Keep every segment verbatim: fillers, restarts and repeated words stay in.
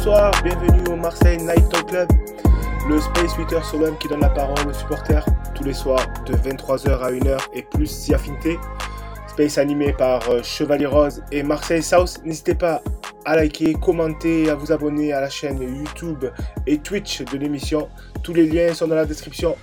bonsoir, bienvenue au Marseille Night Talk Club, le Space huit heures sur l'O M qui donne la parole aux supporters tous les soirs de vingt-trois heures à une heure et plus si affinité. Space animé par Chevalier Rose et Marseille South. N'hésitez pas à liker, commenter, à vous abonner à la chaîne YouTube et Twitch de l'émission. Tous les liens sont dans la description.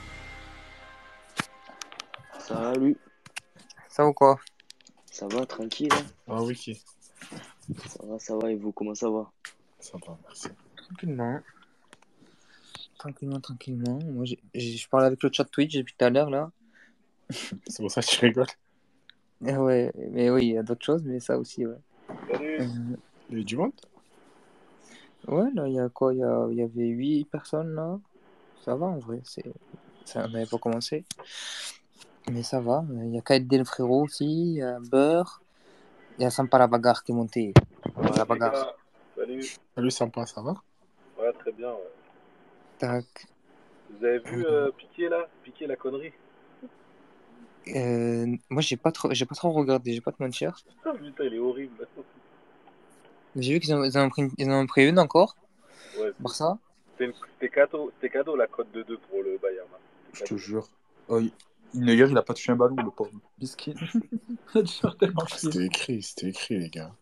Salut. Ça ou quoi? Ça va, tranquille hein? Ah oui, qui Ça va, ça va, et vous, comment ça va? Ça va, merci. Tranquillement. Tranquillement, tranquillement. Moi, j'ai, j'ai, je parle avec le chat Twitch depuis tout à l'heure, là. C'est pour ça que tu rigoles. Eh ouais, mais oui, il y a d'autres choses, mais ça aussi, ouais. Salut. Euh, Il y a du monde? ouais, là, il y a quoi? Il y, a, il y avait huit personnes, là. Ça va, en vrai. C'est... Ça n'avait pas commencé. Mais ça va. Il y a Kaed le frérot aussi. Il y a Beurre. Il y a Sampa la bagarre qui est montée. Ouais, la bagarre. Salut. Salut, sympa, ça va? Ouais, très bien. Ouais. Tac. Vous avez vu euh, Piqué là Piqué la connerie? Euh, moi, j'ai pas trop, j'ai pas trop regardé, j'ai pas te mentir. Ah putain, il est horrible. J'ai vu qu'ils en, ils en ont pris une, ils en ont pris une encore. Ouais. Barça. C'était, une, c'était, cadeau, c'était cadeau la cote de deux pour le Bayern. Je te jure. Oh, il... Neuer, il a pas touché un ballon, le pauvre. Biscuit. C'était écrit, c'était écrit, les gars.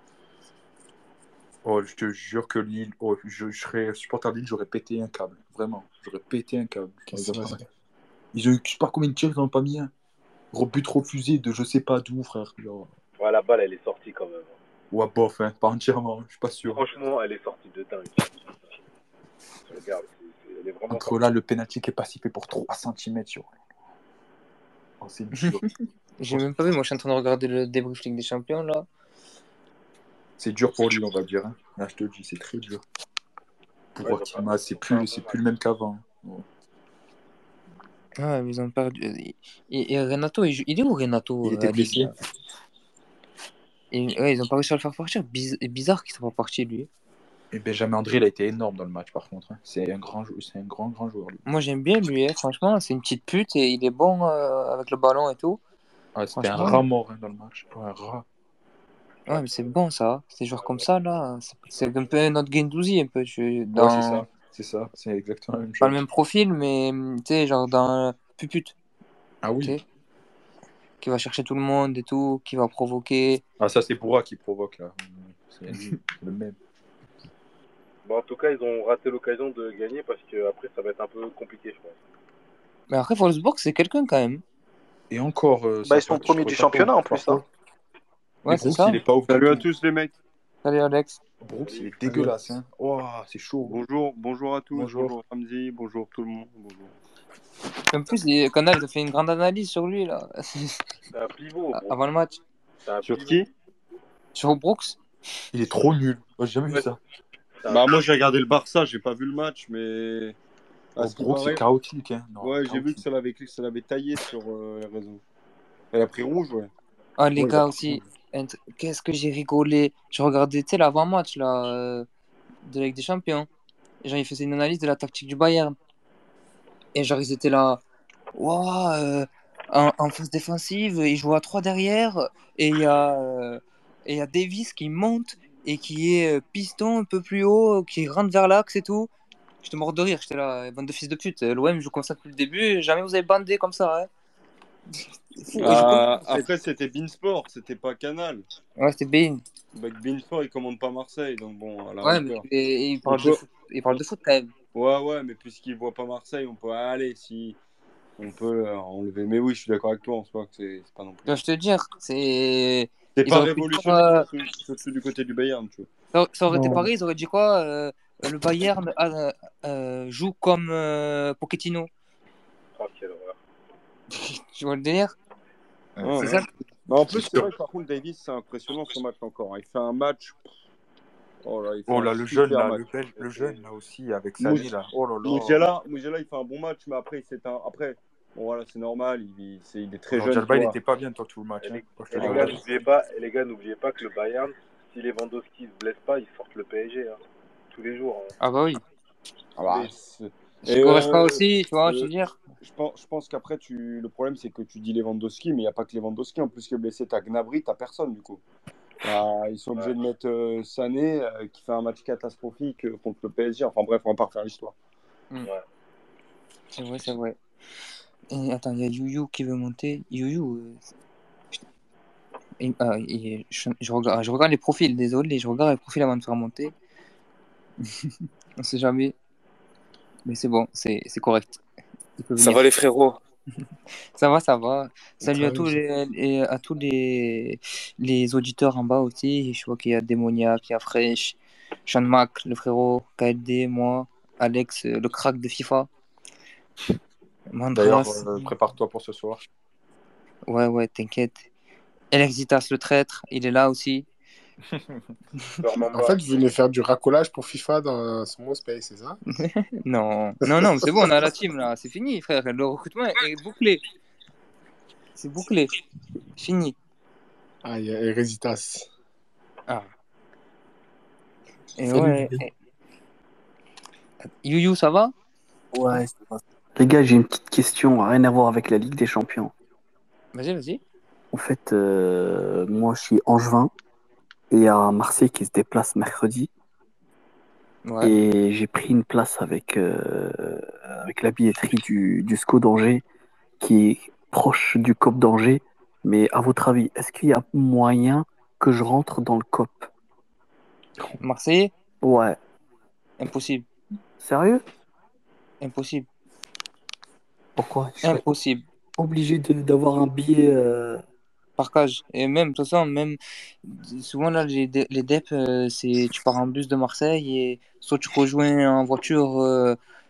Oh, je te jure que Lille, oh, je, je serais supporter de Lille, j'aurais pété un câble. Vraiment, j'aurais pété un câble. Qu'est-ce que c'est? Ils ont eu, je sais pas combien de tirs, ils en ont pas mis un. But refusé de je sais pas d'où, frère. Genre... Ouais, la balle, elle est sortie quand même. Ouais, bof, hein, pas entièrement, je suis pas sûr. Franchement, elle est sortie de dingue. Regarde, c'est, c'est, elle est vraiment entre sortie. là, le penalty qui est pas sifflé pour trois centimètres. Sur... Oh, c'est dur. J'ai même pas vu, moi je suis en train de regarder le débrief Ligue des Champions là. C'est dur pour lui, on va dire. Hein. Là, je te le dis, c'est très dur. Pour Ouais, Wakima, c'est plus, c'est plus le même qu'avant. Ouais. Ah, ils ont perdu. Et, et Renato, il, il est où Renato? Il était blessé. Et, ouais, ils ont pas réussi à le faire partir. Biz, bizarre qu'il soit pas parti lui. Et Benjamin André, il a été énorme dans le match par contre. Hein. C'est un grand, c'est un grand, grand joueur. Lui. Moi j'aime bien lui, hein. Franchement, c'est une petite pute et il est bon euh, avec le ballon et tout. Ouais, c'était un rat mort hein, dans le match. Ouais, un rat. Ouais, mais c'est bon ça. Ces joueurs comme ça là, c'est, c'est un peu notre Guendouzi un peu. Tu, dans... Ouais, c'est ça. C'est ça. C'est exactement la même chose. Pas le même profil, mais tu sais, genre dans Pupute. Ah oui. T'sais, qui va chercher tout le monde et tout, qui va provoquer. Ah, ça, c'est Boura qui provoque, là. C'est lui, le même. Bon, en tout cas, ils ont raté l'occasion de gagner parce qu'après, ça va être un peu compliqué, je pense. Mais après, Wolfsburg, c'est quelqu'un quand même. Et encore. Euh, bah, ils sont premiers du championnat en plus, hein. Ouais, c'est ça. Il est pas ouf. Salut à tous, les mecs. Salut, Alex. Brooks, il est dégueulasse, hein. Oh, c'est chaud. Bonjour, bonjour à tous. Bonjour. Bonjour Ramzi, bonjour tout le monde. Bonjour. En plus, les Canal a fait une grande analyse sur lui, là. C'est un pivot. Bon. Avant le match. Sur qui? Sur Brooks. Il est trop nul. Moi, j'ai jamais ouais. vu ça. Bah, moi, j'ai regardé le Barça, j'ai pas vu le match, mais. Oh, ah, Brooks, c'est chaotique, hein. Non, ouais, chaotique. j'ai vu que ça l'avait, que ça l'avait taillé sur euh, les réseaux. Elle a pris rouge, ouais. Ah, les ouais, gars aussi. Qu'est-ce que j'ai rigolé. Je regardais, tu sais, l'avant-match, là, euh, de la Ligue des Champions. Et genre, ils faisaient une analyse de la tactique du Bayern. Et genre, ils étaient là. Waouh, euh, en, en phase défensive, ils jouent à trois derrière. Et il y a, euh, et il y a Davis qui monte et qui est piston un peu plus haut, qui rentre vers l'axe et tout. J'étais mort de rire, j'étais là, bande de fils de pute. L'O M joue comme ça depuis le début, jamais vous avez bandé comme ça. Hein. Fou, ah, après, c'était Beansport, c'était pas Canal. Ouais, c'était Bein. Bah, Beansport, il commande pas Marseille, donc bon. À la ouais, mais et, et il, parle de foot, il parle de foot quand même. Ouais, ouais, mais puisqu'il voit pas Marseille, on peut aller si. On peut euh, enlever. Mais oui, je suis d'accord avec toi, en soi, que c'est, c'est pas non plus. Je vais te dire, c'est. C'est ils pas révolutionnaire, euh... surtout du côté du Bayern, tu vois. Ça, ça aurait non. été pareil, ils auraient dit quoi euh, le Bayern euh, euh, joue comme euh, Pochettino. Oh, quelle horreur. Tu vois le délire ouais, c'est ouais. ça. Mais en plus, c'est vrai que par contre, Davis, c'est impressionnant ce match encore. Il fait un match. Oh là, il fait oh là le jeune, là, le, bel, le jeune, là aussi, avec Sané, Mouj... là. Oh là là. Moujiala, Moujiala, il fait un bon match, mais après, c'est un. Après, bon, voilà, c'est normal, il, il, c'est, il est très alors, jeune. Jalba, il était pas bien, toi, tout le match. Et, hein. les, Moi, et, les gars, n'oubliez pas, et les gars, n'oubliez pas que le Bayern, si Lewandowski ne se blesse pas, ils sortent le P S G, hein, tous les jours. Hein. Ah bah oui. Ah bah, je corrige euh, pas aussi, tu vois, euh, je veux dire. Je pense, je pense qu'après, tu... le problème, c'est que tu dis Lewandowski, mais il n'y a pas que Lewandowski. En plus, qui est blessé, t'as Gnabry, t'as personne, du coup. Bah, ils sont obligés de mettre euh, Sané euh, qui fait un match catastrophique euh, contre le P S G. Enfin bref, on va pas refaire l'histoire. Mm. Ouais. C'est vrai, c'est vrai. Et attends, il y a Youyou qui veut monter. Youyou. euh, il- ah, il- je, je regarde, je regarde les profils, désolé, je regarde les profils avant de faire monter. On sait jamais. Mais c'est bon, c'est c'est correct. Il peut Ça venir. va les frérots? Ça va, ça va. Salut à Très tous bien. les, les- à tous les, les auditeurs en bas aussi. Je vois qu'il y a Démoniac, il y a Fresh, Sean Mac, le frérot, K L D, moi, Alex, euh, le crack de FIFA, D'ailleurs, Mandras. euh, prépare-toi pour ce soir. Ouais, ouais, t'inquiète. Alexitas, le traître, il est là aussi. En fait, vous venez faire du racolage pour FIFA dans son mot space, c'est ça? Non, non, non, c'est bon, on a la team là, c'est fini, frère. Le recrutement est bouclé. C'est bouclé. Fini. Ah, il y a Heresitas. Ah. Et Salut, ouais. les gars. et- Youyou, ça va? Ouais, ça va. Les gars, j'ai une petite question, rien à voir avec la Ligue des Champions. Vas-y, vas-y. En fait, euh, moi, je suis angevin et il y a Marseille qui se déplace mercredi Ouais. et j'ai pris une place avec, euh, avec la billetterie du, du SCO d'Angers qui est proche du C O P d'Angers. Mais à votre avis, est-ce qu'il y a moyen que je rentre dans le C O P? Marseillais? Ouais, Impossible. sérieux? Impossible. Pourquoi? Je serais Impossible. obligé de- d'avoir un billet. euh, Par cage. Et même, de toute façon, même souvent là, les, dé- les D E P, euh, c'est tu pars en bus de Marseille et soit tu rejoins en voiture euh,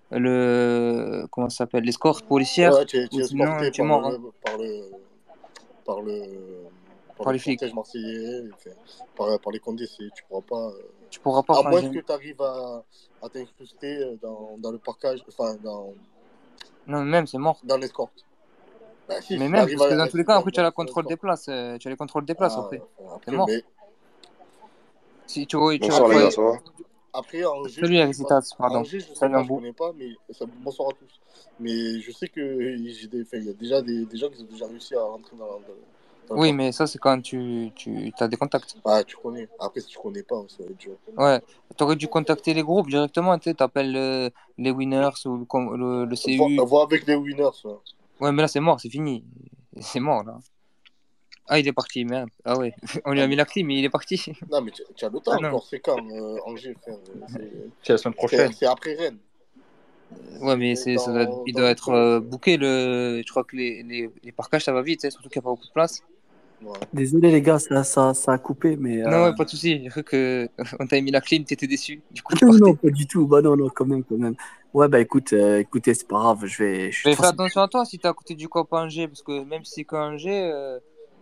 le comment ça s'appelle, l'escorte policière, Ouais, tu es, tu ou es sinon escorté tu es par mort hein, le, par le, par le, par par le les flics. cortège marseillais, enfin, par, par les condés, c'est- tu pourras pas. euh, Tu pourras pas À moins changer. que tu arrives à, à t'incruster dans, dans le parcage, enfin, dans, Non, mais même c'est mort. dans l'escorte. Bah, si, Mais si même t'arrives parce que à dans tous les rester cas, dans, après tu dans, as la dans contrôle des l'escorte. places. euh, tu as les contrôles des places Ah, après. enfin, T'es après, mort. mais Si tu vois, tu Bonsoir les après. gars, ça va? après, à Angers, Salut je sais pas. Heresitas, pardon. Angers, je sais Salut pas, je Ambou. connais pas, mais ça, bonsoir à tous. Mais je sais que j'ai des, enfin, il y a déjà des, des gens qui ont déjà réussi à rentrer dans, dans, dans le Oui, parc. mais ça c'est quand tu, tu as des contacts. Ah, tu connais. Après, si tu connais pas, ça va être dur. Ouais, t'aurais dû contacter les groupes directement, tu sais, t'appelles euh, les winners ou le, com- le, le Voir, C U. voir avec les winners, ça. Ouais, mais là c'est mort, c'est fini. C'est mort là. Ah, il est parti, merde. Ah ouais, on lui Ah, a mis mais, la clim, mais il est parti. non, mais tu tu as le temps Ah non. encore. C'est quand, euh, Angers, frère? C'est C'est la semaine c'est- prochaine. c'est après Rennes. Ouais, mais C'est c'est, ça doit être- dans, il dans doit huit être jours. euh, c'est- booké. Le... Je crois que les, les, les parkages ça va vite, tu sais, surtout qu'il n'y a pas beaucoup de place. Ouais. Désolé les gars, ça, ça, ça a coupé, mais Non, euh, ouais, pas de souci. J'ai cru que on t'avait mis la clim, t'étais déçu. Du coup, tu non, non, partais. pas du tout. Bah non, non, quand même, quand même. Ouais, bah écoute, euh, écoutez, c'est pas grave. Je vais, je, de Mais toute fais façon, attention à toi si t'es à côté du Cop Angers, parce que même si c'est qu'Angers, euh,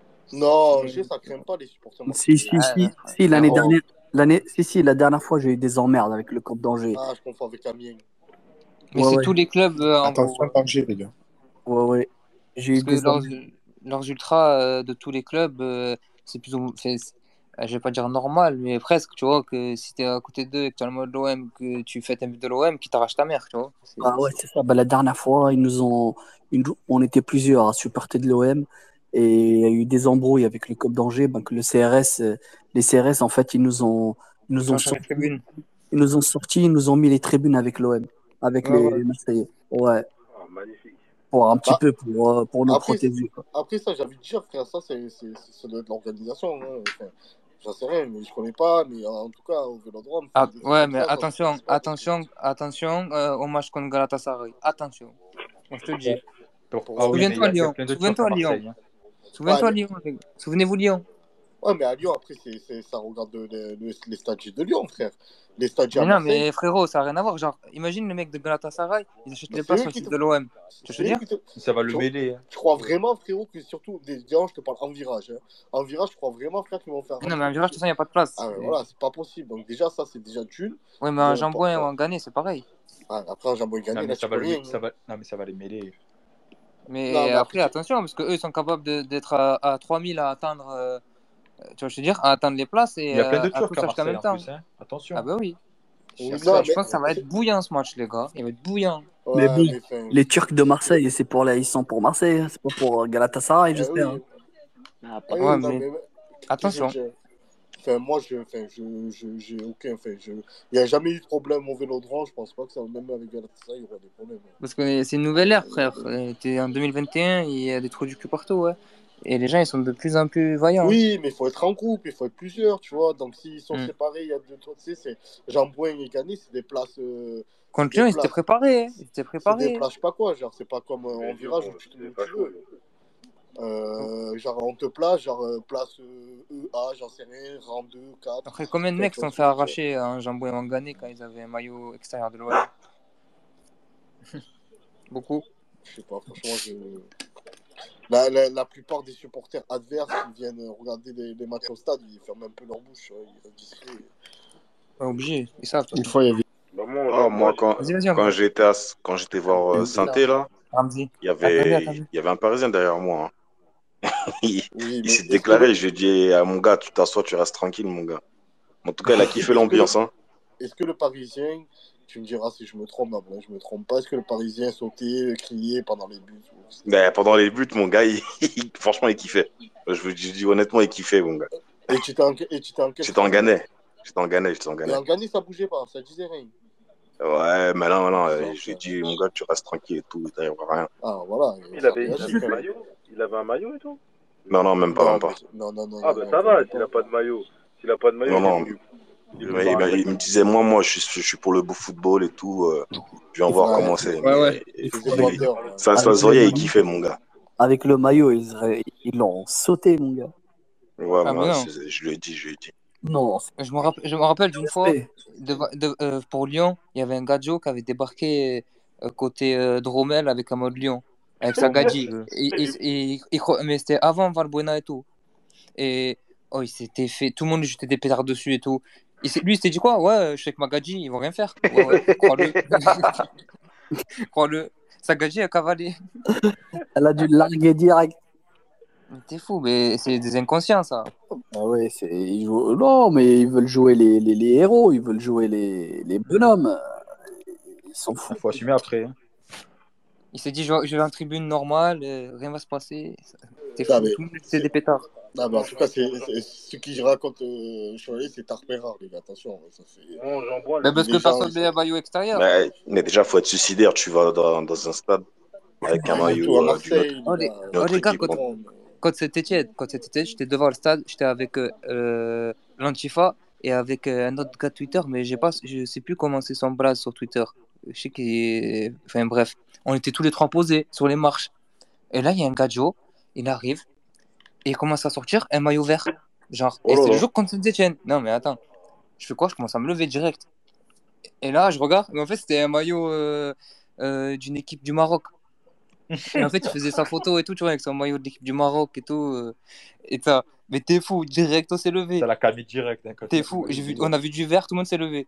Non, c'est. Angers, ça craint pas les supporters si, marseillais. si, Ah, si, bah, si, l'année frérot. dernière, l'année, si, si, la dernière fois, j'ai eu des emmerdes avec le Camp d'Angers. Ah, je confonds avec Amiens. Mais Ouais, c'est ouais, tous les clubs euh, en gros. Attention, danger, les gars. ouais, ouais. J'ai Parce eu que des leurs, emmerdes. leurs ultras euh, de tous les clubs, euh, c'est plus ou moins. c'est- c'est- euh, je vais pas dire normal, mais presque, tu vois, que si t'es à côté d'eux et que tu as le mode de l'O M, que tu fais un but de l'O M, qui t'arrache ta mère, tu vois. C'est- Ah ouais, c'est ça. Bah, la dernière fois, ils nous ont, ils nous- on était plusieurs à supporter de l'O M et il y a eu des embrouilles avec le Camp d'Angers. Bah, que le C R S, euh, les C R S, en fait, ils nous ont, ils nous Ils ont ont changé de sorti, tribune. ils nous ont sorti, ils nous ont mis les tribunes avec l'O M, avec Ouais, les, ouais. les Marseillais. Ouais, Ah, magnifique. pour un petit Bah, peu, pour, euh, pour nous après, protéger, quoi. après ça, j'avais dit, frère, ça, c'est, c'est, c'est- ça doit être l'organisation. Hein. Enfin, j'en sais rien, mais je connais pas. Mais en tout cas, au Vélodrome, Ah, faire des trucs ouais, comme mais ça, ça, attention, c'est pas possible. attention, attention euh, au match contre Galatasaray. Attention. Moi, je te le dis. Pour- Pour, Ah oui, mais il y Souviens-toi, a, il y a Lyon. plein de Turcs Souviens-toi, à Lyon. Marseille. hein. Ouais, Souviens-toi, mais, Lyon. les gars. Souvenez-vous, Lyon. ouais, mais à Lyon, après, c'est, c'est, ça regarde le- le- les stades de Lyon, frère. Les stades Mais à non, Marseille, mais frérot, ça n'a rien à voir. Genre, imagine le mec de Galatasaray, il achète mais les c'est places eux sur le qui site te. de l'O M. Tu veux C'est eux dire? qui te. Ça va le Tu, mêler. hein. tu crois vraiment, frérot, que surtout, des gens, je te parle en virage. Hein. En virage, je crois vraiment, frère, qu'ils vont faire Mais non, mais en rentrer. virage, de toute façon, il n'y a pas de place. Ah, ouais, C'est- voilà, c'est pas possible. Donc, déjà, ça, c'est déjà d'une. Ouais, mais en Bon, Jambouin ou pas- en Gagné, c'est pareil. ah, après, un jambon Non, gagné, mais là, ça tu va peux le, rien. ça hein. va, non, mais ça va les mêler. Mais Non, mais après, après, tu- attention, parce qu'eux, ils sont capables de- d'être à, à trois mille à atteindre, euh, tu vois, je veux dire, à atteindre les places Il et y a plein euh, de à Turcs tous à acheter en Marseille même en temps. plus. Hein. Ah, Attention. bah oui. Oui, Je, non, je mais. pense que ça va être c'est- bouillant ce match, les gars. Il va être bouillant. Mais Ouais, bon, mais enfin. les Turcs de Marseille, c'est pour la, ils sont pour Marseille, hein. C'est pas pour euh, Galatasaray, Eh j'espère. oui, hein. Ah, eh pas oui, Ouais, non, mais mais. Qu'est-ce que je veux attention. dire Enfin, moi, je, enfin, je, je, j'ai aucun, enfin, je, il n'y a jamais eu de problème au Vélodrome. Je pense pas que ça, même avec Galatasaray, il y aura des problèmes. Parce que c'est une nouvelle ère, frère. Euh, T'es en deux mille vingt et un, il y a des trous du cul partout, ouais. Et les gens, ils sont de plus en plus vaillants. Oui, mais il faut être en groupe, il faut être plusieurs, tu vois. Donc, s'ils sont Mm. séparés, il y a deux, trois, tu sais, c'est Jean-Bouin et Gany, c'est des places. Euh, Contre des Lyon, ils étaient places- préparés. hein. Ils étaient c'est des préparés. places, je sais pas quoi, genre, c'est pas comme euh, Mais en virage bon, où tu te c'est mets où pas tu chaud. veux. Euh, genre, on te place, genre, euh, place euh, E A, j'en sais rien, rang deux, quatre. Après, combien de Enfin, mecs tu se vois sont ce fait que je veux dire. arracher un Jambon et Wangané quand ils avaient un maillot extérieur de l'O M? Beaucoup. Je sais pas, franchement, je... la, la, la plupart des supporters adverses qui viennent regarder les, les matchs au stade, ils ferment un peu leur bouche, hein, ils restent discrets. Pas obligé. Ils savent. Une fois, il y avait. Bah, moi, Oh, genre, moi, moi, quand, Vas-y, vas-y, on quand va. j'étais à- quand j'étais voir euh, Saint-Étienne, là, Ramsey. il y Attendez, avait, attendez. il y avait un Parisien derrière moi. hein. il Oui, il mais s'est est-ce que déclaré, le, je lui ai dit à mon gars, tu t'assois, tu restes tranquille, mon gars. En tout cas, il a kiffé est-ce que le, l'ambiance. Hein. est-ce que le Parisien, tu me diras si je me trompe, mais je me trompe pas, est-ce que le Parisien sautait, criait pendant les buts ou- c'était- Ben, pendant les buts, mon gars, il- il- franchement, il kiffait. Je vous je dis honnêtement, il kiffait, mon gars. Et tu t'es en, et tu t'es en quelle J'étais en saison? Ganais. J'étais en Ganais, j'étais en Et Ganais. en Gany, ça bougeait pas, ça disait rien. Ouais, mais non, non, euh, Bizarre, je lui ai frère. dit, mon gars, tu restes tranquille et tout, il t'arrivera rien. Ah, voilà, il ça avait, il réagit avait quand un même. maillot. Il avait un maillot et tout. Non, non, même pas, Non, même pas. mais, non, non, non, Ah, non, ben non, ça quand va, même s'il a pas. pas de maillot. S'il a pas de maillot, Non, il est non. venu. Il est venu Mais, par un mais mec. il me disait, moi, moi, je suis, je suis pour le beau football et tout. euh, je viens Il voir faut- comment Ouais, c'est. Ouais, ouais. Mais il faisait faut- le avec, vendeur. Ouais. ça, ça avec se le voyait, il maillot, kiffait, mon gars. avec le maillot, ils seraient- ils l'ont sauté, mon gars. Ouais, Ah, mais moi, non. c'est- je lui ai dit, je lui ai dit. Non, c'est Je me rappelle, je me rappelle d'une fois, respect. de, de- euh, pour Lyon, il y avait un gadjo qui avait débarqué euh, côté euh, Dromel avec un mode Lyon, avec sa gadji. Et, et- et- il cro- mais c'était avant Valbuena et tout. Et oh, il s'était fait. Tout le monde lui jetait des pétards dessus et tout. Il s'est- lui, il s'était dit quoi? Ouais, je suis avec ma gadji, ils vont rien faire. Ouais, ouais, crois-le. Crois-le. Sa gadji a cavalé. Elle a dû le larguer direct. Mais T'es fou, mais c'est des inconscients, ça. Ah ouais, c'est ils jouent... Non, mais ils veulent jouer les, les, les héros, ils veulent jouer les, les bonhommes. Ils s'en Il foutent. faut assumer après. hein. Il s'est dit, je vais je vais en tribune normale, euh, rien va se passer. T'es Ah, fou, mais tout le monde lui jetait c'est- des pétards. Ah, bah, en tout cas, c'est, c'est- ce qui raconte euh, Chevalier, c'est Tarpera, les gars, attention. Ça, c'est... Bon, j'en bois. Mais le- parce Les que gens, personne ils n'a sont- un maillot extérieur. Mais, mais déjà, faut être suicidaire. Tu vas dans, dans un stade avec un Ah, surtout maillot à euh, d'une Marseille, autre, Oh les, les gars, d'une oh, autre les gars, équipe. quand, Bon. quand c'était tiède, quand c'était tiède, j'étais devant le stade, j'étais avec euh, euh, l'Antifa et avec euh, un autre gars Twitter, mais j'ai pas, je sais plus comment c'est son blaze sur Twitter. Je sais qu'il est... Enfin bref, on était tous les trois posés sur les marches. Et là, il y a un gars Joe, il arrive et il commence à sortir un maillot vert. Genre, Oh et là c'est le là. jour contre Saint-Etienne. Non, mais attends, je fais quoi? Je commence à me lever direct. Et là, je regarde, mais en fait, c'était un maillot euh, euh, d'une équipe du Maroc. Et en fait, il faisait sa photo et tout, tu vois, avec son maillot de l'équipe du Maroc et tout. euh, et ça. Mais t'es fou, direct, on s'est levé. Ça l'a calmé direct. Hein, quand T'es il a fou, vu j'ai le vu, maillot. on a vu du vert, tout le monde s'est levé.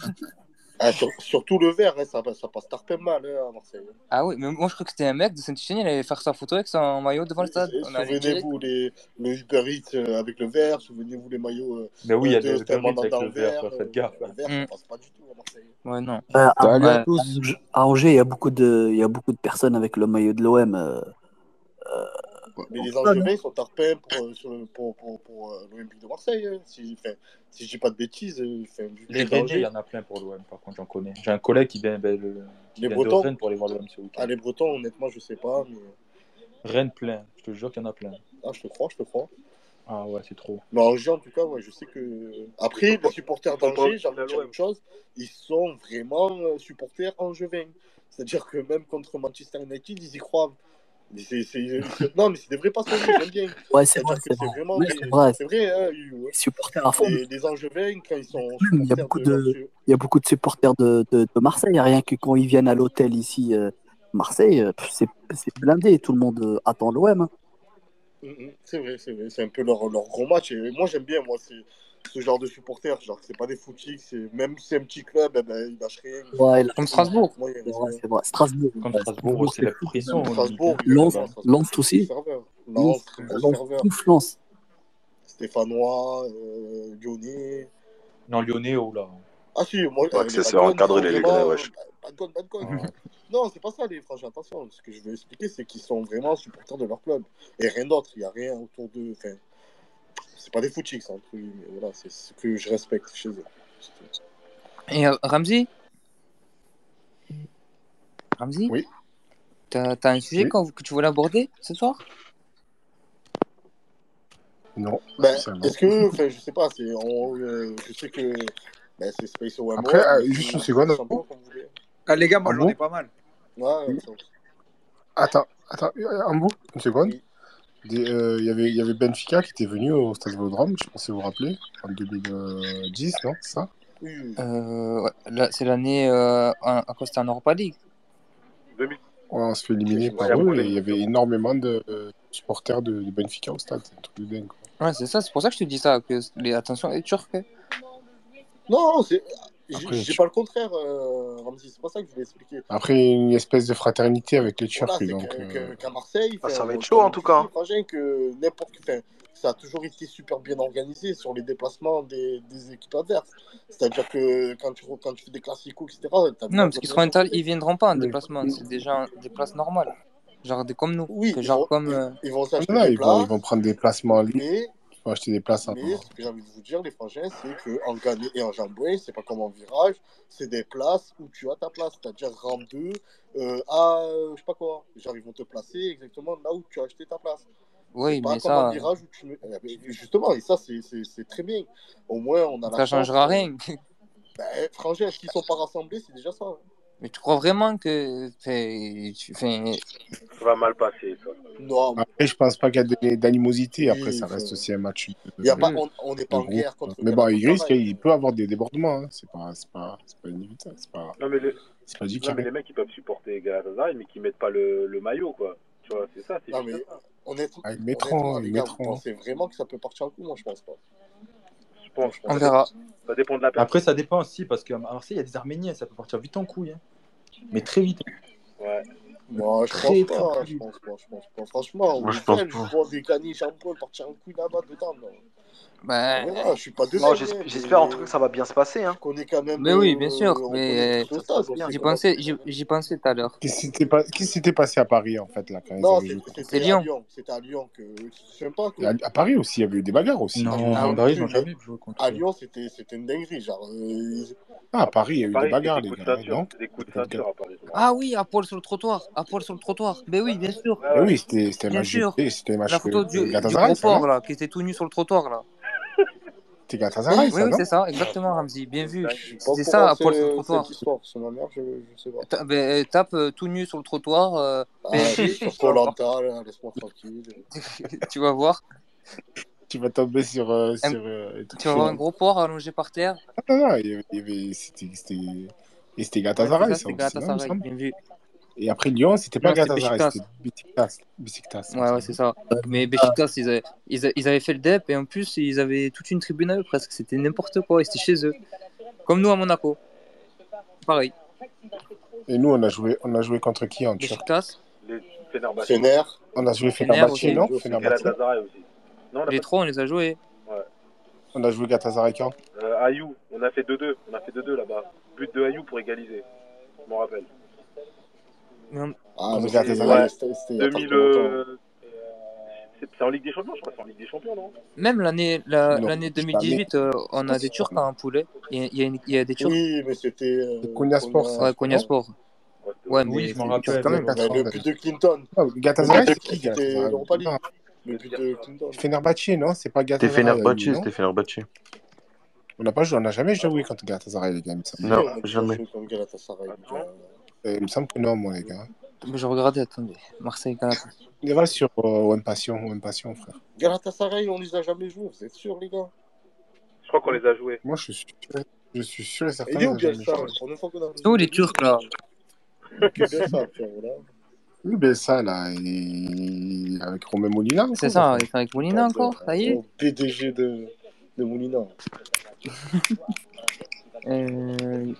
Ah, sur- surtout le vert, hein, ça, ça passe tarpin mal hein, à Marseille. Ah oui, mais moi je crois que c'était un mec de Saint-Etienne, il allait faire sa photo avec son maillot devant le stade. Et On est allé direct. Souvenez-vous les, le Uber Eats euh, avec le vert, souvenez-vous les maillots euh, Mais oui, il y euh, a de des Stade Uber Eats avec dans le le vert. vert. Faites euh, gaffe. Le hein. vert, Mm. ça passe pas du tout à Marseille. Ouais, non. Euh, à, Salut à à- tous. à Angers, il y a beaucoup de, il y a beaucoup de personnes avec le maillot de l'O M. euh, euh, Mais les au stade, hein. Angevins sont tarpins pour, euh, sur le- pour, pour, pour, euh, l'Olympique de Marseille. hein. Si, enfin, si je dis pas de bêtises, euh, enfin, vu que Les je suis Rennais, il y d'Angers. en a plein pour l'O M, par contre, j'en connais. J'ai un collègue qui vient, ben, le- qui Les vient de Bretons Rennes pour aller voir l'O M ce week-end. Ah, les Bretons, honnêtement, je sais pas. Mais... Rennes plein, je te jure qu'il y en a plein. Ah, je te crois, je te crois. Ah ouais, c'est trop. Mais Angers, en tout cas, ouais, je sais que. Après, les supporters d'Angers, j'ai envie de dire une chose, ils sont vraiment euh, supporters angevins. C'est-à-dire que même contre Manchester United, ils y croient. Mais c'est, c'est- c'est- Non, mais c'est des vrais passionnés, j'aime bien. Ouais, c'est vrai, C'est-à-dire que c'est c'est vrai. vraiment Ouais, des... c'est vrai. C'est vrai, hein, Hugo, hein. Les supporters à fond. Les, les Angevins, quand ils sont Même, il y a supporters beaucoup de, leur de, su- il y a beaucoup de supporters de, de, de Marseille. Rien que quand ils viennent à l'hôtel ici, euh, Marseille, euh, c'est, c'est blindé. Tout le monde euh, attend l'O M. hein. Mm, mm, C'est vrai, c'est vrai. C'est un peu leur, leur gros match. Et moi, j'aime bien, moi, c'est ce genre de supporters. Genre, c'est pas des footix. C'est... Même si c'est un petit club, eh ben, ils lâchent rien. Ouais, là, Comme Strasbourg. Moi, il y a c'est un vrai, respect. c'est vrai. Strasbourg, Comme ouais, Strasbourg, c'est la fou. prison. limite, Strasbourg, hein. il y a- Lens, non, Strasbourg, Lens c'est aussi. serveur. Lens, Lens, c'est gros Lens, serveur. ouf, Lens. Stéphanois, euh, Lyonnais. Non, Lyonnais, oh là. Ah si, moi, Ouais, euh, que les c'est bad guns, encadré, ils les sont Lyonnais, vraiment... wesh. Bad guns, bad guns. Ah. Non, c'est pas ça, les franchement, attention. Ce que je veux expliquer, c'est qu'ils sont vraiment supporters de leur club. Et rien d'autre. Il n'y a rien autour d'eux. Enfin, c'est pas des footix, hein, mais voilà, c'est ce que je respecte chez eux. Et euh, Ramzi Ramzi Oui. T'as, t'as un sujet Oui. quand- que tu voulais aborder ce soir? Non. Ben, c'est bon. est-ce que, enfin, je sais pas, c'est, on, euh, je sais que ben, c'est Space O M O. Après, euh, juste une seconde. Champion, comme vous voulez. Ah, les gars, moi Ah j'en bon ai pas mal. Ouais, Oui. ça- Attends, attends, un bout, une seconde. Oui. Des, euh, Il y avait- il y avait Benfica qui était venu au Stade Vélodrome, je pense que vous vous rappelez, en deux mille dix, non? C'est ça? oui, oui. Euh, ouais, là, c'est l'année euh, en- à cause c'était en Europa League. deux mille. Ouais, on se fait éliminer Ok, par je me eux souviens. et il y avait énormément de euh, supporters de, de Benfica au stade. C'est un truc de dingue, quoi. Ouais, c'est ça, c'est pour ça que je te dis ça, que les, attention, les Turcs. Non, c'est, j'ai Après, j'ai tu- pas le contraire, euh, Ramzi, c'est pas ça que je voulais expliquer. Après, une espèce de fraternité avec les Turcs. Voilà, c'est donc, que- euh, que- qu'à Marseille, Ah, enfin, ça va être on- chaud, comme en tout tu cas. dis, Frangin, que n'importe, enfin, ça a toujours été super bien organisé sur les déplacements des, des équipes adverses. C'est-à-dire que quand tu, quand tu fais des classicos, et cetera, t'as Non, parce qu'ils seront inter- ils viendront pas en Mais- déplacement, c'est déjà des places normales. Genre des comme nous. Oui, Que ils genre vont, comme. ils, euh, ils vont non, s'acheter non, des ils, vont, places, ils vont prendre des placements en ligne. mais, Ils vont acheter des places en. mais ce que j'ai envie de vous dire, les frangins, c'est qu'en gagner et en jambouin, c'est pas comme en virage, c'est des places où tu as ta place, c'est-à-dire rampe deux, euh, à, euh, je sais pas quoi, genre ils vont te placer exactement là où tu as acheté ta place. Oui, C'est pas mais comme ça, un virage où tu mets... eh ben, justement, et ça, c'est, c'est, c'est très bien. Au moins, on a la ça chance. changera euh, rien. Ben, frangin, est-ce qu'ils sont pas rassemblés? C'est déjà ça. hein. Mais tu crois vraiment que. Fait, tu, fait, Ça va mal passer, ça. Non, mais Après, je pense pas qu'il y a de- d'animosité. Oui, Après, ça enfin, reste aussi un match de, y a pas, Mm. on on n'est de pas en groupe. guerre contre Mais bon, il risque, Galatasaray. il peut avoir des débordements. Hein. C'est pas, c'est pas, c'est pas inévitable. C'est pas, Non, mais, le... c'est pas du non, mais carré. les mecs, ils peuvent supporter Galatasaray, mais qui mettent pas le, le maillot, quoi. Tu vois, c'est ça, c'est Non, juste mais ça. honnêtement, Ah, ils mettront, honnêtement, ils les gars, vous mettront. pensez vraiment que ça peut partir en coup? Moi, je pense pas. Je pense. On Ça verra. dépend- Ça dépend de la personne. Après, ça dépend aussi, parce qu'à Marseille, il y a des Arméniens, ça peut partir vite en couille. hein. Mais très vite. Ouais. Moi, je Très, pense très, pas. très Je vite. pense pas. Je pense pas. Franchement, Moi, au je pense Bruxelles, pas. je vois des caniches en poil partir un coup là-bas dedans. non. On Ben, verra. Je suis pas de Non, même, j'es- hein, j'espère en mais tout cas que ça va bien se passer. je Hein. connais quand même. mais oui, bien sûr. euh, on Mais connaît tous le Ça se passe stade. bien. on j'y sait comment pensais, c'est. j'y, j'y pensais tout à l'heure. Qu'est-ce qui s'était pas- qu'est-ce qui s'était passé à Paris, en fait, là, quand ils Non, avaient c'est- joué contre- C'est c'était à Lyon. Lyon. C'était à Lyon que. Tu te souviens pas Et à, que... à Paris aussi, il y avait eu des bagarres aussi. Non, Ah, à oui, Paris, ils n'ont mais jamais joué contre à eux. Lyon, c'était c'était une dinguerie. Genre, euh, ils- Ah, à Paris, il y a eu Paris, des c'est bagarres, des les coups de gars. ceinture. Non? C'est des coups de Pas de ceinture à Paris. je me Ah oui, à poil sur le trottoir. À poil sur le trottoir. Ben oui, bien sûr. rappelle. Mais Ouais, ouais. oui, c'était c'était un Bien match sûr. de c'était un match La photo de, du, de du Galatasaray, gros ça, non? porc là, qui était tout nu sur le trottoir là. C'était Galatasaray, Oui, ça, oui, non? c'est ça, exactement, Ramzi. Bien vu. je suis pas C'était au ça, courant à de poil sur le ce- trottoir. cette histoire. Sur ma mère, je, je sais pas. Ta- ben, tape euh, tout nu sur le trottoir. euh, Ah, P M P, sur tu vas voir. Koh-Lanta, là, laisse-moi tranquille. Tu vas voir. Tu vas tomber sur, euh, Un- sur euh, un truc Tu vas voir un chelou. gros porc allongé par terre. Ah, non, non, il y avait, il y avait- c'était c'était- et c'était Ouais, c'est Galatasaray, ça, ça c'était aussi, non, il me Galatasaray. semble. Bien vu. Et après Lyon, c'était pas Non, c'était Galatasaray, Beşiktaş. c'était Beşiktaş. Beşiktaş, il me Ouais, ouais, semble. c'est ça. Mais Beşiktaş, ils avaient, ils, a- ils avaient fait le D E P et en plus, ils avaient toute une tribune à eux presque. C'était n'importe quoi. Et c'était chez eux. Comme nous à Monaco. Pareil. Et nous, on a joué, on a joué contre qui en turc? Beşiktaş, Les Fenerbahçe. Fener, On a joué Fener Fenerbahçe, aussi. non? Fener, Fenerbahçe. Galatasaray aussi. Non, on a les pas... trois, on les a joués. Ouais. On a joué Galatasaray quand? Euh, Ayou, on a fait deux deux. On a fait deux deux là-bas. But de Ayou pour égaliser. Je m'en rappelle. Mais on- ah, Contre mais Galatasaray. c'était c'était- c'était il y a pas deux mille. très longtemps. euh, C'est c'est en Ligue des Champions, je crois. C'est en Ligue des Champions, non? Même l'année, la- Non, l'année jamais. deux mille dix-huit, euh, on a des Turcs en poulet. Il y a, il y a une- il y a des Turcs. Oui, mais c'était. euh, C'est Konyaspor, ça. Ouais, Konyaspor. Ouais, c'était Ouais, au- mais Oui, je m'en c'est des rappelle. Turcs quand même. quatre Mais le ans, but de Clinton. Non, Le Galatasaray, but de c'est qui c'était Galatasaray? l'Europa League. Non, Le but de Clinton. Fenerbahçe, non? C'est pas C'était Galatasaray, Fenerbahçe, Ayou, non? c'était Fenerbahçe. On n'a pas joué, on n'a jamais joué contre Galatasaray, les gars, il me semble. Si, Non, on a déjà jamais. joué comme Galatasaray. Attends. déjà. Euh, Il me semble que non, moi, les gars. Mais je regardais, attendez. Marseille, Galatasaray. Il va sur euh, One Passion, One Passion, frère. Galatasaray, on les a jamais joués, vous êtes sûr, les gars? Je crois qu'on les a joués. Moi, je suis sûr, je suis sûr et certain. Il est où qu'on a bien jamais ça? joué. La première fois qu'on a C'est où les Turcs là? bien ça, frère, voilà. Oui, ben ça, là, il... avec Romain Molina. C'est encore, ça, là. ils sont avec Molina encore, ça y est. Au P D G de, de Moulina. Euh...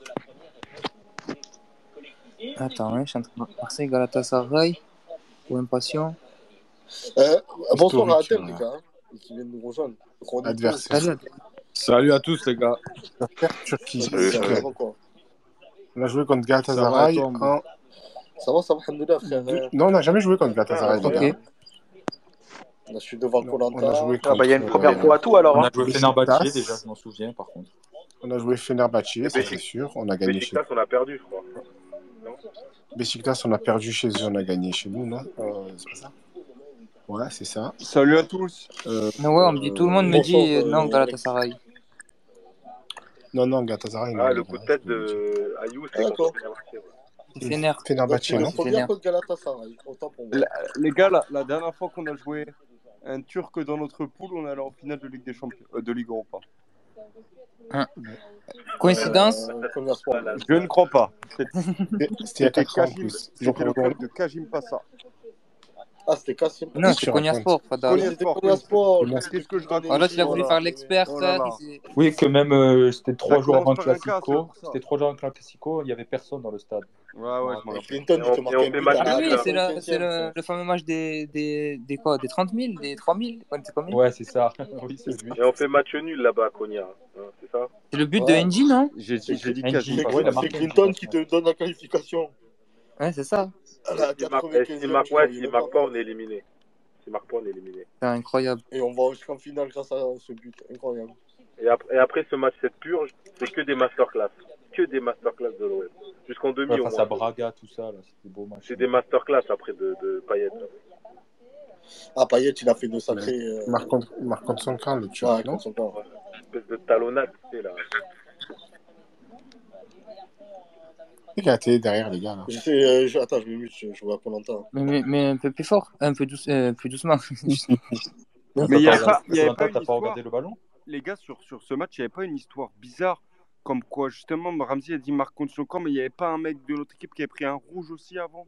Attends, hein, je suis en train de... Marseille, Galatasaray, ou Impatient. Euh, bonsoir à Historique, Adem, euh, les gars, hein, qui viennent nous rejoindre. Juanito, Adversaire. Salut. Salut à tous, les gars. Turquie. salut, Salut, ça salut. va, quoi. On a joué contre Ça va, Galatasaray toi, mon en... Ça va, ça va, alhamdoulilah, frère. deux- hein. Non, on n'a jamais joué contre Galatasaray, Ah, les Ok. gars. Là, je suis devant Non, Koh-Lanta. on a joué Ah bah, il y a une contre, première euh, fois à tout alors. On Hein. a joué Beşiktaş. Fenerbahçe déjà, je m'en souviens par contre. On a joué Fenerbahçe, Et ça c'est Beşik- sûr. On a gagné chez Beşiktaş, on a perdu, je crois. Non Beşiktaş, on a perdu chez eux, on a gagné chez nous, non euh, C'est pas ça Ouais, c'est ça. Salut à tous. Euh, Mais ouais, on me dit, tout le monde me Bonsoir, dit euh, non, euh, Galatasaray. Non, non, Galatasaray, non. Ah, on le a coup de gagné, tête je peux vous dire. de Ayou, Ah, c'est contre d'accord. Fenerbahçe. ouais. C'est Fener. Donc, Fenerbahçe, c'est une non première Fener. contre Galatasaray. Autant pour moi. La- les gars, la, la dernière fois qu'on a joué un Turc dans notre poule, on est allé en finale de Ligue des Champions, euh, de Ligue Europa. Hein. Coïncidence? Euh, Première sport. Je ne crois pas. C'était C'était c'était il y a c'était quatre ans en Kajim, plus. c'était le club de Kajim Passa. Ah, c'était Kassim. Non, Qu'est-ce que c'est tu Konya racontes Sport, Fada. Oui, c'était Konya Sport. Qu'est-ce que je raconte? Oh, l'autre, il a voulu Voilà. faire l'expert, Oh là frère. là. il s'est- Oui, que même euh, c'était trois Ça jours avant le commence par un cas, c'est Classico. pour ça. C'était trois jours avant le Classico, il n'y avait personne dans le stade. Ouais, ouais, je m'en Et rappelle. Clinton, Et il on- te et marquait on un fait but match à Ah la oui, c'est la- quatre-vingt-quinzième, c'est le, frère. le fameux match des, des, des quoi? Des trente mille? Des trois mille? On était combien? Ouais, c'est ça. Oui, c'est lui. Et on fait match nul là-bas à Konya. Hein, c'est ça C'est le but Ouais. de Engie, non? J'ai dit, j'ai dit N G, Kajim C'est bah oui, il a Passa. marqué c'est un Clinton but, qui ouais. te donne la qualification. Ouais, c'est ça. À la S'il marque, eh, quatre-vingt-quinzième, s'il marque, je ouais, crois, il s'il est marque pas. pas, on est éliminé. S'il marque pas, on est éliminé. C'est incroyable. Et on va jusqu'en finale grâce à ce but. Incroyable. Et après, et après ce match, cette purge, c'est que des masterclass. Que des masterclass de l'O M. Jusqu'en demi Ouais, au face moins. à Braga, tout ça, là, c'était des beaux matchs. C'est des masterclass après de, de Payet. Ah, Payet, il a fait de sacrés. Euh... Marc contre, Marc contre son crâne, le Turc, Ouais, non contre son camp. Ouais. Espèce de talonnade, tu sais, là. Qui a été derrière, les gars, là Je sais, euh, je... attends, je vais mute, je, je vois pas longtemps. Mais, mais, mais un peu plus fort, un peu douce, euh, plus doucement. Mais il n'y T'as avait pas pas, il y avait pas regardé- une t'as pas histoire, regardé le ballon? les gars, sur, sur ce match, il n'y avait pas une histoire bizarre, comme quoi justement Ramsey a dit marque contre son camp, mais il n'y avait pas un mec de l'autre équipe qui avait pris un rouge aussi avant.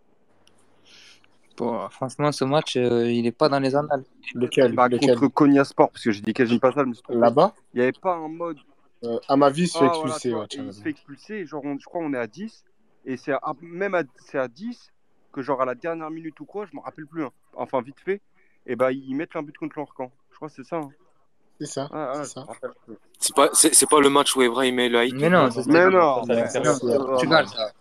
Bon, franchement, ce match, euh, il est pas dans les annales. Lequel, Bah, lequel contre Konya Sport, parce que j'ai dit Kajim Passa, mais c'est trop. Là-bas Il n'y avait pas un mode. euh, À ma vie, il se fait Ah, voilà, expulser. tu vois, ouais, et tiens, il se vas-y. fait expulser, et genre, on- je crois qu'on est à dix, et c'est à- même à, c'est à dix que, genre, à la dernière minute ou quoi, je m'en rappelle plus, hein. Enfin, vite fait, et bah, ils mettent un but contre leur camp. Je crois que c'est ça. Hein. C'est ça, Ah, ah, c'est je ça. me rappelle plus. C'est pas, c'est, c'est pas le match où Ibrahim met le high Mais non, c'est Mais non, Ça, frère. c'est non, à c'est l'extérieur. au Portugal, ça.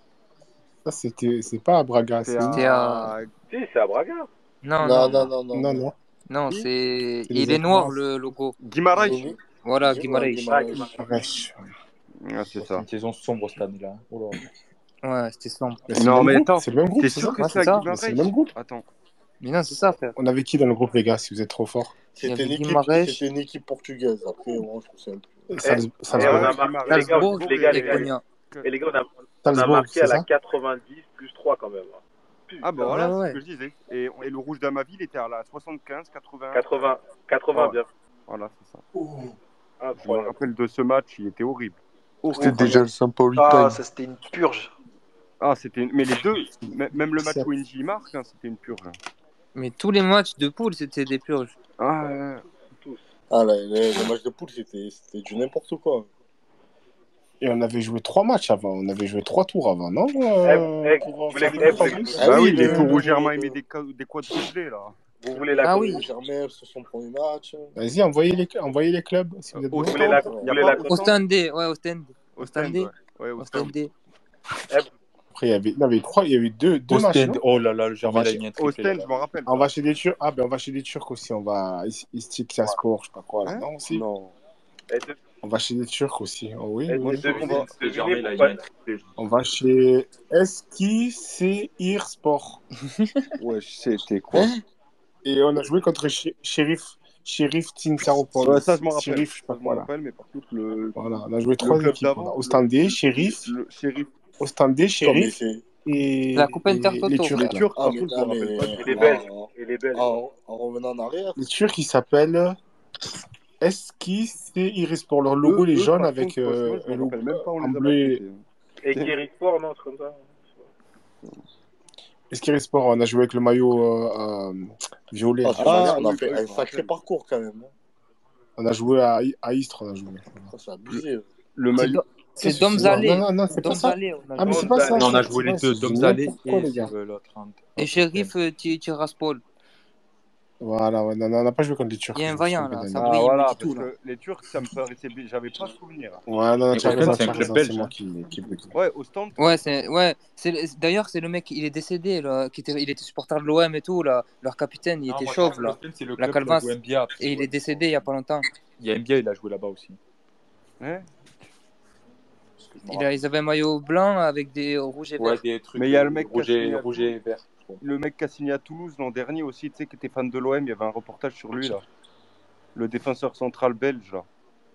Ça, c'était, c'est pas à Braga, C'est c'est où C'était à. à... Si, c'est à Braga. Non, Non, non, non, non, non. Non, non. non, Si. c'est... C'est les Il est noir, Atlas. le logo. Guimaraes. Guimaraes. Voilà, Guimaraes. Guimarães. Guimaraes. Wesh. Ah, c'est C'est ça. une saison sombre cette année-là. Oh là. Ouais, c'était sombre. Mais c'est Non, le mais même groupe, attends, c'est le même groupe, t'es c'est sûr ça que Ouais, c'est c'est à ça. Mais c'est le Guimaraes? même groupe. Attends. Mais non, c'est ça, frère. On avait qui dans le groupe, les gars, si vous êtes trop forts Il y C'était avait une, équipe, Guimarães, c'était une équipe portugaise. Après, moi, je trouve que c'est un peu. Sals- Et on Salzbourg. a marqué, les gars, Salzbourg les gars, les et gars, Konya. et les gars, on a, on a Salzbourg, marqué c'est à la ça quatre-vingt-dix plus trois quand même. Ah, bah Ouais, voilà, c'est ouais. ce que je disais. Et, et le rouge d'Amaville était à la soixante-quinze, quatre-vingts. quatre-vingts, quatre-vingts Ouais. bien. Voilà, c'est ça. Oh. Je me Incroyable. rappelle de ce match, il était horrible. C'était Horrible. déjà le Sampaoli Ah, ça c'était une purge. Ah, c'était une... Mais les deux, m- même le match C'est- où Inji marque, hein, c'était une purge. hein. Mais tous les matchs de poule, c'était des purges. Ah, euh, Tous. Ah, là, le, le match de poule, c'était, c'était du n'importe quoi. Et on avait joué trois matchs avant. On avait joué trois tours avant, non Eh, euh, eh, pour vous euh, voulez, faire eh, des vous comptes en voulez- plus Ah bah oui, oui, les le- tours où le- Germain le- il met des, ca- des quadruplés, là. vous voulez la Ah coupe oui. Germain sur son premier match. Vas-y, envoyez les, envoyez les clubs, si vous êtes Au beaux. Vous voulez la, stand, vous il y a voulez pas la au coupe stand Ostende, ouais, Ostende. Au stand, Ostende. ouais. Ouais, au stand. Ostende. Après, il y avait, non, il y avait trois, il y avait deux, deux matchs, Ostend, non oh là là, le On Germain, va, il a mis un Au triplé. stand, je m'en rappelle. on va chez des Turcs. Ah, ben on va chez des Turcs aussi. On va à Istikya Sport, je sais pas quoi, là, Hein non aussi Non. Eh, de- On va chez des Turcs aussi. Oh, oui, eh, Moi, oui. je sais qu'on devinez, va. Le Germain, devinez il a mis pourquoi. un triplé. On va chez Eskişehir Sport. Ouais, c'était quoi? Hein Et on a joué contre Sh- Sheriff, Sheriff Tinsaropol. Ouais, ça, je m'en rappelle. Sheriff, je sais Ça, pas je quoi, m'en là. rappelle, mais par contre, le, Voilà, on a joué le trois club équipes. On a d'avant, Ostende, le, Sheriff, le shérif. Ostende, Putain, mais Sheriff c'est. et La Coupe les, Intertoto, les frère. Turcs. Les là. Turcs, Ah, par mais, contre, je ah, me rappelle pas. mais Et les en, Belges. Et les Belges. en, en revenant en arrière, Les Turcs, ils s'appellent Eskişehir Sport. Leur logo, Eux, il est eux, jaune par avec contre, franchement, euh, je un me logo rappelle même pas, on en les avait bleu. affrontés. Et Kerry Sport, non, c'est comme ça. Eskişehir Sport, on a joué avec le maillot euh, euh, violet. ah, là. sur la Ah, dernière, on a oui, fait oui, un je me sacré rappelle. parcours quand même. On a joué à, à Istres. On a joué. Ça, c'est abusé. Le C'est maillot. Do- c'est Qu'est-ce que c'est Non, Domzalé. non, non, non, c'est pas ça. Domzalé, on a Ah, mais joué. c'est pas ça. Non, on a C'est joué pas les ça. deux, C'est Domzalé n'importe quoi, et les gars. euh, l'autre. hein. Et Sheriff euh, Ti- Tiraspol. Voilà, ouais, non, non, on n'a pas joué contre les Turcs. Il y a un je me vaillant souviens là, bien. ça Ah brille, il me voilà, dit parce tout là. que les Turcs, ça me paraissait. bi- J'avais pas souvenir. Ouais, non, Mais tu as raison, Ostend, c'est tu un as club raison, belge. c'est moi Hein. qui, qui bug. Ouais, au stand. Ouais, c'est ouais, c'est le- d'ailleurs c'est le mec, il est décédé là, qui était, il était supporter de l'O M et tout là, leur capitaine, il Non, était moi je pense chauve que là, l'Ostend, c'est le la club où a joué calvasse, M B A. et il est décédé il y a pas longtemps. Il y a M B A, il a joué là-bas aussi. Hein Parce que je me Il a, rappelle. ils avaient un maillot blanc avec des rouges et Ouais, verts. des trucs Mais il y a le euh, mec qui a rouge et, signé à rouge Toulouse. et vert. je crois. Le mec qui a signé à Toulouse l'an dernier aussi, tu sais, qui était fan de l'O M, il y avait un reportage sur lui là. Le défenseur central belge là.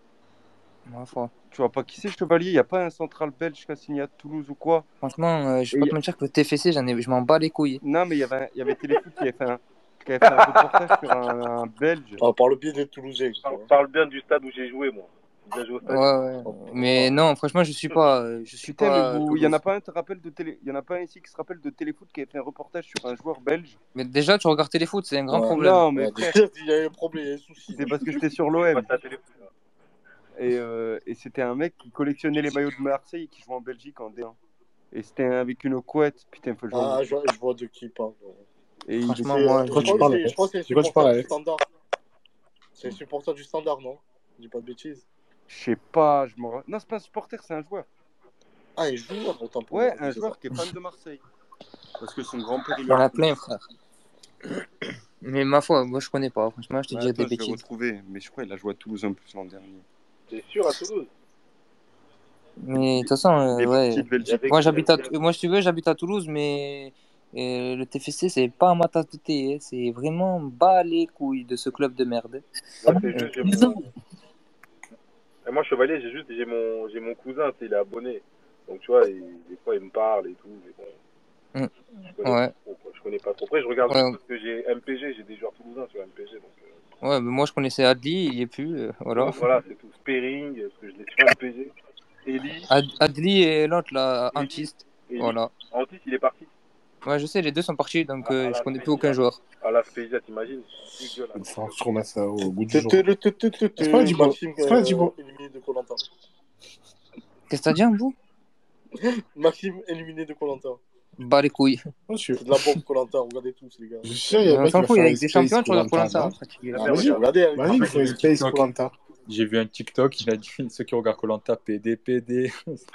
Ma foi. Tu vois pas qui c'est, Chevalier? Il n'y a pas un central belge qui a signé à Toulouse ou quoi? Franchement, euh, je Et vais pas y te a- mentir que le T F C, j'en ai, je m'en bats les couilles. Non, mais il y avait, un- il y avait Téléfoot qui avait fait un, qui avait fait un reportage sur un, un Belge. Ah, par le biais des Toulousains. quoi. Parle, parle bien du stade où j'ai joué, moi. J'ai déjà joué au Ouais, stade. ouais. Mais non, franchement, je suis pas, euh, je suis Putain, mais pas vous, il y en a Toulouse. pas un, te rappelle de télé, il y en a pas un ici qui se rappelle de Téléfoot qui avait fait un reportage sur un joueur belge. Mais déjà, tu regardes Téléfoot, c'est un grand Ouais. problème. Non, mais Ouais, frère, déjà, il y a un problème, il y a un souci. c'est parce que j'étais sur J'ai l'O M. passé à téléphone. Et, euh, et c'était un mec qui collectionnait les maillots de Marseille et qui jouait en Belgique en D un. Et c'était un avec une couette. Putain, faut jouer. Ah, je, je vois de qui il parle. ouais. Et il Franchement, C'est, moi, euh, De je quoi tu crois que parles, c'est- je crois que c'est un Alex? De quoi tu supporter parles, du Alex? standard. C'est un supporter du standard, non? Je dis pas de bêtises. je sais pas, je m'en ra- non, c'est pas un supporter, c'est un joueur. Ah, un joueur, autant pour Ouais, moi. un c'est joueur ça. qui est fan de Marseille. Parce que son grand-père, il il y en a a plein, frère. Mais ma foi, moi, je connais pas. Franchement, je te Ouais, dis attends, des je vais bêtises. retrouver. Mais je crois qu'il a joué à Toulouse en plus l'an dernier. T'es sûr à Toulouse? Mais de toute façon, euh, Il est ouais. parti de Il y Belgique. avait Moi, qui j'habite à, là-dedans? moi, si tu veux, j'habite à Toulouse, mais euh, le T F C, c'est pas ma tasse de thé. hein. C'est vraiment bas les couilles de ce club de merde. Moi, c'est Euh, juste, j'ai mon. Et moi, Chevalier, j'ai juste, j'ai mon, j'ai mon cousin, tu sais, il est abonné. Donc, tu vois, il- des fois, il me parle et tout. Mais bon, Mm. je connais Ouais. pas trop. quoi. Je connais pas trop. Après, je regarde Ouais, juste parce que j'ai M P G, j'ai des joueurs toulousains sur M P G. Donc, euh, ouais, mais moi, je connaissais Adli, il y est plus. euh, voilà. ouais, voilà, c'est tout. Sperring, parce que je l'ai sur M P G. Eli, Ad- Adli et l'autre, là, Eli, Antiste. Eli. Voilà. Antis, il est parti. Ouais, je sais, les deux sont partis, donc À, euh, à je la connais plus aucun Spezia. joueur. À la Spezia, t'imagines? Dégueulasse. Il faut que je remette ça au goût du Tu- jour. tu- tu- tu- tu- Est-ce qu'on a dit tu- bon? Maxime Est-ce qu'on a dit euh, bon? éliminé de Koh-Lanta. Qu'est-ce que t'as dit, en vous? Maxime éliminé de Koh-Lanta. Bah les couilles. Monsieur. C'est de la bombe Koh-Lanta, regardez tous les gars. Je suis sûr, il y a Mais un on mec qui s'en va fout, faire avec un des space champions, tu regardes Koh-Lanta, Koh-Lanta, non? fatigué. Ah, mais vas-y, regarde. regardez. avec Vas-y, il Maxime. fait un J'ai vu un space TikTok. Koh-Lanta. J'ai vu un TikTok, il a dit ceux qui regardent Koh-Lanta, P D, P D.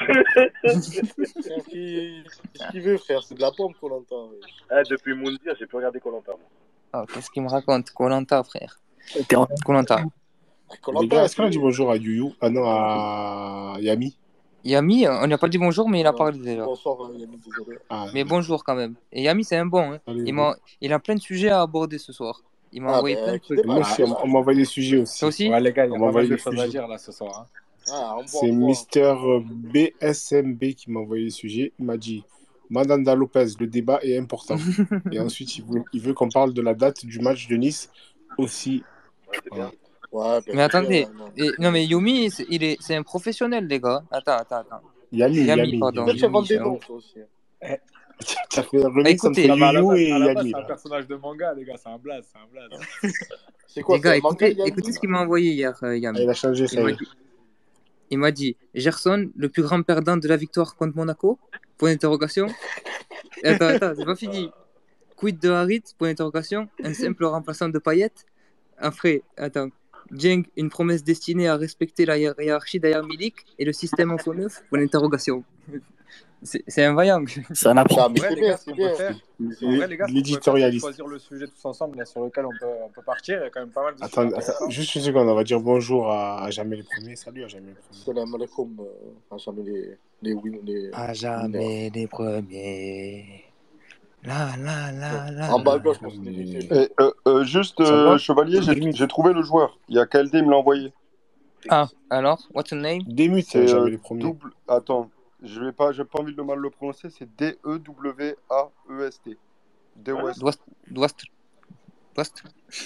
Frère, qui- Qu'est-ce qu'il veut, frère? C'est de la bombe Koh-Lanta. ouais. Eh, depuis Moundir, j'ai plus regardé Koh-Lanta. Ah, qu'est-ce qu'il me raconte? Koh-Lanta, frère. T'es en- Koh-Lanta. Les Koh-Lanta, gars, est-ce qu'on a dit c'est- bonjour à Yuyu? Ah non, à Yami? Yami, on n'a pas dit bonjour, mais il a Non, parlé déjà. bonsoir, hein, Yannick, désolé. Ah, Mais bonjour quand même. Et Yami, c'est un bon. Hein. allez, Il, bon. m'a... il a plein de sujets à aborder ce soir. Il m'a Ah, envoyé plein ben, de qui trucs. Et moi démarre, aussi, qui on, on démarre. m'a envoyé des sujets Toi aussi. aussi? Ouais, les gars, il y On a m'a pas mal envoyé de des choses à sujets. dire là ce soir. Hein. Ah, on C'est boit, on boit. Mister B S M B qui m'a envoyé le sujet. Il m'a dit Mandanda Lopez, le débat est important. Et ensuite, il veut, il veut qu'on parle de la date du match de Nice aussi. Ouais, c'est Voilà. bien. Ouais, ben, Mais c'est attendez. bien. Non. Et... Non, mais Yumi, c'est... Il est... c'est un professionnel, les gars. Attends, attends, attends. Yami, Yami, Yami, pardon. Toi, Yami. tu Yumi, inventes des c'est un noms, ouf. toi aussi. Tu as fait un remix Écoutez. entre Non, mais à la Yuyu base, et à la base Yami. c'est un Là. personnage de manga, les gars, c'est un blaze, c'est un blaze. C'est quoi? Les gars, C'est un manga, écoutez, Yanni? écoutez ce qu'il m'a envoyé hier, euh, Ah, Yami. il a changé, Il ça y m'a est. dit... il m'a dit Gerson, le plus grand perdant de la victoire contre Monaco? Point d'interrogation. Attends, attends, c'est pas fini. Quid de Harit? Point d'interrogation. Un simple remplaçant de Payet. Après, attends. Dieng, une promesse destinée à respecter la hiér- hiérarchie derrière Milik et le système en faux neuf? Point d'interrogation. C'est c'est un vaillant. C'est un Non, absent. En mais vrai, c'est les bien, gars, ce c'est qu'on peut bien. faire, C'est- en vrai, les gars, ce qu'on peut faire, c'est L'éditorialiste. choisir le sujet tous ensemble là, sur lequel on peut, on peut partir. Il y a quand même pas mal de sujets Attends, attends, intéressants. juste une seconde, on va dire bonjour à, à Jamais les premiers. Salut à Jamais les premiers. Salam alaikum. euh, À jamais les, les win, les À winners. jamais les premiers. La la la la. En bas à la. gauche, pour se limiter. Et, euh, euh, juste, Ça euh, va Chevalier, j'ai Limite. j'ai trouvé le joueur. Il y a K L D, il me l'a envoyé. Ah, alors, what's your name? Démute, C'est Jamais euh, les premiers. double. Attends, je vais pas, j'ai pas envie de mal le prononcer. C'est D E W A E S T. De West. Doist. Doist. Doist.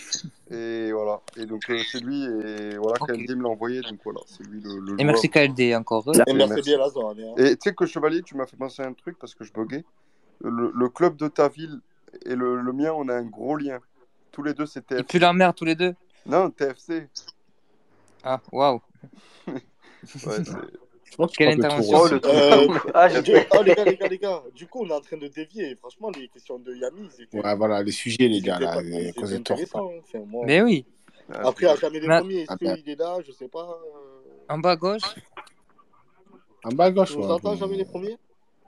Et voilà. Et donc euh, c'est lui et voilà, Ok. K L D me l'a envoyé. Donc voilà, c'est lui le, le Et joueur. merci K L D encore. Et Et merci merci. bien la zone. Hein. Et tu sais que Chevalier, tu m'as fait penser à un truc parce que je buguais. Le, le club de ta ville et le, le mien, on a un gros lien. Tous les deux, c'est Ils T F puent C. la merde tous les deux. Non, T F C. Ah, waouh. Ouais, c'est. C'est moi qui Quelle parle de tour intervention aussi. Oh, le tour. Euh, Ah, du- j'ai oh, les gars, les gars, les gars. Du coup, on est en train de dévier. Franchement, les questions de Yami, ils étaient, Ouais, voilà, les sujets, les ils gars, étaient, là, pas, les ils causes étaient de tort. intéressants. hein. Enfin, moi... Mais oui. Ah, Après, à jamais les Mais premiers, est-ce Ah ben, qu'il est là? Je sais pas. euh, en bas à gauche, en bas à Tu gauche, nous ouais. entends, jamais les Mais... premiers?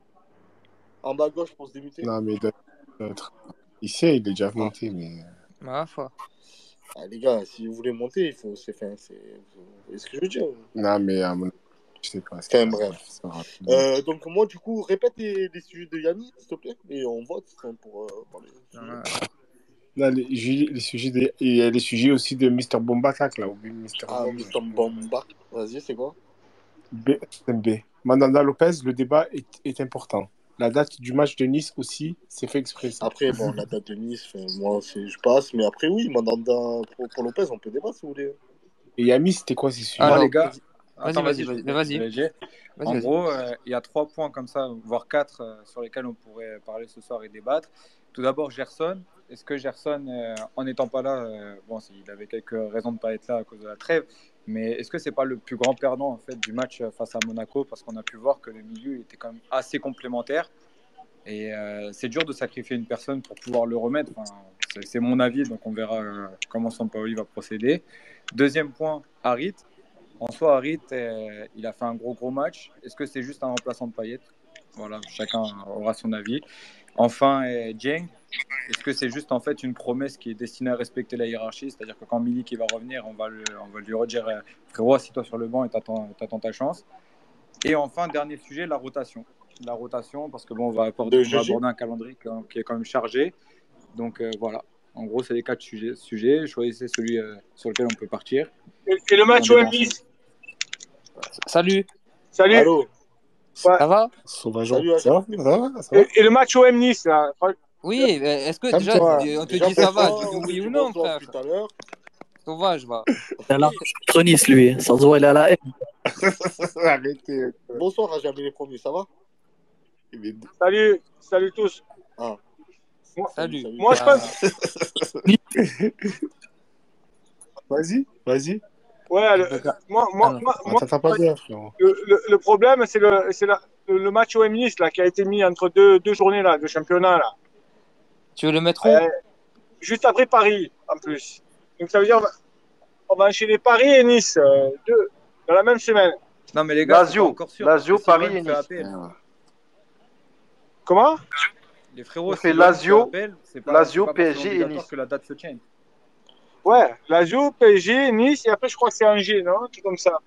En bas à gauche pour se démuter? Non, mais d'autres. Il sait, il est déjà Ah, monté, mais. ma foi. ah, les gars, si vous voulez monter, il faut. C'est, enfin, c'est... Vous voyez ce que je veux dire? Non, mais à mon avis, je sais pas. C'est Enfin, pas bref. bref. C'est pas grave. Euh, donc, moi, du coup, répète les, les sujets de Yami, s'il te plaît, et on vote enfin, pour euh, parler des sujets. Voilà. Non, les, ju- les sujets des... Il y a les sujets aussi de mister Bombatak, là, ou bien mister Ah, Bomb, mister je sais pas. Bomba. Vas-y, c'est quoi? B, c'est B. Mandanda Lopez, le débat est, est important. La date du match de Nice aussi, c'est fait exprès, ça. Après, bon, la date de Nice, enfin, moi, c'est, je passe, mais après, oui, Mandanda pour, pour Lopez, on peut débattre si vous voulez. Et Yami, c'était quoi ces sujets? Moi, Alors, les gars, vas-y, attends, vas-y, vas-y, je vas-y, finis, vas-y, L G. vas-y, En vas-y. gros, euh, il y a trois points comme ça, voire quatre, euh, sur lesquels on pourrait parler ce soir et débattre. Tout d'abord, Gerson. Est-ce que Gerson, euh, en n'étant pas là, euh, bon, il avait quelques raisons de ne pas être là à cause de la trêve, mais est-ce que c'est pas le plus grand perdant en fait du match euh, face à Monaco, parce qu'on a pu voir que le milieu était quand même assez complémentaire et euh, c'est dur de sacrifier une personne pour pouvoir le remettre. Enfin, c'est, c'est mon avis, donc on verra euh, comment Sampaoli va procéder. Deuxième point, Harit. En soi, Harit, euh, il a fait un gros gros match. Est-ce que c'est juste un remplaçant de Payet? Voilà, chacun aura son avis. Enfin, euh, Dieng, est-ce que c'est juste en fait une promesse qui est destinée à respecter la hiérarchie? C'est-à-dire que quand Milik il va revenir, on va, le, on va lui redire euh, frérot, assis-toi sur le banc et t'attends, t'attends ta chance. Et enfin, dernier sujet, la rotation. La rotation, parce que bon, on va aborder, De on va G G. aborder un calendrier qui est- qui est quand même chargé. Donc euh, voilà, en gros, c'est les quatre sujets. sujets. Choisissez celui euh, sur lequel on peut partir. Et, et le Et on match débat O M ensemble. Nice. Salut, Salut. Allô? Ouais. ça va? Sauvageon. Salut, Ça va? H M. Ça va? Ça va? Et, et le match O M Nice, là. Oui, mais est-ce que déjà, Calme-toi. euh, on te Déjà, dit ça va, tu bonsoir, dis on oui dit ou non, bonsoir frère? depuis tout à l'heure. Sauvage, va. Il a la contre Nice, lui. Ça se voit, il a la haine. Arrêtez. Bonsoir à jamais les premiers, ça va? Il est- Salut. Salut tous. Ah, Moi, Salut. salut. moi, je Ah, pense. Vas-y, vas-y. Ouais, le, le gars. moi, Ah moi, non. moi, On moi, t'entend pas bien, frérot. le, le, le problème, c'est le, c'est la- le, le match O M Nice, là, qui a été mis entre deux, deux journées, là, de championnat, là. Tu veux le mettre où? Euh, juste après Paris, en plus. Donc, ça veut dire, on va, on va enchaîner Paris et Nice, euh, deux, dans la même semaine. Non, mais les gars, c'est pas Lazio. encore sûr. parce que Lazio, si Paris l'O M et fait Nice. appel, Ouais. Comment? les frérots, On si fait l'O M fait Lazio, appel, c'est pas, c'est Lazio, pas forcément P S G et obligatoire Nice. que la date se tienne. Ouais, Lazio, P S G, Nice, et après, je crois que c'est Angers, non? Un truc comme ça.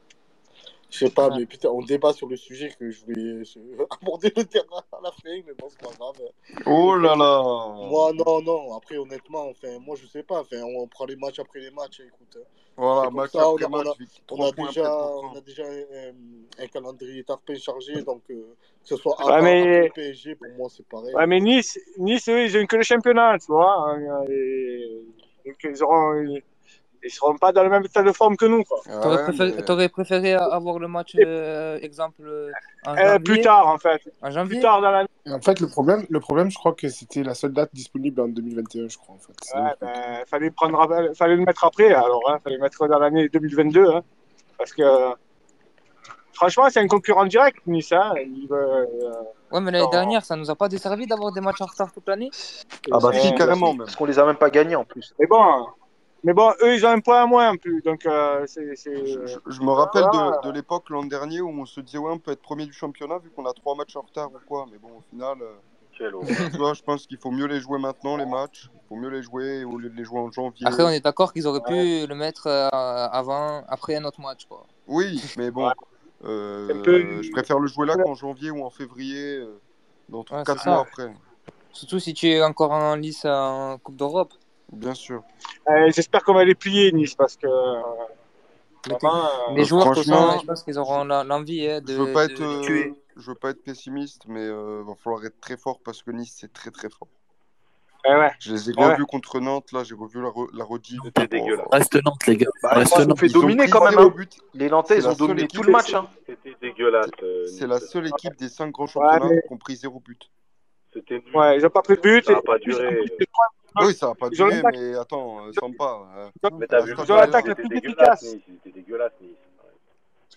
Je sais pas, Ouais. mais putain, on débat sur le sujet que je voulais je- aborder le terrain à la fin, mais bon, c'est pas grave. Oh là là. Moi, non, non, après, honnêtement, enfin, moi, je sais pas, enfin, on prend les matchs après les matchs, écoute. Voilà, C'est comme match ça, on après a, on match, a, Vic, on trois a points déjà, après on trois a déjà un, un calendrier tarpin chargé, donc euh, que ce soit Ouais, avant, après mais, le P S G, pour moi, c'est pareil. ouais, mais Nice, Nice, eux, ils ont que le championnat, tu vois. hein, et- donc, ils auront, ils, ils seront pas dans le même état de forme que nous, quoi. T'aurais Ouais, préféré, mais t'aurais préféré avoir le match, euh, exemple, euh, en Euh, plus janvier? tard, en fait. En Plus janvier? tard dans l'année. En fait, le problème, le problème, je crois que c'était la seule date disponible en deux mille vingt et un, je crois, en fait. C'est Ouais, le truc. ben, fallait prendre, fallait le mettre après, alors, hein, fallait le mettre dans l'année deux mille vingt-deux, hein, parce que, franchement, c'est un concurrent direct, Nice, hein. Il veut, euh, Ouais, mais l'année genre, dernière, ça nous a pas desservi d'avoir des matchs en retard toute l'année? ah bah si, euh, carrément même. Parce qu'on les a même pas gagnés en plus. mais bon, mais bon, eux, ils ont un point à moins en plus, donc, euh, c'est, c'est, Je, je- je me rappelle voilà. de, de l'époque l'an dernier où on se disait ouais on peut être premier du championnat vu qu'on a trois matchs en retard ou quoi, mais bon au final, euh, Quelle horreur. tu vois, je pense qu'il faut mieux les jouer maintenant les matchs, il faut mieux les jouer au lieu de les jouer en janvier. Après, on est d'accord qu'ils auraient pu le mettre euh, avant, après un autre match, quoi. Oui, mais bon, Ouais, euh, c'est un peu, je préfère le jouer là qu'en janvier ou en février, euh, dans Ouais, c'est quatre mois ça. après, Surtout si tu es encore en lice en Coupe d'Europe. bien sûr. euh, j'espère qu'on va les plier, Nice, parce que, euh, Les, vraiment, euh, les Euh, joueurs, de toute façon, franchement, je pense qu'ils je, auront la- l'envie hein, je veux de, pas de être, les euh, tuer. je veux pas être pessimiste, mais euh, va falloir être très fort parce que Nice c'est très très fort. ouais, ouais, Je les ai ouais, ouais. revus contre Nantes, là j'ai revu la, re- la rediff. C'était Oh là dégueulasse. là. Reste Nantes, les gars. Bah, Reste ils se sont Nantes. fait Ils ont dominer pris quand même. zéro Hein. but. Les Nantais, C'est ils ont la seule dominé tout équipe, le match. Hein. C'était dégueulasse, c'est euh, c'est Nice. la seule équipe des cinq grands Ouais, championnats mais, qui ont pris zéro but. C'était nul. ouais, ils ont pas pris de but, Ça et n'a pas en plus, en duré. plus, je crois, Oui, ça n'a pas ils ont duré, l'attaque, mais attends, euh, Samba, euh, ils ont, Mais à t'as la vu le ils ont Stade match, l'attaque Malherbe. la c'était plus dégueulasse, efficace. Nice. C'était dégueulasse, Nice. Ouais.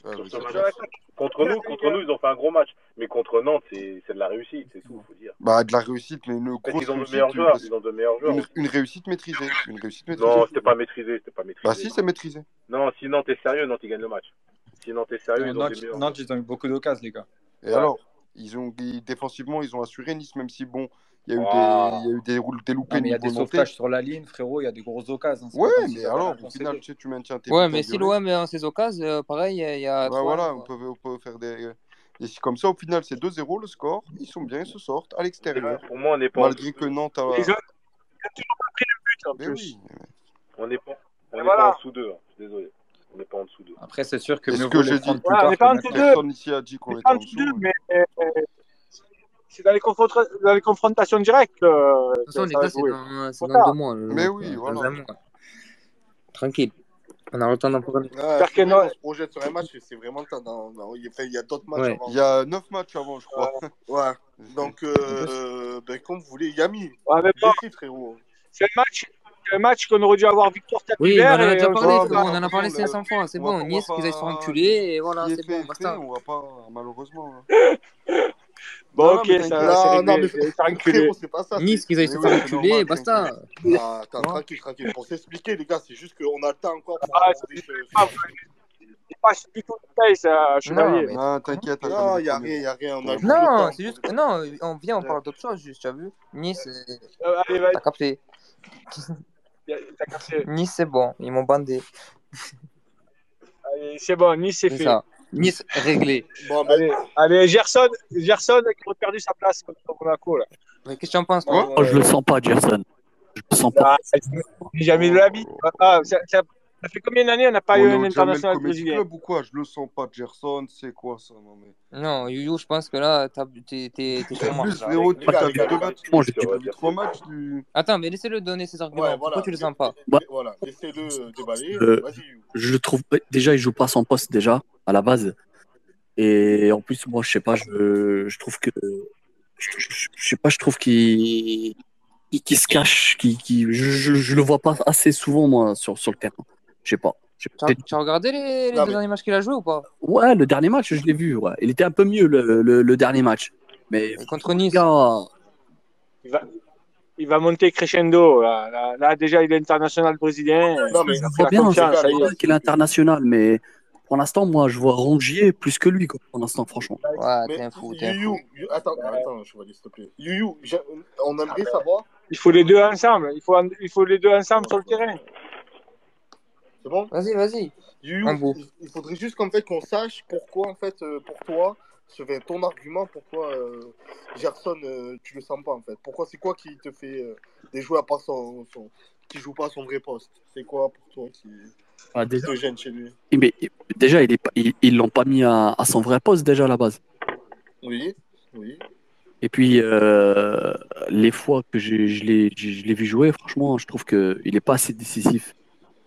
Ouais, Sur mais ce c'est match. clair. Contre nous, contre nous, ils ont fait un gros match. Mais contre Nantes, c'est c'est de la réussite, c'est tout, faut dire. Bah, de la réussite, mais une En fait, grosse ils ont de réussite. meilleurs joueurs. parce- Ils ont de meilleurs joueurs Une, aussi. une réussite maîtrisée. Une réussite maîtrisée. Non, c'était pas maîtrisé, c'était pas maîtrisé. Bah, si, c'est maîtrisé. Non, si Nantes est sérieux, Nantes, ils gagnent le match. Si Nantes est sérieux, Non, ils ont des Nantes, meilleurs Nantes, ils ont eu beaucoup d'occasions, les gars. Et Ouais. alors ils ont, ils- défensivement, ils ont assuré Nice, même si, bon, il y a eu Wow. des, il y a eu des, roul- des loupés Non, mais il y a des niveau nantais. sauvetages sur la ligne, frérot, il y a des grosses occasions. C'est Ouais, pas comme si mais ça avait rien alors, au concédé. final, tu sais, tu maintiens tes Ouais, putains mais de si violets. l'O M est en ses occasions, euh, pareil, il y a, il y a Ouais, trois voilà, un, on quoi. peut, on peut faire des. Et si comme ça, au final, c'est deux zéro le score. Ils sont bien, ils se sortent à l'extérieur. Pour moi, on n'est pas en Malgré dessous que d'eux. Nantes a. Ils ont, ils ont toujours pas pris le but en Mais plus. oui. On n'est pas, on Et n'est pas voilà. en dessous d'eux. hein. Je suis désolé. On n'est pas en dessous d'eux. Après, c'est sûr que Et mieux ce que vaut j'ai les dit, prendre plus Ouais, on tard n'est que pas en dessous maintenant. d'eux. personne ici a dit On qu'on n'est était pas en en dessous dessous. d'eux, mais- mais euh, c'est dans les, confronta- dans les confrontations directes que, De toute façon, que les ça va gars, c'est jouer. dans, c'est Trop dans tard. deux mois. le Mais match, oui, dans voilà. un mois. Tranquille. On a le temps d'en parler. Ouais, J'espère c'est que vrai non. qu'on se projette sur un match et c'est vraiment le temps. dans- dans- Il y a- enfin, il y a d'autres matchs Ouais. avant. Il y a neuf matchs avant, je crois. Ouais. Donc, En plus, euh, ben, comme vous voulez, Yami, Ouais, mais bon, décide, frérot. c'est un match, c'est un match qu'on aurait dû avoir victoire tête oui, mais on l'hiver en a et déjà on parlé, Ouais, se mais frérot. On retrouve en a attention, parlé le- cinq cents fois. C'est on va, bon. on va Nice, qu'ils aillent se faire pas. enculer. Et Ce voilà, qui est c'est fait bon, est fait, basta. on va pas, malheureusement. hein. Bon, Non, non, ok, mais ça, t'inquiète. c'est Non, non, réglé. mais Je vais faire enculer. frérot, c'est pas ça. Nice, c'est- qu'ils aillent Mais se oui, faire c'est enculer. normal, Et basta. t'inquiète. Ah, attends, Tu vois. tranquille, tranquille. Pour s'expliquer, les gars, c'est juste qu'on a le temps encore pour Ah, aborder ce, ce ah, sujet. c'est pas du tout le détail, ça, Non, Chevalier. mais Non, comment? t'inquiète, t'as Non, jamais il les n'y a premiers rien, il mots. n'y a rien. On a T'inquiète. juste le Non, temps c'est pour. juste. Non, on vient, on Ouais. parle d'autre chose, juste. Tu as vu? Nice, euh, Euh, allez, vas-y. t'as capté. Y a- T'as capté. Nice, c'est bon. Ils m'ont bandé. Allez, c'est bon, Nice, c'est C'est fait. ça. Nice, réglé. Bon, ben, Allez, allez, Gerson, Gerson qui a perdu sa place contre Monaco, là. Mais qu'est-ce que tu en penses, toi? Bon, Oh, je euh, le sens pas, Gerson. Je le sens pas. ah, Jamil Oh, Labi. Ah, ça, ça, ça fait combien d'années on n'a pas on eu est un au Jamel international Comedy brésilien? Club ou quoi? Je le sens pas, Gerson, c'est quoi ça? Non, mais. Non, Youyou, je pense que là, t'as- t'es t'es- t'es sur En Mars, plus, là. frérot, les tu gars, as les vu gars, deux les gars. matchs. Franchement, Tu j'étais as vu trois matchs du. Attends, mais laissez-le donner ses arguments. Ouais, Pourquoi voilà. tu le Laisse- sens pas? Bah, Voilà, laissez-le déballer. euh, Vas-y, You. je le trouve. Déjà, il joue pas à son poste déjà à la base. Et en plus, moi, je sais pas. Je, je trouve que. Je, je- je sais pas. Je trouve qu'il qu'il qu'il se cache. Qu'il, qu'il- je, je, je le vois pas assez souvent moi sur sur le terrain. Je sais pas. Je sais Tu as, peut-être- tu as regardé les, les Non, deux mais derniers matchs qu'il a joué ou pas? Ouais, le dernier match, je l'ai vu. Ouais, il était un peu mieux le, le, le dernier match. Mais Et contre franchement, les Nice? gars, Il va, il va monter crescendo. Là, là, là, déjà, il est international brésilien. non, mais je Il a pris vois la bien, je les confiance, gars, ça les y gars, est. vois qu'il est c'est- international, mais pour l'instant, moi, je vois Rongier plus que lui, quoi, pour l'instant, franchement. Ouais, mais t'es un fou, t'es un You, fou. You, You- attends, attends, chevalier, s'il te plaît. You, You, j'ai- on aimerait savoir. Il faut les deux ensemble. Il faut, il faut les deux ensemble sur le Ouais, terrain. c'est bon? Vas-y, vas-y. You, En You, bout. il, il faudrait juste qu'en fait qu'on sache pourquoi en fait euh, pour toi, ce fait ton argument, pourquoi euh, Gerson euh, tu le sens pas en fait. Pourquoi c'est quoi qui te fait euh, déjouer à part son, son qui joue pas à son vrai poste? C'est quoi pour toi qui, Ah, qui déjà, te gêne chez lui? mais, déjà, il est pas- ils ils l'ont pas mis à, à son vrai poste déjà à la base. Oui, oui. Et puis, euh, les fois que j'ai- je l'ai je je l'ai vu jouer, franchement, je trouve qu'il n'est pas assez décisif.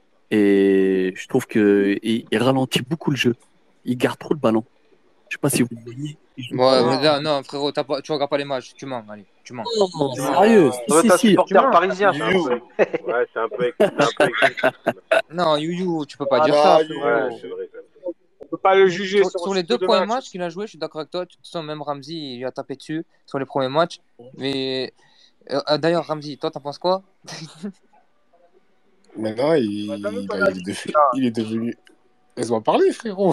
Et je trouve qu'il il il ralentit beaucoup le jeu. Il garde trop le ballon. Je sais pas si vous le voyez. Il joue Ouais, pas. mais là, non, frérot, t'as pas, tu regardes pas les matchs. Tu mens, allez, tu mens. Non, Tu mens. sérieux. Ça Si, doit si, être un si. Tu supporter mens. parisien, c'est un You, peu. Ouais, c'est un peu, c'est un peu excessif. Non, Youyou, tu peux pas Ah, dire non, ça, You, frérot. Ouais, c'est vrai. quand même. on peut pas le juger Sur, sur, sur les sur deux deux premiers matchs. matchs qu'il a joué, je suis d'accord avec toi. De toute façon, même Ramsey, il lui a tapé dessus sur les premiers matchs. Mais euh, euh, d'ailleurs, Ramsey, toi, t'en penses quoi? Maintenant, il, Bah, t'as vu il, qu'on a- a il est dit devenu, ça. il est devenu. Laisse-moi parler, frérot.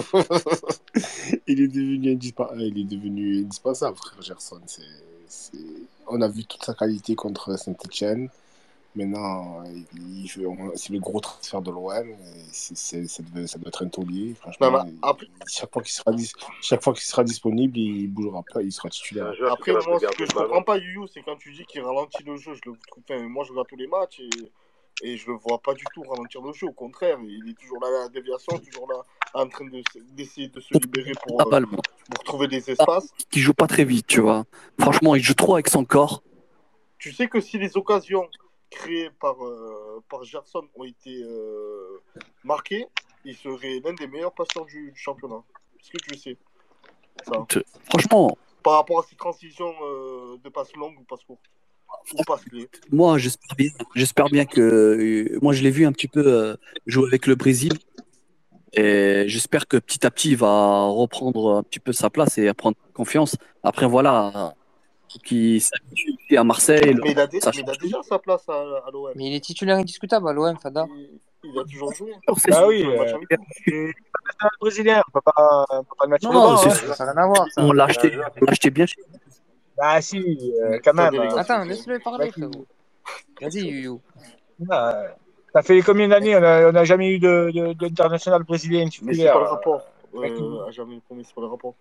Il est devenu indispa- il est devenu indispensable, frère Gerson. C'est, c'est... On a vu toute sa qualité contre Saint-Etienne. Maintenant, il joue- on- c'est le gros transfert de l'O M. et c'est- c'est- ça, devait, ça doit être un taulier. non, Franchement, mais il- après, chaque fois qu'il sera, dis- chaque fois qu'il sera disponible, il bougera pas, il sera C'est titulaire. un joueur qui est après capable moi de ce garder que le je ballon. comprends pas You, c'est quand tu dis qu'il ralentit le jeu. Je le trouve, enfin, moi je regarde tous les matchs et et je le vois pas du tout ralentir le jeu. Au contraire, il est toujours là à la déviation, toujours là en train de, s- d'essayer de se libérer pour, Pas euh, mal, moi. pour trouver des Ah, espaces. il joue pas très vite, tu vois. Franchement, il joue trop avec son corps. Tu sais que si les occasions créées par, euh, par Gerson ont été euh, marquées, il serait l'un des meilleurs passeurs du, du championnat. Est-ce que tu le sais ça? Te- Franchement, Par rapport à ces transitions euh, de passes longues ou passes courtes ou passes clés. moi, j'espère bien, j'espère bien que. euh, moi, je l'ai vu un petit peu euh, jouer avec le Brésil. Et ben, j'espère que petit à petit, il va reprendre un petit peu sa place et prendre confiance. Après, voilà, faut qu'il s'habitue à Marseille. le- Mais il a, dé- Ça mais il a change tout. déjà sa place à, à l'O M. Mais il est titulaire indiscutable à l'O M, Fada. Il, il a toujours joué. C'est Bah sûr. oui, Sur le match euh, amical. il est international brésilien, on peut pas, on peut pas le mettre sur le Non, banc. c'est Hein. sûr. Ça n'a rien à voir, ça. On l'a C'est un acheté, joueur qui on l'a acheté bien cher. Bah si, euh, Mais quand même. attendez, les hein. gars, Attends, c'est- laisse-le parler, frérot. Vas-y, Youyou. Ah, ça fait combien d'années on a- on n'a jamais eu de, de, d'international brésilien Mais c'est titulaire. pas le rapport. Mec, Euh, à jamais le premier, c'est pas le rapport.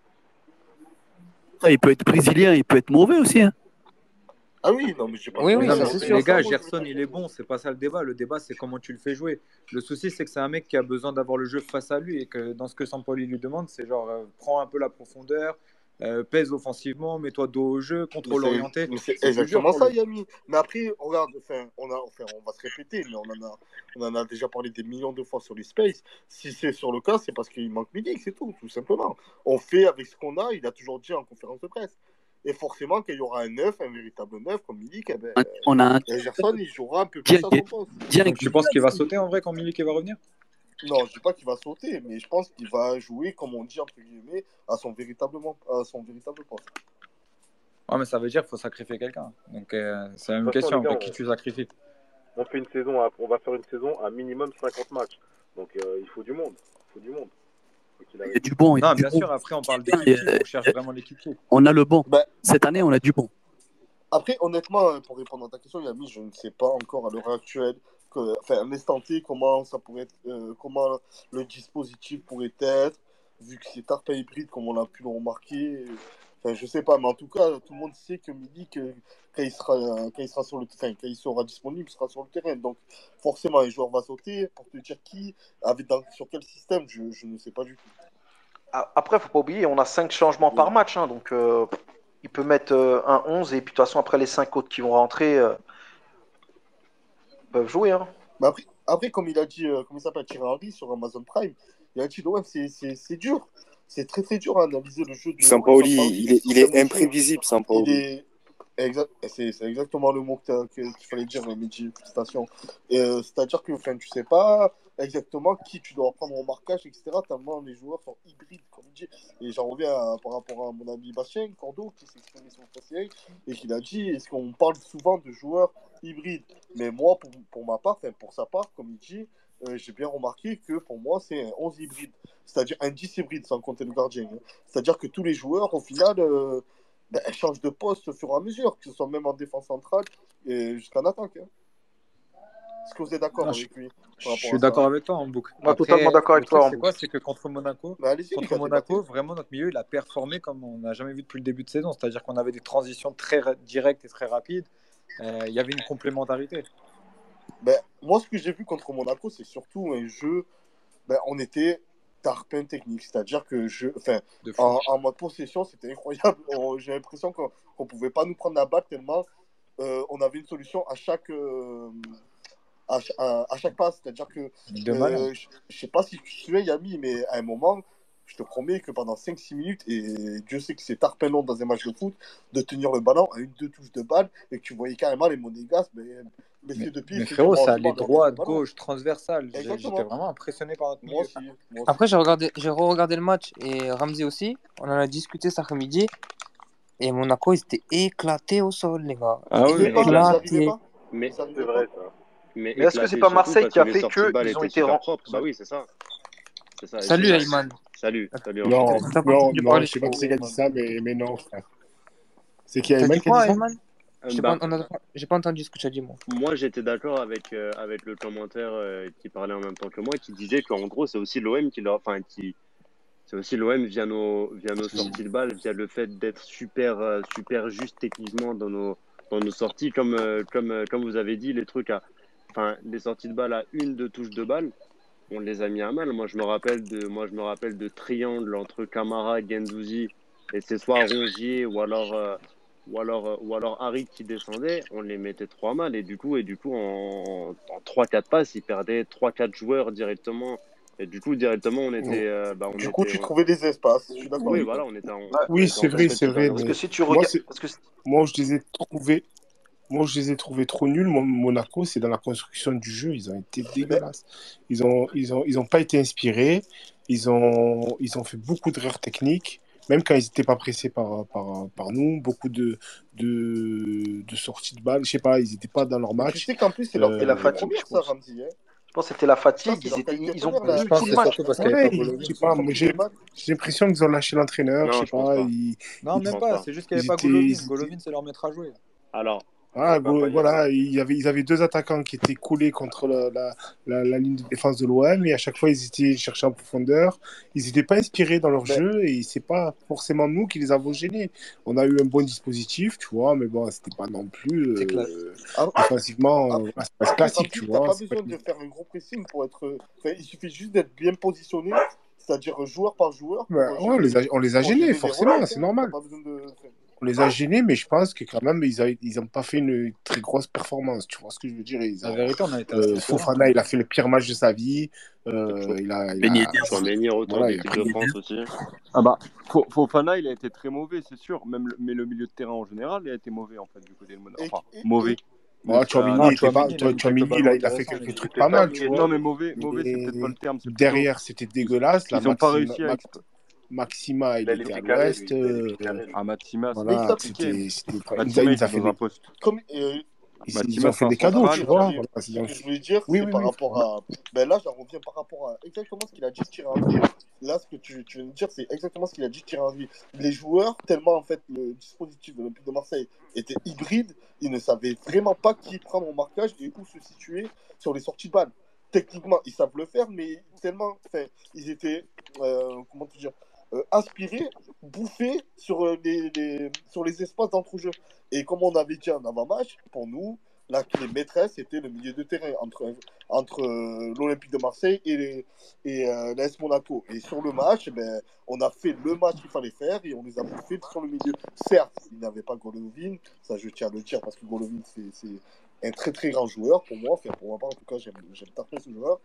Il peut être brésilien, il peut être mauvais aussi. Hein. Ah oui, non, mais j'ai pas Oui, de oui, Non, problème. ça mais c'est les sûr. gars, Moi, je veux Gerson, pas il est bon, c'est pas ça le débat. Le débat, c'est comment tu le fais jouer. Le souci, c'est que c'est un mec qui a besoin d'avoir le jeu face à lui et que dans ce que Sampaoli lui demande, c'est genre, euh, prends un peu la profondeur, euh, pèse offensivement, mets-toi dos au jeu, Mais contrôle c'est, orienté. mais c'est C'est plus dur exactement pour ça, lui. Yami. Mais après, regarde, enfin, on a, enfin, on va se répéter, mais on en a, on en a déjà parlé des millions de fois sur les Space. Si c'est sur le cas, c'est parce qu'il manque Milik, c'est tout, tout simplement. On fait avec ce qu'on a, il a toujours dit en conférence de presse. Et forcément, quand il y aura un neuf, un véritable neuf comme Milik, eh ben, On a un euh, Gerson, il jouera un peu plus à Dieng, son poste. Dieng, Donc tu penses qu'il va sauter en vrai quand Milik va revenir? Non, je dis pas qu'il va sauter, mais je pense qu'il va jouer, comme on dit, entre guillemets, à son, véritablement, à son véritable poste. Ouais, mais ça veut dire qu'il faut sacrifier quelqu'un. Donc euh, c'est une De toute façon, question, les gars, avec qui tu sacrifies. on fait une saison, à- on va faire une saison à minimum cinquante matchs. Donc euh, il faut du monde. Il faut du monde. Faut qu'il il y a arrive. du bon. Il y a Non, du bien bon. sûr, après on parle Et, d'équipe type, euh, on cherche vraiment l'équipe type. on a le bon. Ben, Cette année, on a du bon. après, honnêtement, euh, pour répondre à ta question, Yami, je ne sais pas encore à l'heure actuelle, que, enfin, à l'instant T, comment ça pourrait être, euh, comment le dispositif pourrait être, vu que c'est Tarpin hybride, comme on a pu le remarquer. Enfin, je sais pas, mais en tout cas, tout le monde sait que Milik, euh, quand il sera, euh, quand il sera sur le, enfin, quand il sera disponible, il sera sur le terrain. Donc, forcément, un joueur va sauter. Pour te dire qui, avec dans, sur quel système, je, je ne sais pas du tout. A- Après, faut pas oublier, on a cinq changements par match. Hein, donc, euh, il peut mettre euh, un onze et puis de toute façon, après les cinq autres qui vont rentrer euh, peuvent jouer. Hein. Mais après, après, comme il a dit, euh, comment il s'appelle, Thierry Henry sur Amazon Prime, il a dit l'O M, c'est, c'est, c'est dur. C'est très très dur à analyser le jeu de Sampaoli, Sampaoli, il est, il système est de jeu. imprévisible, Il Sampaoli. est exact, c'est, c'est exactement le mot que t'as- que- qu'il fallait dire, Mehdi, félicitations. Et, euh, c'est-à-dire que enfin, tu sais pas exactement qui tu dois prendre au marquage, et cetera. Tellement les joueurs sont hybrides, comme il dit. Et j'en reviens à- par rapport à mon ami Bastien Cordo qui s'est exprimé sur le F C A et qui a dit est-ce qu'on parle souvent de joueurs hybrides. Mais moi, pour, pour ma part, enfin, pour sa part, comme il dit, euh, j'ai bien remarqué que pour moi, c'est un onze hybride. C'est-à-dire un dix hybride, sans compter le gardien. Hein. C'est-à-dire que tous les joueurs, au final, euh, ben, changent de poste au fur et à mesure, que ce soit même en défense centrale et jusqu'en attaque. Hein. Est-ce que vous êtes d'accord Non, avec lui par Je rapport suis à ça d'accord avec toi en boucle. Moi, totalement Après, d'accord le avec truc, toi. en c'est quoi? boucle. C'est que contre Monaco, Mais allez-y, les contre gars, Monaco, débattez. vraiment, notre milieu, il a performé comme on n'a jamais vu depuis le début de saison. C'est-à-dire qu'on avait des transitions très ra- directes et très rapides. Euh, Il y avait une complémentarité. Ben, moi, ce que j'ai vu contre Monaco, c'est surtout un jeu. Ben, on était tarpin technique. C'est-à-dire que je, enfin, De fou. en, en mode possession, c'était incroyable. On- j'ai l'impression qu'on ne pouvait pas nous prendre la balle tellement euh, on avait une solution à chaque, euh, à, ch- à- à chaque passe. C'est-à-dire que De malade. euh, je ne sais pas si tu te souviens, Yami, mais à un moment, je te promets que pendant cinq six minutes, et Dieu sait que c'est tarpin long dans un match de foot, de tenir le ballon à une, deux touches de balle et que tu voyais carrément les Monégas mais, baisser Mais, de pied. mais se frérot, dire, oh, ça c'est bon, allait on a droite, le ballon. gauche, transversal. J'ai- J'étais Exactement. vraiment impressionné par notre Moi milieu. aussi. Moi aussi. Après, j'ai regardé, j'ai re-regardé le match et Ramsey aussi. On en a discuté cet après-midi. Et Monaco, ils étaient éclatés au sol, les gars. Ah Ils oui, n'arrivaient pas, ils clairement. n'arrivaient Éclatés. pas. Mais, Ils C'est n'arrivaient vrai, pas. ça. mais Mais est-ce que c'est éclaté pas surtout Marseille parce qui que a les fait sorties de balles qu'ils ont étaient été super ren- propres. Bah oui, c'est ça. C'est ça. Et Salut, c'est- Ayman. Salut, salut, Non, enchanté. T'as pas non, entendu non, parler, je sais pas je qui c'est qui a dit ça, mais, mais non, frère. C'est qui, T'as Ayman, dit qui a dit quoi, ça? Ayman? Euh, Je t'ai bah, pas, on a- j'ai pas entendu ce que tu as dit, moi. moi, j'étais d'accord avec, euh, avec le commentaire euh, qui parlait en même temps que moi, qui disait qu'en gros, c'est aussi l'O M qui leur, enfin, qui, c'est aussi l'O M via nos, via nos sorties de balles, via le fait d'être super, euh, super juste techniquement dans nos, dans nos sorties, comme, euh, comme, euh, comme vous avez dit, les trucs à, enfin, les sorties de balles à une, deux touches de balle, on les a mis à mal. Moi, je me rappelle de, moi, je me rappelle de triangles entre Camara, Guendouzi, et c'est soit Rongier ou alors, euh, ou alors, euh, ou alors Harit qui descendait, on les mettait trop à mal. Et du coup, et du coup en, en trois quatre passes, ils perdaient trois quatre joueurs directement. Et du coup, directement, on était. euh, bah, on Du coup, était tu on- trouvais des espaces. Je suis d'accord Oui, avec voilà, toi. on était en, on Oui, était c'est en vrai, c'est petite vrai, avance. Parce mais que si tu moi, regardes. c'est- Parce que moi, je les ai trouvés. moi, je les ai trouvés trop nuls. Mon- Monaco, c'est dans la construction du jeu. Ils ont été dégueulasses. Ils ont, ils ont, ils ont pas été inspirés. Ils ont, ils ont fait beaucoup d'erreurs techniques. Même quand ils n'étaient pas pressés par, par, par nous, beaucoup de, de, de sorties de balles. Je sais pas, ils n'étaient pas dans leur Mais tu match. sais qu'en plus, c'est leur Euh, Et la qualité fatigue, première, je ça, pense. Ramzi. Hein. Je pense que c'était la Ça, fatigue. c'est Ils, leur étaient, qualité ils ont première. Je couru La... pense tout que le c'est match. surtout parce qu'il n'y avait ouais, pas ils- Golovin. je sais Ils ont pas, moi, sorti j'ai des matchs. j'ai l'impression qu'ils ont lâché l'entraîneur. Je Non, sais je pense pas, pas. ils, Non, ils, Je même pense pas. pas. C'est juste qu'il n'y ils avait pas étaient, Golovin. ils étaient- Golovin, c'est leur maître à jouer. Alors, Ah, Pas go- Payet. voilà, il y avait, ils avaient deux attaquants qui étaient collés contre la, la, la, la ligne de défense de l'O M et à chaque fois ils étaient cherchés en profondeur. Ils n'étaient pas inspirés dans leur Ben, jeu et c'est pas forcément nous qui les avons gênés. On a eu un bon dispositif, tu vois, mais bon, c'était pas non plus C'est clair. euh, ah, défensivement, ah, euh, voilà, c'est pas après, classique, Ramzi, tu t'as vois. pas c'est pas- besoin de faire un gros pressing pour être. Enfin, il suffit juste d'être bien positionné, c'est-à-dire joueur par joueur, Ben, pour ouais, on les a, gérer, on les a pour gênés, gérer les forcément, relances. c'est Hein. T'as normal. pas besoin de. Enfin, On les a gênés, mais je pense que quand même, ils n'ont ils ont pas fait une très grosse performance. Tu vois ce que je veux dire? Ils La ont, vérité, on a été euh, assez serein. Fofana, il a fait le pire match de sa vie. Euh, il a, il Ben a, Yedder, Chouameni, retour voilà, de il a l'équipe pris de France aussi. Ah bah, Fo- Fofana, il a été très mauvais, c'est sûr. Même le- mais le milieu de terrain en général, il a été mauvais en fait du côté de Monaco. et, Enfin, et, mauvais. et, Mais Oh, ça, Tchouaméni, Non, il était pas, Chouamini, il a eu quelques Tchouaméni, il ballons a, il a fait intéressants. quelques Mais... trucs C'était pas pas mal, tu pied vois. non mais mauvais, mauvais, c'est peut-être pas Mais le terme. C'est plutôt derrière, c'était ils, dégueulasse. Là, ils ont pas Maxime, réussi à Max- exp... Maxima, il Là, il était à était carré, l'ouest. lui. Là, il euh, était carré, lui. Ah, Maximas, mais voilà, ça, c'était, c'était pas- il nous a, Maximas, il il nous a joue fait dans un des, poste. comme, euh, ils, ils Maximas, ont c'est fait un des cadeaux, tu central. vois. Ramzi, Voilà, ce ils ont- que je voulais dire, Oui, c'est oui, par oui. rapport à. Ben là, j'en reviens par rapport à exactement ce qu'il a dit Thierry Henry. Là, ce que tu, tu viens de dire, c'est exactement ce qu'il a dit Thierry Henry. Les joueurs, tellement en fait le dispositif de l'Olympique de Marseille était hybride, ils ne savaient vraiment pas qui prendre au marquage et où se situer sur les sorties de balle. Techniquement, ils savent le faire, mais tellement, enfin, ils étaient, euh, comment te dire, euh, inspirés, bouffés sur euh, les, les- sur les espaces d'entrejeu. Et comme on avait dit en avant-match, pour nous, la clé maîtresse était le milieu de terrain entre, entre euh, l'Olympique de Marseille et, les, et euh, l'A S Monaco. Et sur le match, ben, on a fait le match qu'il fallait faire et on les a bouffés sur le milieu. Certes, il n'avait pas Golovin, ça je tiens à le dire parce que Golovin, c'est, c'est un très très grand joueur pour moi. Enfin, pour moi, en tout cas, j'aime, j'aime tarder ce joueur.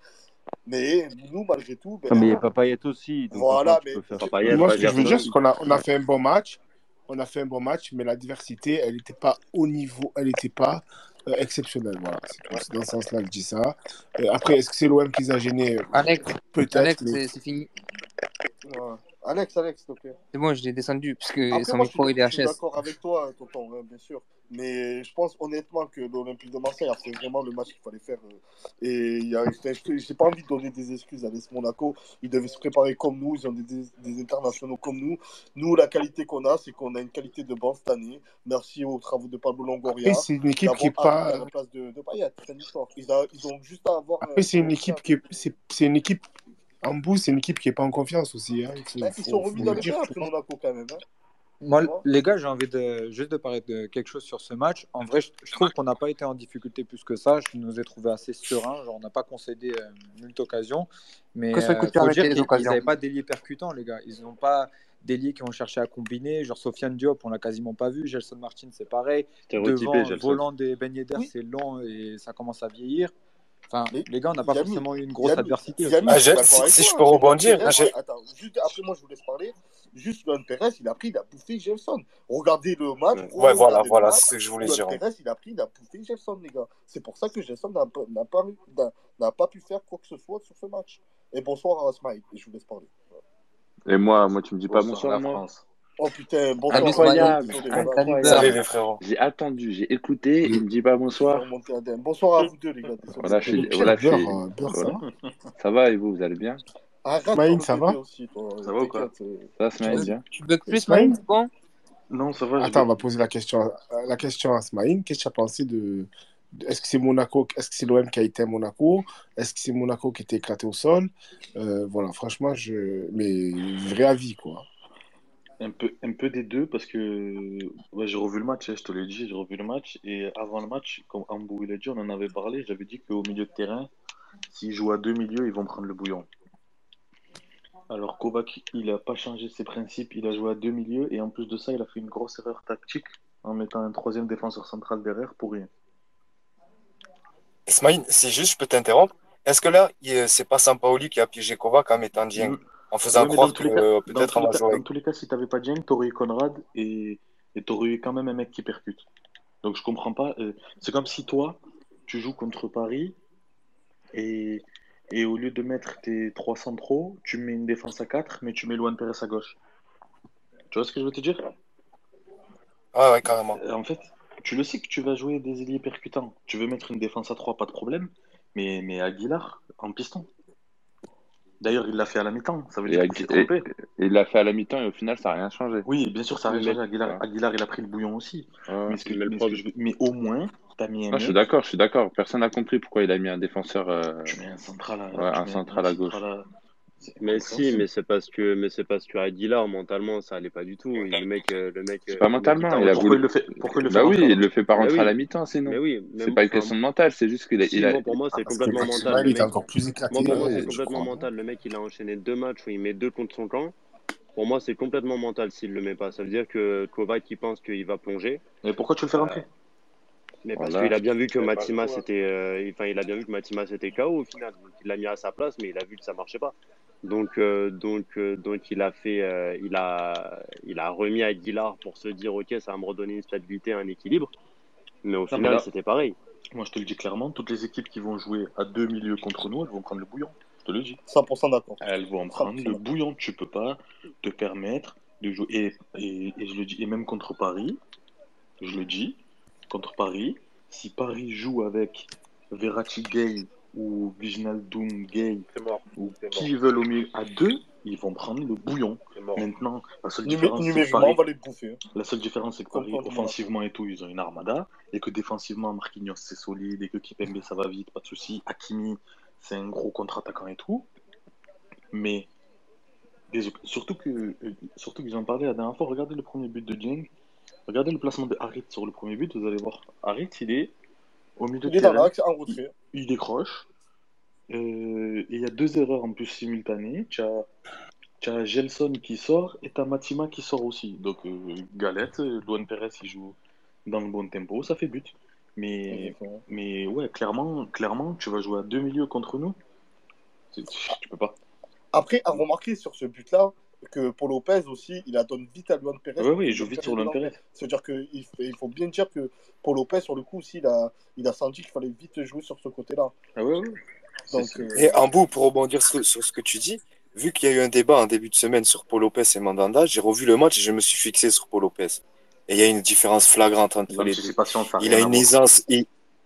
Mais nous, malgré tout, ben, Non, mais il y a Papayet aussi. Donc voilà, enfin, tu mais peux faire. je- Payet, Moi, ce que je veux dire, Gerson. c'est qu'on a, on a fait un bon match. On a fait un bon match, mais l'adversité, elle n'était pas au niveau, elle n'était pas euh, exceptionnelle. Voilà, c'est tout. C'est dans ce sens-là que je dis ça. Et après, est-ce que c'est l'O M qui les a gênés? Alex, Peut-être, Alex, mais c'est c'est fini. Ouais. Alex, Alex, s'il te plaît. C'est bon, je l'ai descendu parce que Après, son moi, je suis, micro il est je suis H S. d'accord avec toi, tonton, hein, bien sûr. Mais je pense honnêtement que l'Olympique de Marseille a fait vraiment le match qu'il fallait faire. euh, Et il y a, je n'ai pas envie de donner des excuses à l'A S Monaco. Ils devaient se préparer comme nous. Ils ont des, des, des internationaux comme nous. Nous, la qualité qu'on a, c'est qu'on a une qualité de banc cette année. Merci aux travaux de Pablo Longoria. après, c'est une équipe qui D'avoir est Harit à pas. la place de, de Payet. C'est une histoire. Ils, a- ils ont juste à avoir. Après, un- c'est une un- équipe qui est. C'est c'est une équipe. En bout, c'est une équipe qui n'est pas en confiance aussi. Hein. Il faut, Ben, ils faut, sont faut remis le dans le dire. bain Tu après vois. Monaco quand même. Hein. Moi, Tu vois les gars, j'ai envie de juste de parler de quelque chose sur ce match. En vrai, je, je trouve qu'on n'a pas été en difficulté plus que ça. Je nous ai trouvé assez sereins. Genre, on n'a pas concédé euh, nulle occasion. Mais Que sur le coup il de pied faut arrêté dire les qu'ils occasions. n'avaient pas d'ailier percutant, les gars. Ils n'ont pas d'ailier qui ont cherché à combiner. Genre, Sofiane Diop, on l'a quasiment pas vu. Gelson Martin, c'est pareil. Stéréotypé, Devant, Gelson. Voland et Ben Yedder, Oui. c'est long et ça commence à vieillir. Enfin, Mais les gars, on n'a pas Yami, forcément eu une grosse Yami, adversité aussi. Yami, Ah, je suis j'ai- d'accord si, avec si je toi. peux Julian rebondir, Pérez, j'ai- attends, juste après moi je vous laisse parler. Juste Julian Pérez, il a pris, il a bouffé Gelson. Regardez le match, Ouais. ouais, voilà, regardez le voilà, match. c'est ce que je voulais Julian dire. ouais. Pérez, il a pris, il a bouffé Gelson, les gars. C'est pour ça que Gelson n'a pas, n'a pas, n'a- n'a pas pu faire quoi que ce soit sur ce match. Et bonsoir à Smile, et je vous laisse parler. Et moi, moi, tu me dis pas Bonsoir, bonsoir, la moi. France. Oh putain, bonsoir. Salut Incroyable, Smiley. Désolé, voilà. Salut incroyable. Salut Beurre. les frérots. J'ai attendu, j'ai écouté, il me dit pas Je vais bonsoir. remonter à Dame. Bonsoir à vous deux, les gars. Désolé. Voilà, je Et le suis. pire, Voilà, je Beurre, suis. euh, Beurre, ça Voilà. va? Ça va et vous, vous allez bien? Arrête de Smaïn, faire ça le va? bébé aussi, toi. Ça va ou quoi? T'inquiète. euh, Ça va, Tu Smaïn, bugs, bien? tu bugs Et plus, Smaïn? Smiley, c'est bon? Non, ça va, je Attends, on vais. va poser la question, à- la question à Smaïn. Qu'est-ce que tu as pensé de, de- est-ce que c'est Monaco, est-ce que c'est l'O M qui a été à Monaco? Est-ce que c'est Monaco qui était éclaté au sol? Euh, voilà, franchement, je, mais vrai avis, quoi. Un peu, un peu des deux parce que ouais, j'ai revu le match, hein, je te l'ai dit, j'ai revu le match et avant le match, comme Ambou il a dit, on en avait parlé, j'avais dit qu'au milieu de terrain, s'ils jouent à deux milieux, ils vont prendre le bouillon. Alors Kovac, il n'a pas changé ses principes, il a joué à deux milieux et en plus de ça, il a fait une grosse erreur tactique en mettant un troisième défenseur central derrière pour rien. Ismaïl, si juste je peux t'interrompre, est-ce que là, il- c'est pas Sampaoli qui a piégé Kovac en mettant Dieng, Mm. en faisant Ouais, mais dans croire tous que les cas, euh, dans peut-être tous on les va cas, jouer dans avec. tous les cas, si t'avais pas Dieng, t'aurais eu Conrad et et t'aurais eu quand même un mec qui percute. Donc je comprends pas. euh, c'est comme si toi, tu joues contre Paris et, et au lieu de mettre tes trois centraux, tu mets une défense à quatre, mais tu mets Luan Pérez à gauche. Tu vois ce que je veux te dire? Ouais, ouais, carrément. Euh, En fait, tu le sais que tu vas jouer des ailiers percutants. Tu veux mettre une défense à trois, pas de problème. Mais, mais Aguilar en piston. D'ailleurs, il l'a fait à la mi-temps. Ça veut Et, dire Agui- qu'il s'est et- trompé. et il l'a fait à la mi-temps et au final, ça n'a rien changé. Oui, bien sûr, ça a Oui, rien changé. mais, Aguilar, Ouais. Aguilar, il a pris le bouillon aussi. Ouais. Mais, ce que, mais le mais, ce que problème. je veux- mais au moins, t'as mis un Non, je suis mec, d'accord, je suis d'accord. Personne n'a compris pourquoi il a mis un défenseur, euh, tu mets un central à, ouais, tu un mets un central à gauche. central à... C'est Mais si, incompréhensible. mais c'est parce que, mais c'est parce que Aguilar, mentalement, ça allait pas du tout. Le mec, euh, le mec, C'est euh, pas le mec, il mentalement. t'a Il a Pourquoi voulu. il le fait, pourquoi il le fait Bah oui, rentrer il alors? le fait pas Mais rentrer à la oui, mi-temps, sinon. mais oui, C'est même, pas une enfin, question de mental, c'est juste qu'il a, si, il a. moi, pour moi, Ah, c'est parce que complètement Maximal, mental. Le il était mec, encore plus moi, éclaté, pour moi, euh, c'est je complètement crois, non? mental. Le mec, il a enchaîné deux matchs où il met deux contre son camp. Pour moi, c'est complètement mental s'il le met pas. Ça veut dire que Kovac, il pense qu'il va plonger. Mais pourquoi tu le fais Euh, rentrer? mais parce Voilà. qu'il a bien vu que Il a pas le Matima, choix. c'était, euh, enfin, il a bien vu que Matima, c'était K O au final. Donc, il l'a mis à sa place, mais il a vu que ça marchait pas. Donc, euh, donc, euh, donc, il a fait, euh, il a, il a remis Aguilar pour se dire, ok, ça va me redonner une stabilité, un équilibre. Mais au Non, mais final, là, c'était pareil. moi je te le dis clairement, toutes les équipes qui vont jouer à deux milieux contre nous, elles vont prendre le bouillon. Je te le dis. cent pour cent d'accord. Elles vont cent pour prendre cent le d'accord. bouillon. Tu peux pas te permettre de jouer. Et, et, et je le dis, et même contre Paris, je le dis, contre Paris, si Paris joue avec Verratti Gay ou Wijnaldum Gay C'est mort. ou C'est qui mort. ils veulent au milieu à deux, ils vont prendre le bouillon. C'est mort. Maintenant, la seule Numé- différence, c'est que numériquement, on Paris, va les bouffer. hein. la seule différence, c'est que Comme Paris, contre Monaco. offensivement et tout, ils ont une armada, et que défensivement, Marquinhos, c'est solide, et que Kipembe, ça va vite, pas de souci. Hakimi, c'est un gros contre-attaquant et tout. Mais, des- surtout que, euh, surtout que j'en parlais la dernière fois, regardez le premier but de Dieng, regardez le placement de Harit sur le premier but, vous allez voir. Harit, il est au milieu de Il est dans terrain, l'axe, en il, retrait. il décroche, euh, et il y a deux erreurs en plus simultanées. Tu as, tu as Gelson qui sort, et tu as Matima qui sort aussi. Donc, euh, galette, euh, Luan Pérez, il joue dans le bon tempo, ça fait but. Mais, Exactement. mais ouais, clairement, clairement, tu vas jouer à deux milieux contre nous, c'est- tu peux pas. Après, à remarquer sur ce but-là que Paul Lopez aussi, il la donne vite à Luan Pérez. Ouais, pour oui, il qu'il joue donne vite direct sur de Luan l'entrée. Pérez. C'est-à-dire qu'il il faut bien dire que Paul Lopez, sur le coup aussi, il a, il a senti qu'il fallait vite jouer sur ce côté-là. Ah ouais, ouais. C'est- Donc, c'est- euh, Et en bout, pour rebondir sur, sur ce que tu dis, vu qu'il y a eu un débat en début de semaine sur Paul Lopez et Mandanda, j'ai revu le match et je me suis fixé sur Paul Lopez. Et il y a une différence flagrante entre les deux. L'anticipation, ça n'a Il a rien à une voir. aisance. il-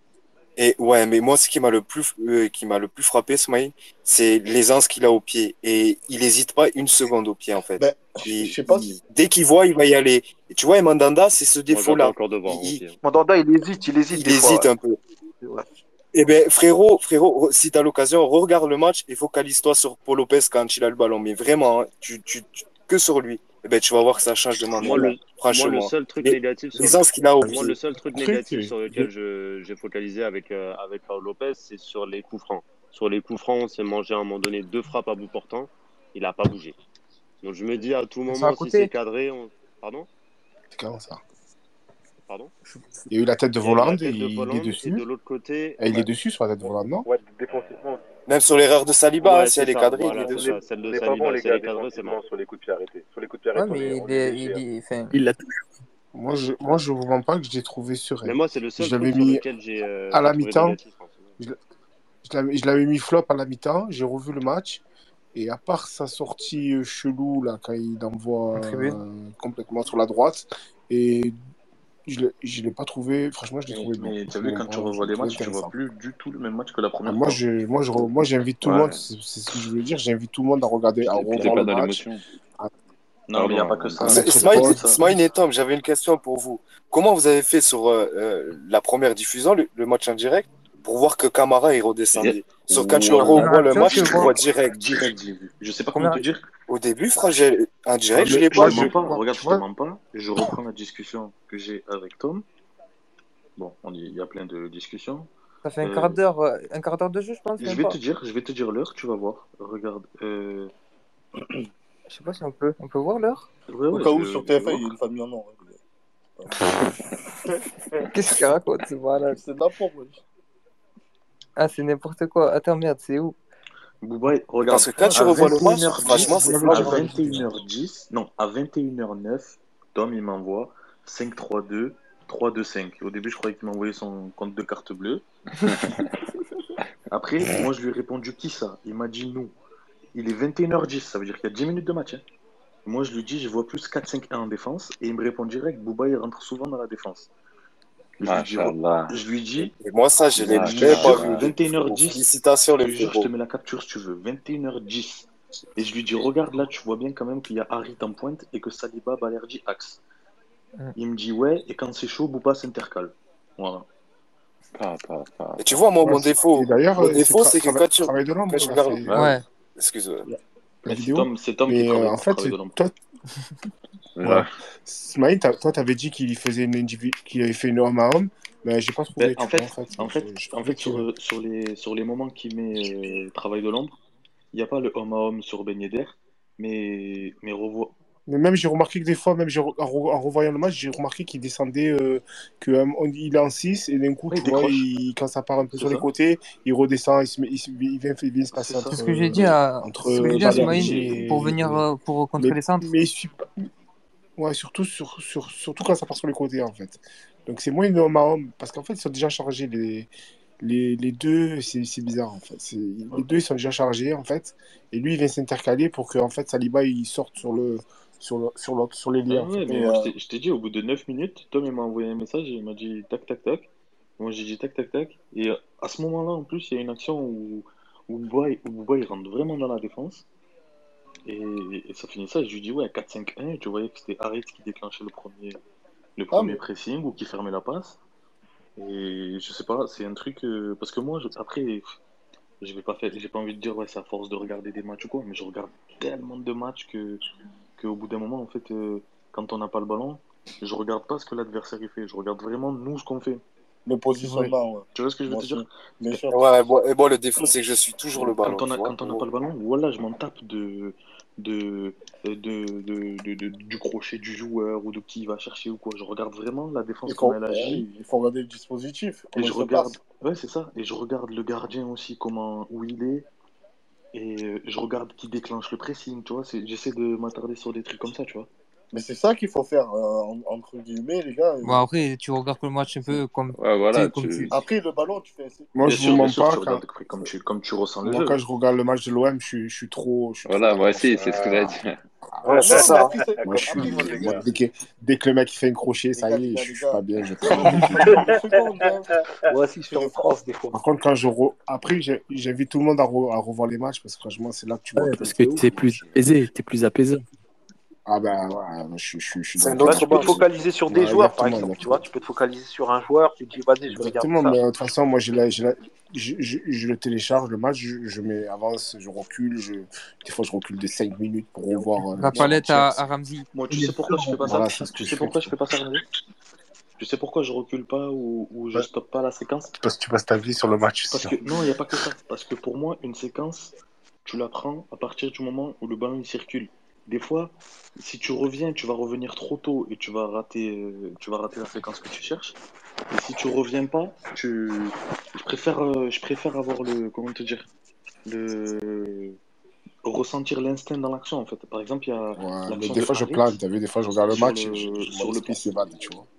Et ouais, mais moi, ce qui m'a le plus, euh, qui m'a le plus frappé, Smaïl, c'est l'aisance qu'il a au pied. Et il n'hésite pas une seconde au pied, en fait. ben, je Il- je sais pas il- si. dès qu'il voit, il va y aller. Et tu vois, et Mandanda, c'est ce Moi, j'attends défaut-là. encore de voir Il, en il, pied. Mandanda, il hésite, il hésite il des fois. hésite ouais. un peu. Ouais. Eh ben, frérot, frérot, si t'as l'occasion, regarde le match et focalise-toi sur Paul Lopez quand il a le ballon. Mais vraiment, hein, tu, tu, tu- que sur lui. Eh ben, tu vas voir que ça change de Moi, Mandanda. le, moi, le Franchement. seul truc Les- négatif sur le, L'aisance qu'il a au moi, le pied. seul truc Après, négatif c'est- sur lequel je, j'ai focalisé avec, euh, avec Paul Lopez, c'est sur les coups francs. Sur les coups francs, on s'est mangé à un moment donné deux frappes à bout portant. Il n'a pas bougé. Donc je me dis à tout Ils sont à moment, si côté. c'est cadré, on... Pardon? C'est comment ça? Pardon? Il y a eu la tête de Il y a eu la Voland, tête de il est Voland et dessus. de l'autre côté, Et il est ouais, dessus sur la tête de Voland, non? Ouais, défensivement. Même sur l'erreur de Saliba, hein, ouais, si c'est elle est ça, cadrée, il voilà, est c'est dessus. ça, celle On de n'est pas bon, Saliba, les si elle gars, est cadrée, c'est défensivement mort. sur les coups de pied arrêtés. Sur les coups de pied Ouais, arrêtés, on mais est, on il est est, léger. il hein. est, enfin, Il l'a touché. Moi, je, moi, je vous mens pas que je l'ai trouvé Mais serein. moi, c'est le seul Je l'avais truc sur mis lequel j'ai euh, à j'ai la trouvé mi-temps. négatif. En ce moment. Je l'a- je l'avais je l'avais mis flop à la mi-temps. J'ai revu le match. Et à part sa sortie euh, chelou, là, quand il envoie en tribune. euh, complètement sur la droite, et je l'ai je l'ai pas trouvé, franchement, je l'ai Mais, trouvé bon. mais tu as Je vu, l'ai quand tu je revois l'ai les trouvé matchs, tu vois intéressant. plus du tout le même match que la Ah, première moi, fois. je, moi, je, moi, j'invite tout le Ouais. monde, c'est c'est ce que je voulais dire, j'invite tout le monde à regarder, à Et puis t'es revoir pas le dans match, l'émotion. à, Non, mais il n'y a Pardon, pas que hein, ça. à Antoine. mettre Smile, pause. Ça. Smile et Tom, j'avais une question pour vous. Comment vous avez fait sur euh, euh, la première diffusion, le, le match en direct, pour voir que Camara est redescendu? Sur quand tu Voilà. revois Première le action, match, tu tu vois. vois direct. Direct, j'ai vu. Je sais pas comment Première te dire. Au début, frère, j'ai- en Ah, direct, je mais l'ai Je pas moi, te je, mens vu. pas. moi, Regarde, tu je te vois, mens pas. Je reprends la discussion que j'ai avec Tom. Bon, on y- il y a plein de discussions. Ça fait un Euh, quart d'heure, euh, un quart d'heure de jeu, je pense, je même vais pas. te dire, je vais te dire l'heure, tu vas voir. Regarde. Euh... Je sais pas si on peut, on peut voir l'heure. Ouais, Au ouais, cas je où, vais, sur je vais T F un, il y a voir. une famille en or. hein. Qu'est-ce qu'il raconte, c'est malade. C'est de la pompe, wesh. Ah, c'est n'importe quoi. Attends, merde, c'est où? Bouba, Parce regarde. que quand tu À revois le match, franchement, vous c'est l'avez À dit, flagrant. vous l'avez dit. vingt et une heures dix, non, à vingt et une heures neuf, Tom, il m'envoie cinq trois deux, trois deux cinq. Au début, je croyais qu'il m'envoyait son compte de carte bleue. Après, moi, je lui ai répondu qui ça? Il m'a dit nous. Il est vingt et une heures dix, ça veut dire qu'il y a dix minutes de match. Hein. Moi, je lui dis, je vois plus quatre cinq un en défense. Et il me répond direct, Bouba, il rentre souvent dans la défense. Je lui dis, Machallah. je lui dis, Et moi, ça, je l'ai je même te pas jure, vu. vingt et une heures dix, Félicitations, je les te jure, je te frérots. mets la capture si tu veux. vingt et une heures dix. Et je lui dis, regarde là, tu vois bien quand même qu'il y a Harit en pointe et que Saliba, Balerdi, axe. Il me dit, ouais, et quand c'est chaud, Bouba s'intercale. Voilà. Pas, pas, pas, Et tu vois, moi, Ouais, mon c'est- défaut, et d'ailleurs, mon euh, c'est défaut, tra- c'est que trava- quand tu, travail de l'ombre, quand tu il a regardes. fait Ouais. Ouais. Excuse-moi. la, la Mais c'est vidéo. Tom, c'est Tom qui Mais euh, travaille, en qui fait, travaille de l'ombre. toi, Ouais. ouais. Smaïn, t'as- toi, t'avais dit qu'il faisait une individu... qu'il avait fait une homme à homme, mais j'ai pas trouvé, Ben, tu en vois, fait, en fait. en Je, fait, je en trouvais fait sur, qu'il... euh, sur, les, sur les moments qu'il met euh, travail de l'ombre, il n'y a pas le homme à homme sur Ben Yedder, mais, mais revois. Mais même, j'ai remarqué que des fois, même j'ai re- en, re- en revoyant le match, j'ai remarqué qu'il descendait, euh, qu'il est en six, et d'un coup, Ouais, tu il vois, décroche, il- quand ça part un peu c'est sur les ça, côtés, il redescend, il, se met- il, se- il vient, il vient se passer c'est ça. C'est entre, ce que j'ai dit Mais, à, entre c'est ce que j'ai euh, dit à mais, Smaïn Balerdi pour et... venir et- euh, pour contrer Mais, les centres. mais il suit pas... Ouais, surtout, sur, sur, surtout quand ça part sur les côtés, en fait. Donc, c'est moins une homme à homme, parce qu'en fait, ils sont déjà chargés, les, les, les deux, c'est c'est bizarre, en fait. C'est- Les deux, ils sont déjà chargés, en fait, et lui, il vient s'intercaler pour que, en fait, Saliba, il sorte sur le... Sur, le, sur, l'autre- sur l'ailier, ouais, en fait. ouais, mais Et moi, je euh, t'ai je t'ai dit, au bout de neuf minutes, Tom, il m'a envoyé un message et il m'a dit tac, tac, tac. Moi, j'ai dit tac, tac, tac. Et euh, à ce moment-là, en plus, il y a une action où, où, Bouba, il- où Bouba, il rentre vraiment dans la défense. Et, et ça finit ça, et je lui dis, ouais, quatre cinq un, et tu voyais que c'était Harit qui déclenchait le premier, le ah, premier mais pressing ou qui fermait la passe. Et je sais pas, c'est un truc. euh, parce que moi, je- après, je vais pas faire, j'ai pas envie de dire, ouais, c'est à force de regarder des matchs ou quoi, mais je regarde tellement de matchs que, qu'au bout d'un moment, en fait, euh, quand on n'a pas le ballon, je regarde pas ce que l'adversaire il fait, je regarde vraiment nous ce qu'on fait. le C'est vrai. positionnement, ouais. Tu vois ce que je veux Moi te dire? aussi, bien Parce sûr. que Ouais, bon, et bon, le défaut, c'est que je suis toujours le quand ballon, on tu a, vois. quand on n'a pas le ballon, voilà, je m'en tape de, de, de, de, de- de- du crochet du joueur ou de qui il va chercher ou quoi. Je regarde vraiment la Il défense, comment faut, elle eh agit. oui, il faut regarder le dispositif, Et comment je il se regarde, place. ouais, c'est ça. Et je regarde le gardien aussi, comment, où il est. Et euh, je regarde qui déclenche le pressing, tu vois. c'est- J'essaie de m'attarder sur des trucs comme ça, tu vois. Mais c'est ça qu'il faut faire, euh, en- entre guillemets, les gars. Bon, euh, après, tu regardes le match un peu comme, Ouais, tu voilà, sais, comme tu. tu. Après, le ballon, tu fais. c'est- Moi, Bien je vous sûr, bien mens sûr, tu pas, quand... regardes après comme tu, comme tu ressens le Moi, jeu. quand je regarde le match de l'O M, je suis, je suis trop, je suis trop Voilà, moi d'accord. aussi, c'est ce que j'allais Ah, dire. ah, Ouais, Non, c'est mais ça. après, c'est. moi, je Après, suis, c'est. les moi, gars. dès que, dès que le mec il fait un crochet, Les ça gars, y les est, gars, je, les je suis pas gars. bien. Je... Non, mais pas une seconde, hein. Moi aussi, je C'est suis en le France des fois. Par contre, quand je re... Après, j'ai- j'invite tout le monde à, re- à revoir les matchs parce que franchement, c'est là que tu vois Ouais, que. parce que t'es plus apaisé, t'es plus apaisé. Ah ben, ouais, je, suis- je, suis- je suis C'est un d'accord. Bah, autre tu peux te match. focaliser sur des Ouais, joueurs, par exactement, exemple, tu vois. exactement. Tu peux te focaliser sur un joueur, tu te dis, vas-y, je vais regarder Exactement, ça. mais de toute façon, moi, j'ai la, j'ai la- je, je, je le télécharge, le match, je, je mets avance, je recule, je, des fois, je recule de cinq minutes pour revoir euh, La l'action palette entière. à, à c'est- Ramsey. Moi, tu sais pourquoi je fais pas ça? Voilà, c'est ce Tu que je sais fais. pourquoi Tu je vois. fais pas ça, Ramsey? Tu sais pourquoi je recule pas ou, ou je Ouais. stoppe pas la séquence? Parce que tu passes ta vie sur le match, Parce sinon. que non, il n'y a pas que ça. Parce que pour moi, une séquence, tu la prends à partir du moment où le ballon il circule. Des fois, si tu reviens, tu vas revenir trop tôt et tu vas rater, euh, tu vas rater la séquence que tu cherches. Et si tu reviens pas, tu, je préfère, euh, je préfère avoir le, comment te dire, le, ressentir l'instinct dans l'action en fait. Par exemple, il y a Ouais, mais l'action des de fois, je Harit plane, t'as vu, des fois, je regarde le sur match et je, le, je, mon sur le esprit pont. s'évade, tu vois.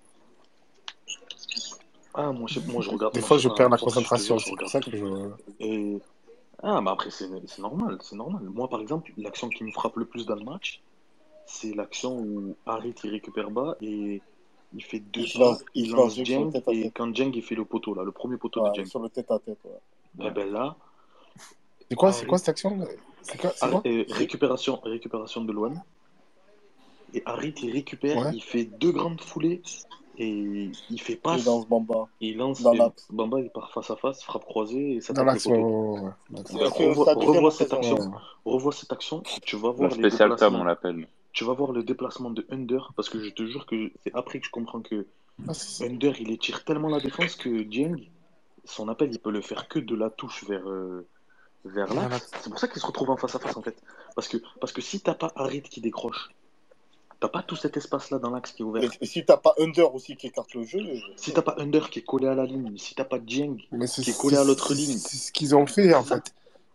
Ah, moi, je, moi, je regarde, Des moi, fois, je sais je pas, perds à la force, je te concentration, jure, je c'est pour regarde ça tout. que je... Et ah, mais après, c'est c'est normal, c'est normal. Moi, par exemple, l'action qui me frappe le plus dans le match, c'est l'action où Harit il récupère bas et il fait deux Il pas, lance, il il lance lance Jeng sur le Dieng tête à et tête. quand Dieng il fait le poteau là, le premier poteau de Ouais, Dieng, sur le tête à tête, ouais. et Ouais. ben là, C'est quoi, c'est quoi Harit, cette action? C'est quoi? C'est Har- quoi? euh, C'est- récupération, récupération de l'O M et Harit il récupère, Ouais. il fait deux grandes foulées et il fait Il passe, lance Bamba il lance dans et l'axe. Bamba il part face à face, frappe croisée et ça Dans tape le l'axe, ouais, poteau. ouais, ouais, ouais. D'accord. C'est Ben, c'est revois, sa deuxième revois cette occasion. action, Ouais. revois cette action, tu vas La voir les spéciale Tom, on déplacements. l'appelle. Tu vas voir le déplacement de Under, parce que je te jure que je- c'est après que je comprends que Ah, c'est- Under, il étire tellement la défense que Dieng, son appel, il peut le faire que de la touche vers, euh, vers Dans l'axe. l'axe. C'est pour ça qu'il se retrouve en face à face, en fait. Parce que, parce que si t'as pas Harit qui décroche, t'as pas tout cet espace-là dans l'axe qui est Et, ouvert. et si t'as pas Under aussi qui écarte le jeu, Si t'as pas Under qui est collé à la ligne, si t'as pas Dieng Mais c'est qui est collé c'est- à l'autre c'est- ligne, c'est ce qu'ils ont fait, en fait.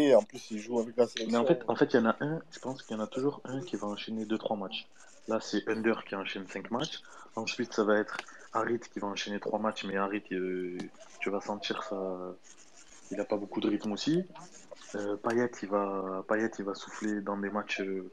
enchaîner. En plus, il joue avec la Mais sélection. en fait, en fait, il y en a un, je pense qu'il y en a toujours un qui va enchaîner deux trois matchs. Là, c'est Under qui enchaîne cinq matchs. Ensuite, ça va être Harit qui va enchaîner trois matchs, mais Harit, euh, tu vas sentir ça. Il n'a pas beaucoup de rythme aussi. Euh, Payet, il va, Payet, il va souffler dans des matchs, euh,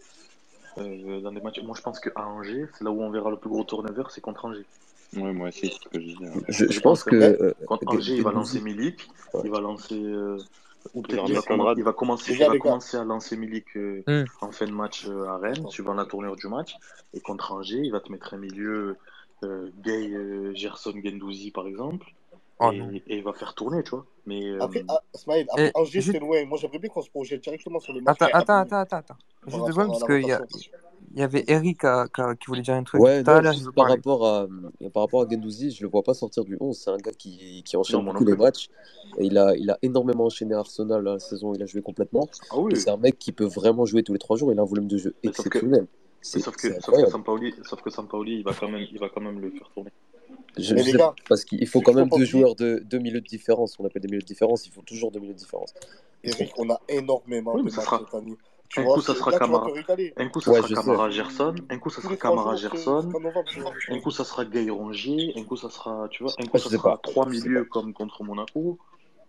euh, dans des matchs. Moi, je pense qu'à Angers, c'est là où on verra le plus gros turnover, c'est contre Angers. Ouais, moi aussi, c'est ce que je dis. Ouais. Je, Je je pense pense, que hein. euh, Contre Gu- Angers, il va lancer Guendouzi, Milik, ouais. il va lancer, euh, ou Il peut-être va qu'il va, remettre commen- Conrad. il va commencer, Les il gars, va les gars. commencer à lancer Milik euh, Hmm. en fin de match euh, à Rennes, Attends. suivant la tournure du match. Et contre Angers, il va te mettre un milieu euh, Gay, euh, Gerson, Guendouzi, par exemple. Oh non. Et, et il va faire tourner, tu vois. Mais euh, Après, ah, Smaïl, après Et Angers, juste, c'est loin. Moi, j'aimerais bien qu'on se projette directement sur le match attends, attends, rapidement attends, attends, attends. par Juste deux secondes, rapport à parce qu'il y, a- l'avantage. il y avait Eric à- qui a- qui voulait dire un truc. Ouais, Tout à non, l'heure, il juste veut par parler. rapport à, euh, par rapport à Guendouzi, je le vois pas sortir du onze. C'est un gars qui, qui enchaîne non, moi non beaucoup les plus. matchs. Et il a, il a énormément enchaîné à Arsenal la saison, il a joué complètement. Ah Et oui. c'est un mec qui peut vraiment jouer tous les trois jours. Il a un volume de jeu Mais sauf que, exceptionnel. mais C'est sauf c'est que, sauf que incroyable. Sampaoli, sauf que Sampaoli, il va quand même, il va quand même le faire tourner. Je, Mais je les sais gars, parce qu'il faut il quand faut même pas deux oublier, joueurs de deux milieux de différence. On appelle des milieux de différence. Il faut toujours deux milieux de différence. Ils sont... Eric, on a énormément Oui, de mais ça matchs sera. cette année. Tu Un vois, coup, ça c'est- sera là, tu vas te Camara. régaler. Un coup, ça Ouais, sera je sais. Camara Gerson. Un coup, ça Tous sera les trois Camara jours que- Gerson. jusqu'en novembre, tu vois. Un coup, ça sera Gay Rongier. Un coup, ça sera, tu vois, un coup, Ah, ça je sais sera pas. trois Je sais milieux pas. comme contre Monaco.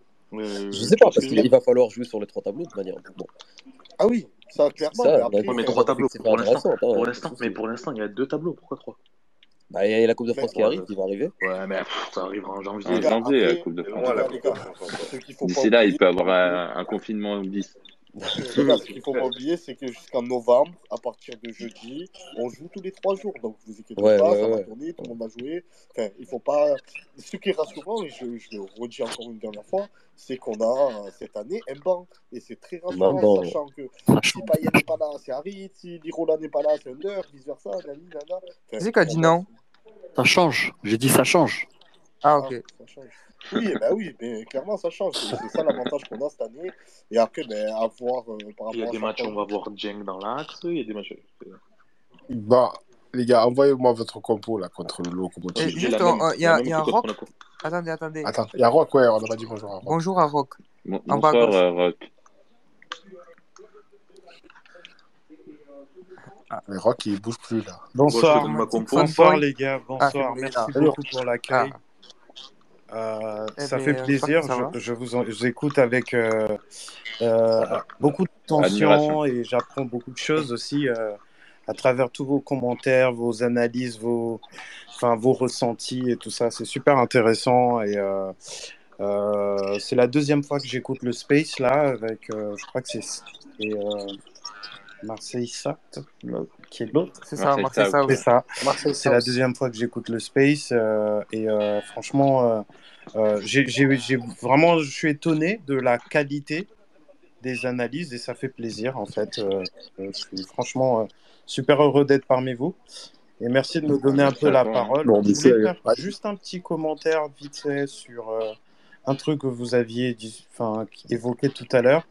Euh, Je sais tu pas vois ce parce que je qu'il veux il dire? va falloir jouer sur les trois tableaux de manière. Bon, Ah oui, ça c'est clairement, ça. mais La après, Ouais, mais différence trois enfin, tableaux effective est pour l'instant. intéressante. Hein, Pour pas de l'instant, mais souci. pour l'instant, il y a deux tableaux. Pourquoi trois? Bah, il y a la Coupe de mais France qui Ouais, arrive, qui va arriver. ouais, mais pff, ça arrivera en En janvier. les gars, janvier, la après, Coupe de C'est France. loin les la gars, Coupe les de gars, France encore. ce qu'il faut pas D'ici là, il oublier, peut avoir c'est que un, un confinement bis. les gars, ce qu'il faut pas oublier, c'est que jusqu'en novembre, à partir de jeudi, on joue tous les trois jours. Donc, vous inquiétez Ouais, pas, ouais, ça va ouais. tourner, tout le monde va jouer. Enfin, il faut pas. Ce qui est rassurant, et je, je le redis encore une dernière fois, c'est qu'on a euh, cette année un banc. Et c'est très Non, rassurant, bon, sachant que Ça si change. Payet n'est pas là, c'est Harit, si Lirola n'est pas là, c'est Under, vice versa, nani, nana. Qui Enfin, c'est qui a pour dit moi, non? Ça change. J'ai dit ça change. Ah, ah, ok. ça change. Oui, ben oui, mais clairement ça change. C'est c'est ça l'avantage qu'on a cette année. Et après, ben, à voir euh, par Il y a rapport à des matchs où on Sampaoli. va voir Dieng dans l'axe. Il y a des matchs. Bon, les gars, envoyez-moi votre compo là contre le Et Locomotive. J'ai juste, la on- même, on- il y la a, même il y que a contre Rock. Monaco. Attendez, attendez. Attends, il y a Rock, ouais, on n'a pas dit bonjour à Rock. Bonjour à Rock. Bon- En bas à bonsoir, gauche. euh, Rock. Ah, Mais Rock, il bouge plus là. Bon, je te Bonsoir, donne ma Romantic compo. bonsoir Fanboy. les gars, Ah, c'est bonsoir. bon, il est Merci là. Salut. beaucoup pour l'accueil. Ah, Euh, eh ça fait ben, j'espère que plaisir. ça va. Je, je vous, en- je vous écoute avec euh, euh, beaucoup Admiration. d'attention et j'apprends beaucoup de choses aussi euh, à travers tous vos commentaires, vos analyses, vos, enfin, vos ressentis et tout ça. C'est super intéressant et euh, euh, c'est la deuxième fois que j'écoute le Space là avec, euh, je crois que c'est c'est, euh, Marseille Sartre, l'autre- qui est l'autre. C'est ça, Marseille Marseille South, South. C'est ouais. ça. Marseille C'est la South. deuxième fois que j'écoute le Space euh, et euh, franchement, euh, euh, j'ai j'ai- j'ai vraiment, je suis étonné de la qualité des analyses et ça fait plaisir en fait. Euh, euh, je suis franchement euh, super heureux d'être parmi vous et merci de me Ah, donner un merci peu à la toi. Hein. parole. Bon, Je mais voulais sérieux. faire Ouais. juste un petit commentaire vite fait sur euh, un truc que vous aviez dit, enfin, évoqué tout à l'heure.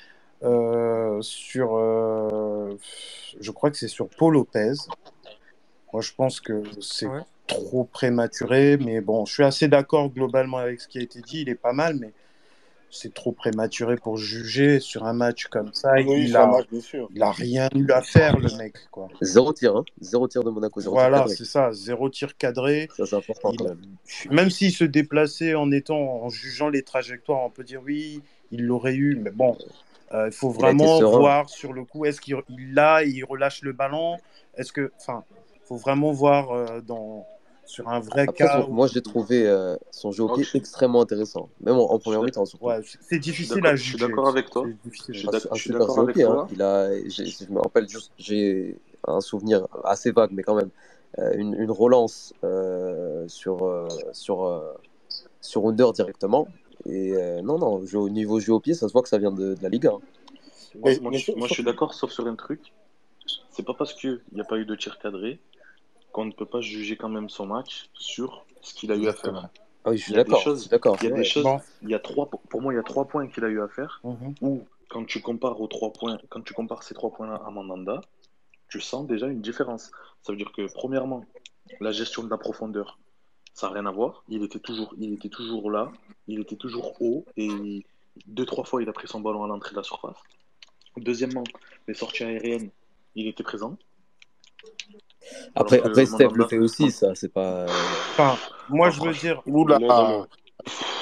Euh, sur, euh, je crois que c'est sur Paul Lopez. Moi, je pense que c'est Ouais. trop prématuré, mais bon, je suis assez d'accord globalement avec ce qui a été dit. Il est pas mal, mais c'est trop prématuré pour juger sur un match comme ça. Oui, Il c'est un a, match, bien sûr. il a rien eu à faire, le mec, quoi. Zéro tir, hein. Zéro tir de Monaco, zéro tir Voilà, cadré. c'est ça, zéro tir cadré. Ça, c'est important Il, quand même. même s'il se déplaçait en étant, en jugeant les trajectoires, on peut dire oui, il l'aurait eu, mais bon, euh, il faut Il a été vraiment serein. voir sur le coup, est-ce qu'il il l'a et il relâche le ballon? Est-ce que, enfin, il faut vraiment voir euh, dans, sur un vrai Après, cas son- où, moi, j'ai trouvé euh, son jeu au Oh, pied je suis, extrêmement intéressant. Même en, en je suis première d'ac- mi-temps, surtout. ouais, c'est c'est je suis difficile d'accord, à je suis juger. d'accord avec toi. C'est difficile Je à suis Un, juger. d'ac- un je suis super d'accord jeu au avec pied, hein. toi. Il a, j'ai- je me rappelle juste, j'ai un souvenir assez vague, mais quand même, euh, une, une relance euh, sur, euh, sur, euh, sur Under directement. Et euh, non, non, jeu, au niveau jeu au pied, ça se voit que ça vient de, de la Liga. Hein. Moi, Mais, moi, mais je, sur- moi, je sur- suis d'accord, sauf sur un truc. C'est pas parce qu'il n'y a pas eu de tir cadré qu'on ne peut pas juger quand même son match sur ce qu'il a eu à Exactement. faire. Ah oui, je Il suis y a des d'accord, je suis choses, d'accord, il y c'est a des vrai. choses, Bon. il y a trois, pour moi, il y a trois points qu'il a eu à faire Mhm. où, quand tu compares aux trois points, quand tu compares ces trois points-là à Mandanda, tu sens déjà une différence. Ça veut dire que, premièrement, la gestion de la profondeur, ça n'a rien à voir. Il était toujours, il était toujours là, il était toujours haut et deux, trois fois, il a pris son ballon à l'entrée de la surface. Deuxièmement, les sorties aériennes, il était présent. Après, Alors que après Steph le Mandanda, fait aussi, ça, c'est pas. Enfin, moi, ah, je veux franchement, dire, De moins en Oula. moins.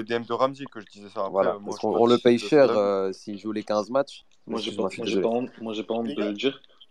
les D M de Ramsey que je disais ça. Après, Voilà, euh, moi, parce je qu'on sais on pas le si paye c'est cher cela. euh, s'il joue les quinze matchs. Moi, j'ai pas, Excuse-moi, je suis moi, j'ai désolé. pas honte, moi, j'ai pas honte Les de le gars, dire.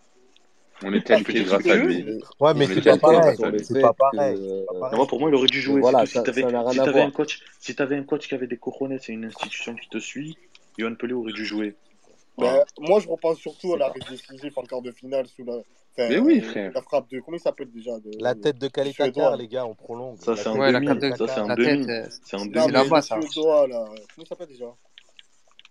On est Ah, qualifié grâce à lui. Ouais, mais On est c'est pas qualifié pareil. grâce à lui. C'est pas pareil. que, C'est pas Non, pareil. moi, pour moi, il aurait dû que jouer. voilà, C'est tout. Si ça t'avais ça n'a rien si à t'avais un voir. coach, si t'avais un coach qui avait des cojones, c'est une institution qui te suit, Yohan Pelé aurait dû jouer. Ben, Voilà. moi, je repense surtout Je à sais l'arrêt pas. décisif en quart de finale sous la, enfin, Mais oui, euh, frère. la frappe de. Comment il s'appelle déjà de, La tête de du Kalitakar, Suédois. les gars, on prolongue. Ça, La c'est en tête Ouais, de la, demi. tête, Ça, c'est en la demi. tête, euh, C'est en Non, c'est demi. mais là-bas, le ça. Suédois, là. Comment il s'appelle déjà?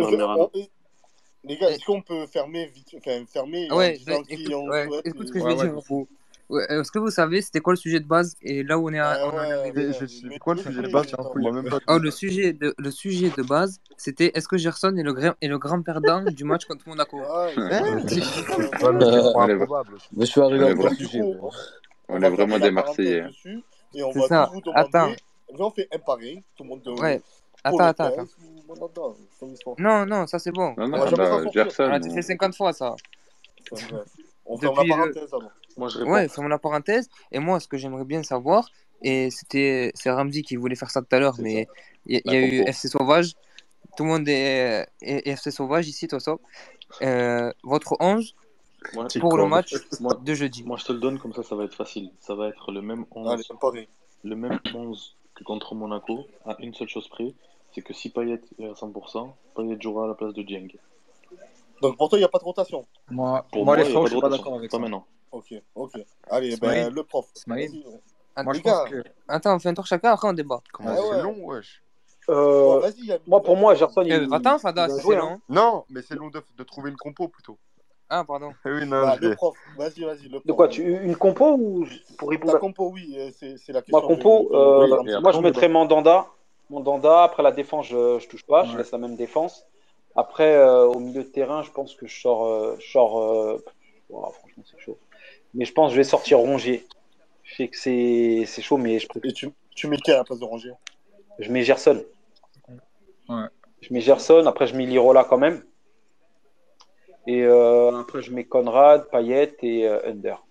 peut dans faire- Mirano. on- Les gars, est-ce qu'on peut fermer vite, enfin, fermer Ah en ouais, disant bah, qui écoute, on ouais, souhaite écoute ce les- que je Ouais, vais ouais, dire. Vous. Ouais, euh, est-ce que vous savez c'était quoi le sujet de base et là où on est, à- Ah on en est ouais, arrivé? Je- je- C'est quoi le sujet de base? J'ai un peu, il y a même pas Oh, de. le sujet de, le sujet de base, c'était est-ce que Gerson est le, gra- est le grand perdant du match contre Monaco? Ouais, Hein c'est Ouais, mais c'est trop On est, improbable. Mais je suis arrivé on est après le vra- Du sujet. coup, moi. on on va est vraiment fermer la des parenthèse Marseillais. dessus et on C'est va ça. tous vous Attends. demander. Viens, on fait un pareil, tout le monde de Ouais. Paul Attends, attends, Lopez attends. ou Mandanda, c'est une histoire. Non, non, ça c'est bon. Non, On non, va jamais s'en là, sortir. On Gerson. l'a déjà fait on- cinquante fois ça. Enfin, bref. On ferme la Depuis le... parenthèse alors. Moi, je Ouais, réponds. ferme la parenthèse. Et moi, ce que j'aimerais bien savoir, Et c'était c'est Ramzi qui voulait faire ça tout à l'heure, C'est ça. mais il y, a- il La y a eu compo. F C Sauvage. Tout le monde est, est- est F C Sauvage ici, toi ça. Euh, votre onze Moi, pour le moi, match moi, de jeudi. moi, je te le donne comme ça, ça va être facile. Ça va être le même Allez, onze, pareil. le même onze que contre Monaco, à une seule chose près, c'est que si Payet est à cent pour cent, Payet jouera à la place de Dieng. Donc pour toi, il n'y a pas de rotation. Moi, Pour moi moi, les il n'y a frères, pas je de suis pas rotation. d'accord avec Pas ça. maintenant. Ok, ok. Allez, Ismaïl, ben le prof. Ismaïl, Vas-y. Att- moi je Les pense gars, que Attends, on fait un tour chacun, après on débat. Comment eh c'est ouais. long, wesh. Bon, Euh, vas-y, Yamine, moi, pour vas-y, moi, Yamine. Gerson, Eh, il, va-t'en, il Fada, va si jouer. c'est Hein. long. Non, mais c'est long de, de trouver une compo plutôt. Ah, pardon. Oui, non, Bah, je le l'ai. prof. Vas-y, vas-y, le De prof. quoi Le tu, prof. Une compo ou pour Ta répondre à... compo, oui, euh, c'est c'est la Ma question de, compo, de, euh, de Oui, et Ramzi. moi après je on mettrais débat. Mandanda. Mandanda, après la défense, je, je touche pas, je ouais. laisse la même défense. Après, euh, au milieu de terrain, je pense que je sors. Euh, je sors euh, ouah, franchement, c'est chaud. Mais je pense que je vais sortir Rongier. Je sais que c'est c'est chaud, mais je, préfère- Et tu, tu mets qui à la place de Rongier? je mets Gerson. Ouais. Je mets Gerson, après je mets Lirola quand même. Et euh, après, je mets Conrad, Payet et euh, Under.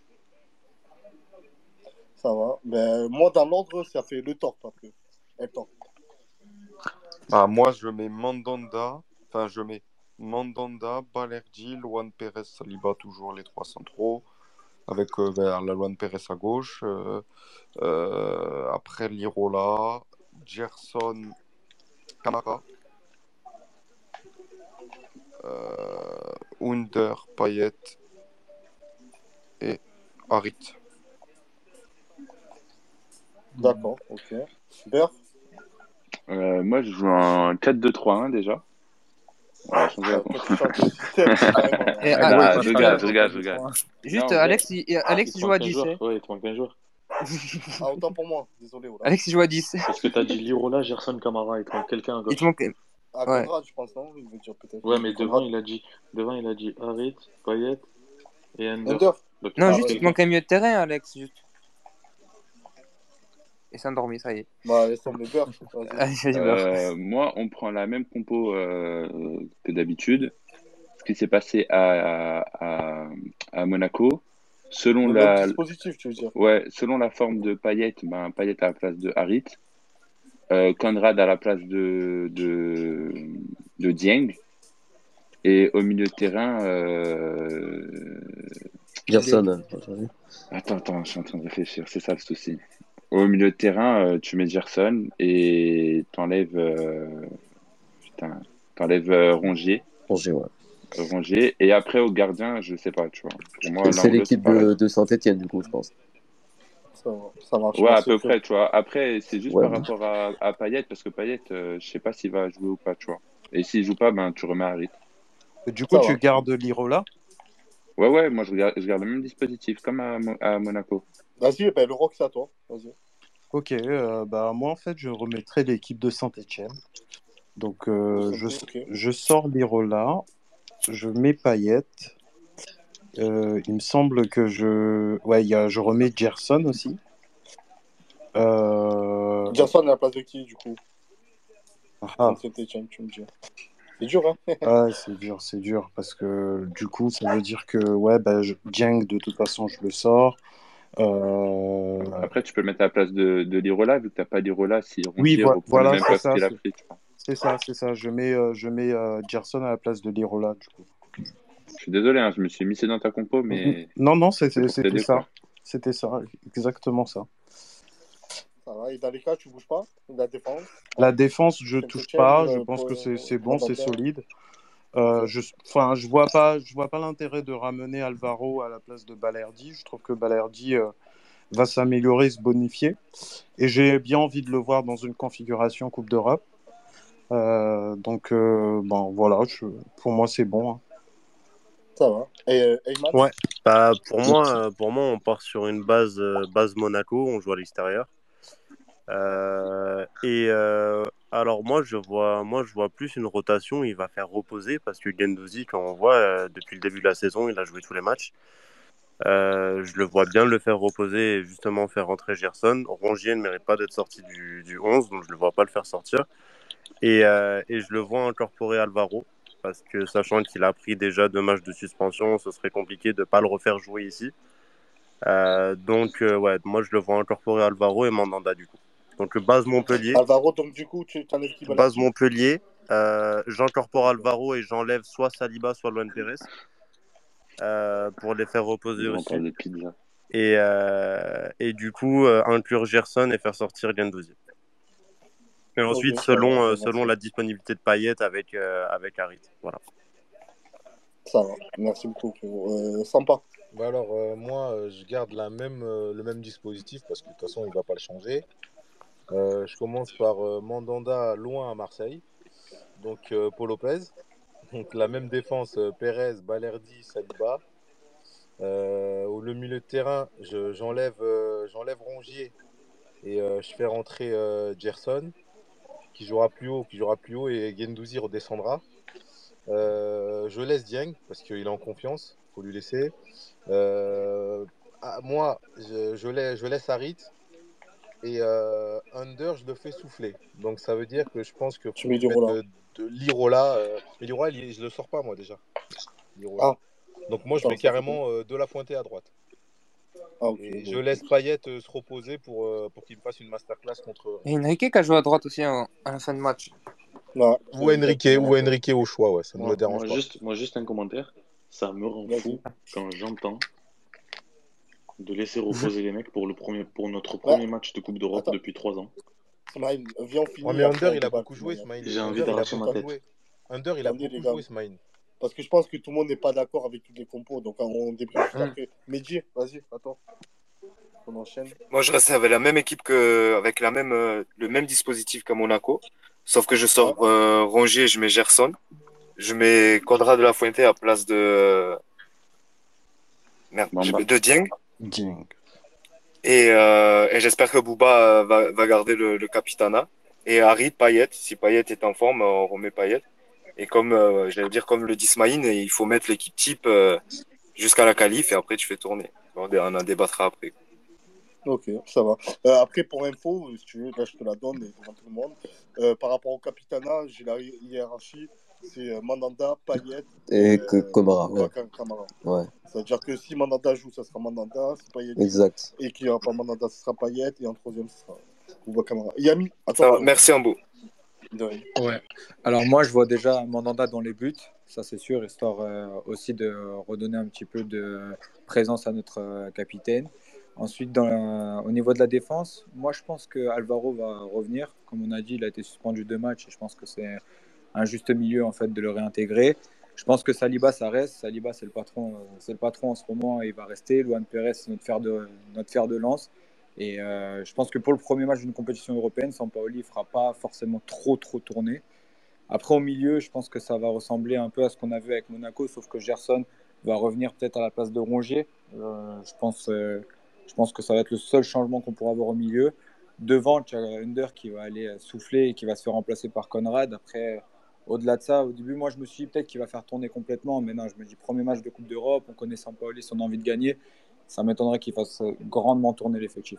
Ça va. Ben, moi, dans l'ordre, ça fait le torp après. Et le torp. Bah, moi, je mets Mandanda. Enfin, je mets Mandanda, Balerdi, Luan Pérez, Saliba, toujours les trois centraux. Avec euh, ben, la Luan Pérez à gauche. euh, euh, après Lirola, Gerson, Camara, euh, Under, Payet et Harit. D'accord, ok. Beurre? Euh, moi, je joue un quatre deux trois un déjà. On va changer la Ouais, toi, tu changes de système, carrément. Et, Ouais. ah, Nah, Ouais, je moi je suis juste, pas euh, rigole, je d'accord rigole, avec je le rigole. trois. juste Non, euh, en Alex, vrai, il, Alex, Il il te joue à manque un dix. joueur. hein. Ouais, il te manque un joueur. Ah, autant pour moi. Désolé, voilà. Alex, il joue à dix. Parce que t'as dit Lirola, Gerson, Camara. Il te manque quelqu'un à Il te gauche. manque. Ah, Ouais. Conrad, je pense, non? Il veut dire peut-être. Ouais, Oui, mais devant, Conrad. il a dit, devant, il a dit Harit, Payet et Under. Under? Donc il te Non, Ah, manque juste, il te quelqu'un. manque un milieu de terrain, Alex. Juste. Et c'est endormi, ça y est. Bah, laisse tomber Beurre. Vas-y. Allez, vas-y, beurre. Euh, moi, on prend la même compo euh, que d'habitude. Ce qui s'est passé à, à, à Monaco, selon Le même la, dispositif, tu veux dire. ouais, selon la forme de Payet, ben, Payet à la place de Harit, euh, Conrad à la place de, de, de Dieng, et au milieu de terrain, euh... Gerson. attends, attends, je suis en train de réfléchir, c'est ça le souci. Au milieu de terrain, euh, tu mets Gerson et t'enlèves, euh... putain, t'enlèves euh, Rongier. Rongier, ouais. Rongier. Et après, au gardien, je sais pas, tu vois. Pour moi, l'un C'est ou l'autre, c'est l'équipe pareil. de, de Saint-Etienne, du coup, je pense. Ça, ça marche. Ouais, à Merci, peu frère. près, tu vois. Après, c'est juste Ouais, par bon. rapport à, à Payet, parce que Payet, euh, je sais pas s'il va jouer ou pas, tu vois. Et s'il joue pas, ben, tu remets Harit. Et du coup, Ça tu va. gardes Lirola. Ouais, ouais, moi, je regarde, je garde le même dispositif, comme à, Mo- à Monaco. Vas-y, ben, le rock, c'est à toi. Vas-y. Ok, euh, bah moi en fait je remettrai l'équipe de Saint-Etienne. Donc euh, je, Ok. je sors Lirola, je mets Payet. Euh, il me semble que je, ouais, il y a, je remets Gerson aussi. Euh... Gerson à la place de qui, du coup? Ah, Saint-Etienne, tu me dis. C'est dur, hein? ah, c'est dur, c'est dur parce que du coup ça veut dire que ouais, bah, je... Dieng de toute façon je le sors. Euh... Après, tu peux le mettre à la place de, de Lirola, vu que t'as pas Lirola, si Oui, Rongier vo- reprend le voilà, même c'est poste ça, qu'il a c'est pris, tu vois. c'est ça, c'est ça. Je mets, euh, je mets euh, Gerson à la place de Lirola du coup. Je suis désolé, hein, je me suis missé dans ta compo, mais Non, non, c'est c'était pour c'était t'aider, ça. quoi. C'était ça, exactement ça. Ça va. Et dans les cas, tu bouges pas? La défense? La défense, je touche Saint-Etienne, pas. Je euh, pense pour que c'est c'est euh, bon, c'est Mandanda. solide. Euh, je, enfin, je vois pas, je vois pas l'intérêt de ramener Alvaro à la place de Balerdi. Je trouve que Balerdi euh, va s'améliorer, se bonifier, et j'ai bien envie de le voir dans une configuration Coupe d'Europe. Euh, donc, euh, bon, voilà, je, pour moi, c'est bon. hein. Ça va. Et euh, Eyman? Ouais, bah, pour moi, euh, pour moi, on part sur une base, euh, base Monaco, on joue à l'extérieur. Euh, et euh, alors moi je vois, moi je vois plus une rotation. Il va faire reposer parce que Guendouzi, quand on voit euh, depuis le début de la saison, il a joué tous les matchs. Euh, je le vois bien le faire reposer et justement faire rentrer Gerson. Rongier ne mérite pas d'être sorti du, du onze, donc je le vois pas le faire sortir. Et, euh, et je le vois incorporer Alvaro parce que sachant qu'il a pris déjà deux matchs de suspension, ce serait compliqué de pas le refaire jouer ici. Euh, donc, euh, ouais, moi, je le vois incorporer Alvaro et Mandanda, du coup. Donc, base Montpellier. Alvaro, donc du coup, tu t'enlèves qui Base Balerdi? Montpellier. Euh, j'incorpore Alvaro et j'enlève soit Saliba, soit Luan Pérez euh, pour les faire reposer Ils vont aussi. parler de pizza. Et, euh, et du coup, euh, inclure Gerson et faire sortir Guendouzi. Et ensuite, Ok, ça va, selon, bah, euh, merci. selon la disponibilité de Payet avec, euh, avec Harit. Voilà. Ça va, merci beaucoup. Euh, Sympa. Bah alors, euh, moi, euh, je garde la même, euh, le même dispositif parce que de toute façon, il ne va pas le changer. Euh, je commence par euh, Mandanda loin à Marseille. Donc, euh, Paul Lopez. Donc, la même défense, euh, Pérez, Balerdi, Saliba. Euh, le milieu de terrain, je- j'enlève euh, j'enlève Rongier et euh, je fais rentrer euh, Gerson qui jouera plus haut, qui jouera plus haut et Guendouzi redescendra. Euh, je laisse Dieng parce qu'il est en confiance, il faut lui laisser. Euh, ah, moi, je, je, laisse, je laisse Harit et euh, Under, je le fais souffler. Donc ça veut dire que je pense qu'il Tu faut mets que je mette Lirola. de, de l'Irola. Euh, mais l'Irola, il- je le sors pas moi déjà. Lirola. Ah, Donc moi, je attends, mets ça fait quoi? carrément euh, De La Fuente à droite. Ah, ok. Et bon, je ok. laisse Payet euh, se reposer pour, euh, pour qu'il me fasse une masterclass contre. Et Enrique qui a joué à droite aussi hein, à la fin de match. Ouais, Ou c'est Enrique, exactement. ou Enrique au choix, ouais, ça ne me Moi, dérange moi, pas. juste, moi, juste un commentaire. Ça me rend Vas-y. fou quand j'entends de laisser reposer les mecs pour, le premier, pour notre Ouais, premier match de Coupe d'Europe attends, depuis trois ans. Smaïn, viens, on Ouais, finit mais et après Under, on il a débat. beaucoup joué, Smaïn. J'ai envie Under, il a d'arracher ma beaucoup tête. joué. Under, il a Attendez, les beaucoup gars, joué, Smaïn. parce que je pense que tout le monde n'est pas d'accord avec toutes les compos, donc on débriefe juste Mm. après. Mehdi, vas-y, attends, on enchaîne. Moi, je reste avec la même équipe que, avec la même, euh, le même dispositif qu'à Monaco. Sauf que je Ouais, sors euh, Rongier et je mets Gerson. Je mets Condra de la Fuente à place de. euh, Merde, je Bamba. mets de Dieng. Dieng. Et, euh, et j'espère que Bouba euh, va, va garder le, le capitana. Et Harit, Payet. Si Payet est en forme, on remet Payet. Et comme, euh, j'allais dire, comme le dit Smaïn, il faut mettre l'équipe type euh, jusqu'à la qualif et après tu fais tourner. On en débattra après. ok, ça va. Euh, après, pour info, si tu veux, là je te la donne et devant tout le monde. Euh, par rapport au capitana, j'ai la hi- hiérarchie, c'est euh, Mandanda, Payet et Et que euh, Komara, ouais. Boubacar Kamara. Ouais, C'est-à-dire que si Mandanda joue, ça sera Mandanda. Si Payet joue exact. et qu'il n'y aura pas Mandanda, ce sera Payet. Et en troisième, ce sera Boubacar Kamara. Yami, Ça attends, va, frérot. merci Ambo. De rien. Ouais. Alors moi, je vois déjà Mandanda dans les buts, ça c'est sûr, histoire euh, aussi de redonner un petit peu de présence à notre euh, capitaine. Ensuite, dans la- au niveau de la défense, moi je pense que Alvaro va revenir. Comme on a dit, il a été suspendu deux matchs et je pense que c'est un juste milieu en fait de le réintégrer. Je pense que Saliba, ça reste. Saliba, c'est le patron, euh, c'est le patron en ce moment et il va rester. Luan Pérez, c'est notre fer de, notre fer de lance. Et euh, je pense que pour le premier match d'une compétition européenne, Sampaoli ne fera pas forcément trop trop tourner. Après, au milieu, je pense que ça va ressembler un peu à ce qu'on a vu avec Monaco, sauf que Gerson va revenir peut-être à la place de Rongier. Euh, je, pense, euh, je pense que ça va être le seul changement qu'on pourra avoir au milieu. Devant, tu as Under qui va aller souffler et qui va se faire remplacer par Conrad. Après, au-delà de ça, au début, moi, je me suis dit peut-être qu'il va faire tourner complètement. Mais non, je me dis premier match de Coupe d'Europe, on connaît Sampaoli, son envie de gagner. Ça m'étonnerait qu'il fasse grandement tourner l'effectif.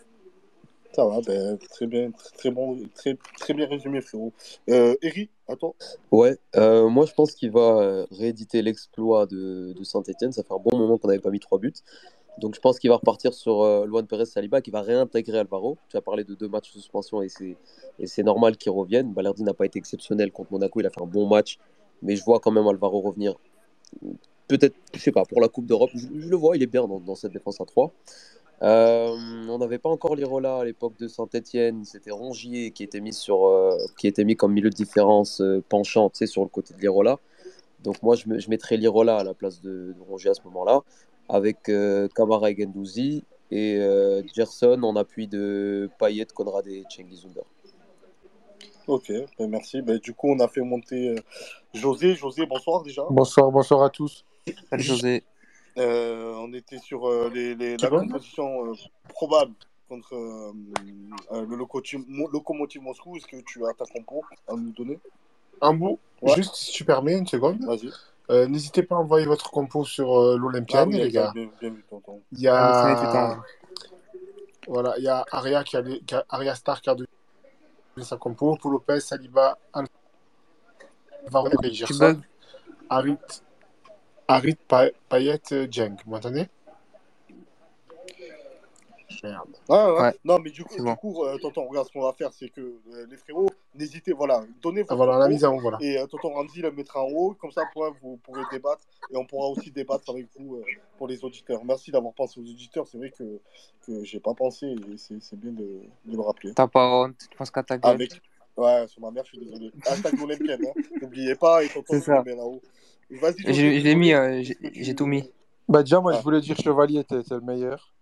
Ça va, ben, très bien, très, très bon, très, très bien résumé, frérot. Euh, Eri, à toi. Ouais, euh, moi je pense qu'il va euh, rééditer l'exploit de, de Saint-Etienne. Ça fait un bon moment qu'on n'avait pas mis trois buts. Donc je pense qu'il va repartir sur euh, Luan Pérez Saliba, qui va réintégrer Alvaro. Tu as parlé de deux matchs de suspension et c'est, et c'est normal qu'il revienne. Balerdi n'a pas été exceptionnel contre Monaco, il a fait un bon match. Mais je vois quand même Alvaro revenir. Peut-être, je sais pas, pour la Coupe d'Europe, je, je le vois, il est bien dans, dans cette défense à trois. Euh, on n'avait pas encore Lirola à l'époque de Saint-Etienne, c'était Rongier qui était mis, sur, euh, qui était mis comme milieu de différence euh, penchant, tu sais, sur le côté de Lirola. Donc moi, je, me, je mettrais Lirola à la place de, de Rongier à ce moment-là, avec euh, Kamara et Guendouzi, et euh, Gerson en appui de Payet, Conrad et Cengiz Under. Ok, ben merci. Ben, du coup, on a fait monter euh, José. José, bonsoir déjà. Bonsoir, bonsoir à tous. Salut José. Euh, on était sur euh, les, les- Tu la vas composition euh, probable contre euh, euh, le locomotive, Mo- Lokomotiv Moscou. Est-ce que tu as ta compo à nous donner? Un bout, Ouais, juste si tu permets, une seconde. vas-y. Euh, n'hésitez pas à envoyer votre compo sur euh, Ah l'Olympienne, oui, les exact, gars. bien, bien vu, tonton. Il y Ah, le Séné, tu a, t'en. voilà, il y a Aria, qui a, les- qui a- Aria Star qui a donné sa compo, Paul Lopez, Saliba, Alvaro et Tu Gerson, bugs? Harit, Harit Pa- Payet, euh, Dieng. Vous m'entendez? Merde. Ouais, ouais. Ouais, Non, mais du coup, c'est du bon. coup euh, tonton, regarde ce qu'on va faire, c'est que euh, les frérots, n'hésitez, voilà, donnez Ah, votre voilà, la pro mise en haut, voilà. et euh, tonton Ramzi le mettra en haut, comme ça après, vous pourrez débattre et on pourra aussi débattre avec vous euh, pour les auditeurs. Merci d'avoir pensé aux auditeurs, c'est vrai que, que j'ai pas pensé et c'est c'est bien de, de le rappeler. T'as pas honte, tu penses qu'à ta gueule. Avec, ouais, sur ma mère, je suis désolé. Hashtag l'Olympienne, hein. N'oubliez pas, et tonton, C'est je vous le ça. mets là-haut. Vas-y, Je, José, je l'ai mis, désolé. euh, j'ai Qu'est-ce que j'ai tout mis. tu. Bah, déjà, moi, je Ah, voulais dire Chevalier, t'es t'es le meilleur.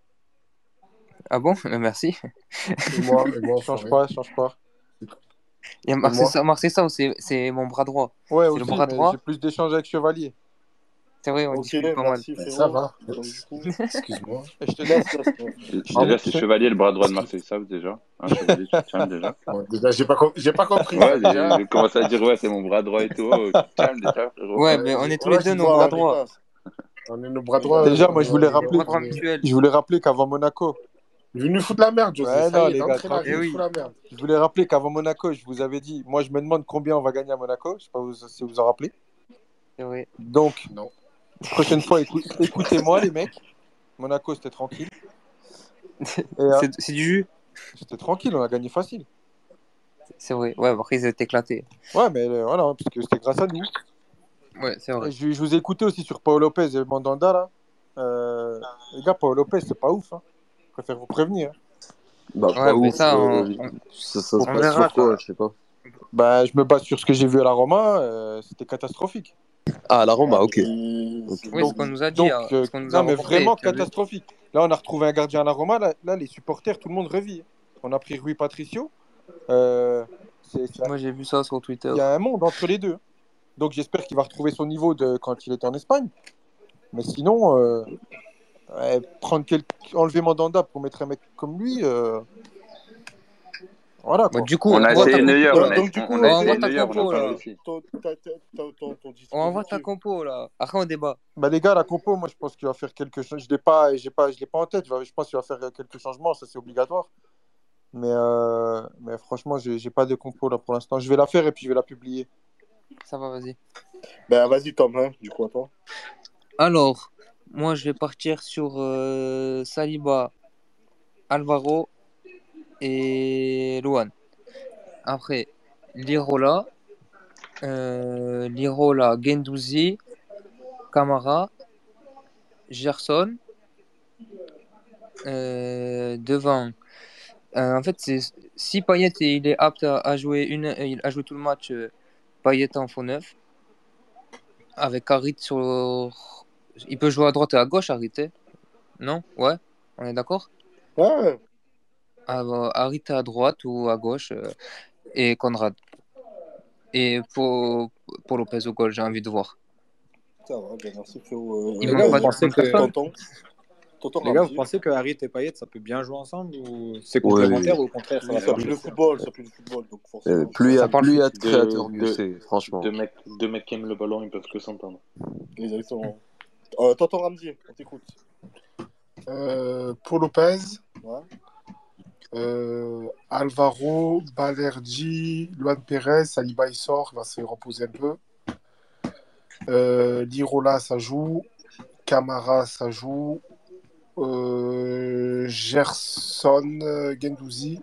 Ah bon? Euh, Merci. Et moi, et moi, Change enfoiré. pas, change pas. Il y a Et moi? Marcesa, Marcesa, c'est c'est mon bras droit. Ouais, C'est le aussi, bras mais droit. j'ai plus d'échanges avec Chevalier. C'est vrai, on ok, discute pas mal. merci, Ben, frérot. ça va. Donc, du coup, Excuse-moi. Et je te laisse, dis, laisse. laisse. en- Déjà, c'est c'est- Chevalier, le bras droit de Excuse- Marseille South, déjà. Hein, Chevalier, tu te calmes déjà. Bon, déjà, j'ai pas, com- j'ai pas compris ça, Ouais, déjà. j'ai commencé à dire, ouais, c'est mon bras droit et tout. Oh, tu te calmes déjà, frérot. Ouais, Ouais, mais on j'ai- est tous ouais, les deux Tu nos vois, bras on droits. rigole. on est nos bras On droits. rigole. Déjà, euh, moi, je on voulais est- rappeler, Bras droit on est- mutuel. je voulais rappeler qu'avant Monaco, Il est venu foutre la merde, José. ouais, Ça non, y est, les gars, d'entrée là, il tranquille. Eh nous oui, fout la merde. Je voulais rappeler qu'avant Monaco, je vous avais dit, moi, je me demande combien on va gagner à Monaco. Je sais pas vous- si vous vous en rappelez. c'est vrai. Donc, Non. prochaine fois, écou- écoutez-moi, les mecs. Monaco, c'était tranquille. Et, euh, C'est c'est du jus. c'était tranquille, on a gagné facile. C'est vrai. Ouais, après, ils étaient éclatés. Ouais, mais euh, voilà, parce que c'était grâce à nous. Ouais, c'est Et vrai. je, je vous ai écouté aussi sur Paul Lopez et Mandanda, là. Euh, les gars, Paul Lopez, c'est pas ouf. Hein. Je préfère vous prévenir. Bah, Ouais, pas mais ouf. ça, on, euh, on, ça, ça se on base verra sur quoi? ça. Je sais pas. Bah, je me base sur ce que j'ai vu à la Roma. euh, c'était catastrophique. Ah, la Roma, Ah, ok. mais Ok. c'est Oui, donc, ce qu'on nous a dit, Donc, euh, euh, ce qu'on nous a non, mais reporté. vraiment Tu as vu? catastrophique. Là, on a retrouvé un gardien à la Roma. Là, là les supporters, tout le monde revit. On a pris Rui Patricio. Euh, c'est- c'est- Moi, j'ai vu ça sur Twitter. Il y a un monde entre les deux. Donc, j'espère qu'il va retrouver son niveau de quand il était en Espagne. Mais sinon, euh, ouais, prendre quel... enlever Mandanda pour mettre un mec comme lui, euh, voilà Bah, quoi. du coup, On a envoie ta essayé Neuer, compo on donc, là. a, donc, du on, coup, on a On essayé envoie ta Neuer, on n'a compo pas là. réussi. ton, ta- ta- ta- ton, ton On envoie ta dispositif. compo là. Après, on débat. Bah, les gars, la compo, moi je pense qu'il va faire quelques changements. Je l'ai pas, j'ai pas, je l'ai pas en tête. Je vais- je pense qu'il va faire quelques changements, ça c'est obligatoire. Mais, euh, mais franchement, j'ai j'ai pas de compo là pour l'instant. Je vais la faire et puis je vais la publier. Ça va, vas-y. Ben, vas-y, Tom, hein, du coup, à toi. Alors, moi, je vais partir sur euh, Saliba, Alvaro et Luan. Après, Lirola, euh, Lirola, Guendouzi, Camara, Gerson. Euh, devant. Euh, en fait, c'est si Payet il est apte à, à jouer une, il a joué tout le match. euh, Payet en faux neuf avec Harit sur. Il peut jouer à droite et à gauche, Harit. hein Non? Ouais? On est d'accord? Ouais. Ah, bah, Harit à droite ou à gauche euh, et Conrad. Et pour, pour Lopez au goal, j'ai envie de voir. Ça va, ben, merci, frérot. Euh, Il Les manque gars, pas vous de pensez que, Tonton, tonton les gars, vous Ramzi. pensez que Harit et Payet, ça peut bien jouer ensemble ou c'est Ouais. complémentaire ou au contraire, ça Oui, va ça faire pue le chier football, ça pue le football, donc Euh, forcément. plus il y Ça a, parle plus il y foot. a de Deux, créateurs, mieux deux, c'est, franchement. deux mecs, deux mecs qui aiment le ballon, ils peuvent que s'entendre. Exactement. Euh, tonton Ramzi, on t'écoute. Euh, Paul Lopez, Ouais. euh, Alvaro, Balerdi, Luan Pérez, Saliba il sort, va se reposer un peu. Euh, Lirola, ça joue. Camara, ça joue. Euh, Gerson, euh, Guendouzi.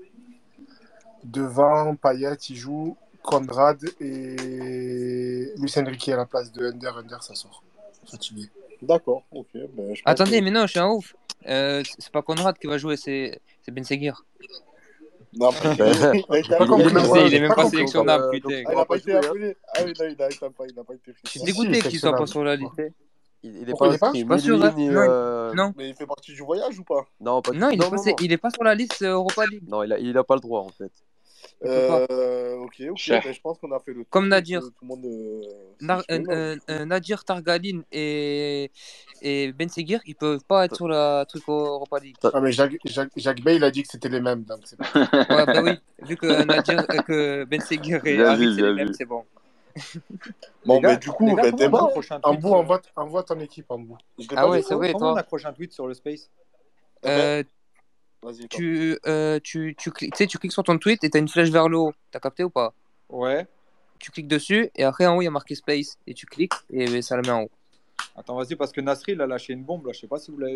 Devant, Payet, il joue. Conrad et Luis Enrique à la place de Under. Under, ça sort. Fatigué. D'accord, ok. Ben, je pense Attendez, que... mais non, je suis un ouf. Euh, c'est pas Conrad qui va jouer, c'est c'est Ben Seguir. Non, mais il a été J'ai pas appelé. compris. Il est même, Ouais, il est j'ai même pas pas compris. sélectionnable, Euh, donc putain. il Ah, il pourra n'a pas pas été jouer. Hein. appelé. Ah oui, non, il n'a pas, il n'a pas été Je suis pris. Si, si, dégoûté qu'il soit pas sélectionnable. sur la liste. hein. Il, il est Pourquoi pas il est pas inscrit, Je suis pas ni sûr, lui, hein. ni. Non, euh, non, Mais il fait partie du voyage ou pas? Non, pas du non, tout. il est Non, pas, non, sé- non. il est pas sur la liste euh, Europa League. Non, il a, il a pas le droit, en fait. Il peut pas. Euh, ok, ok. Cher. Ben, je pense qu'on a fait le tour. Comme et Nadir. que Tout le monde euh, Nar- s'exprime. euh, hein, euh, du coup. euh, Nadir Targaline et, et Ben Seguir, ils peuvent pas être sur la truc Europa League. T'as- Ah, mais Jacques, Jacques, Jacques Bay, il a dit que c'était les mêmes. Donc c'est pas... Ouais, bah oui. Vu que Nadir, euh, que Ben Seguir et Bien Harit, vu, c'est les bien mêmes, vu. c'est bon. Bon, Les gars, ben, du les coup, gars, ben, comment on débat. accroche un En tweet bout, sur... envoie, envoie ton équipe en bout. Je l'ai Ah pas ouais, dit, c'est ça? vrai, Comment on toi. accroche un tweet sur le space? Eh ben, Euh, vas-y, Tom. tu, euh, tu, tu, cliques, tu sais, tu cliques sur ton tweet et t'as une flèche vers le haut. T'as capté ou pas? Ouais. Tu cliques dessus et après en haut il y a marqué space et tu cliques et ça le met en haut. Attends, vas-y, parce que Nasri, il a lâché une bombe, là. Je sais pas si vous l'avez vu.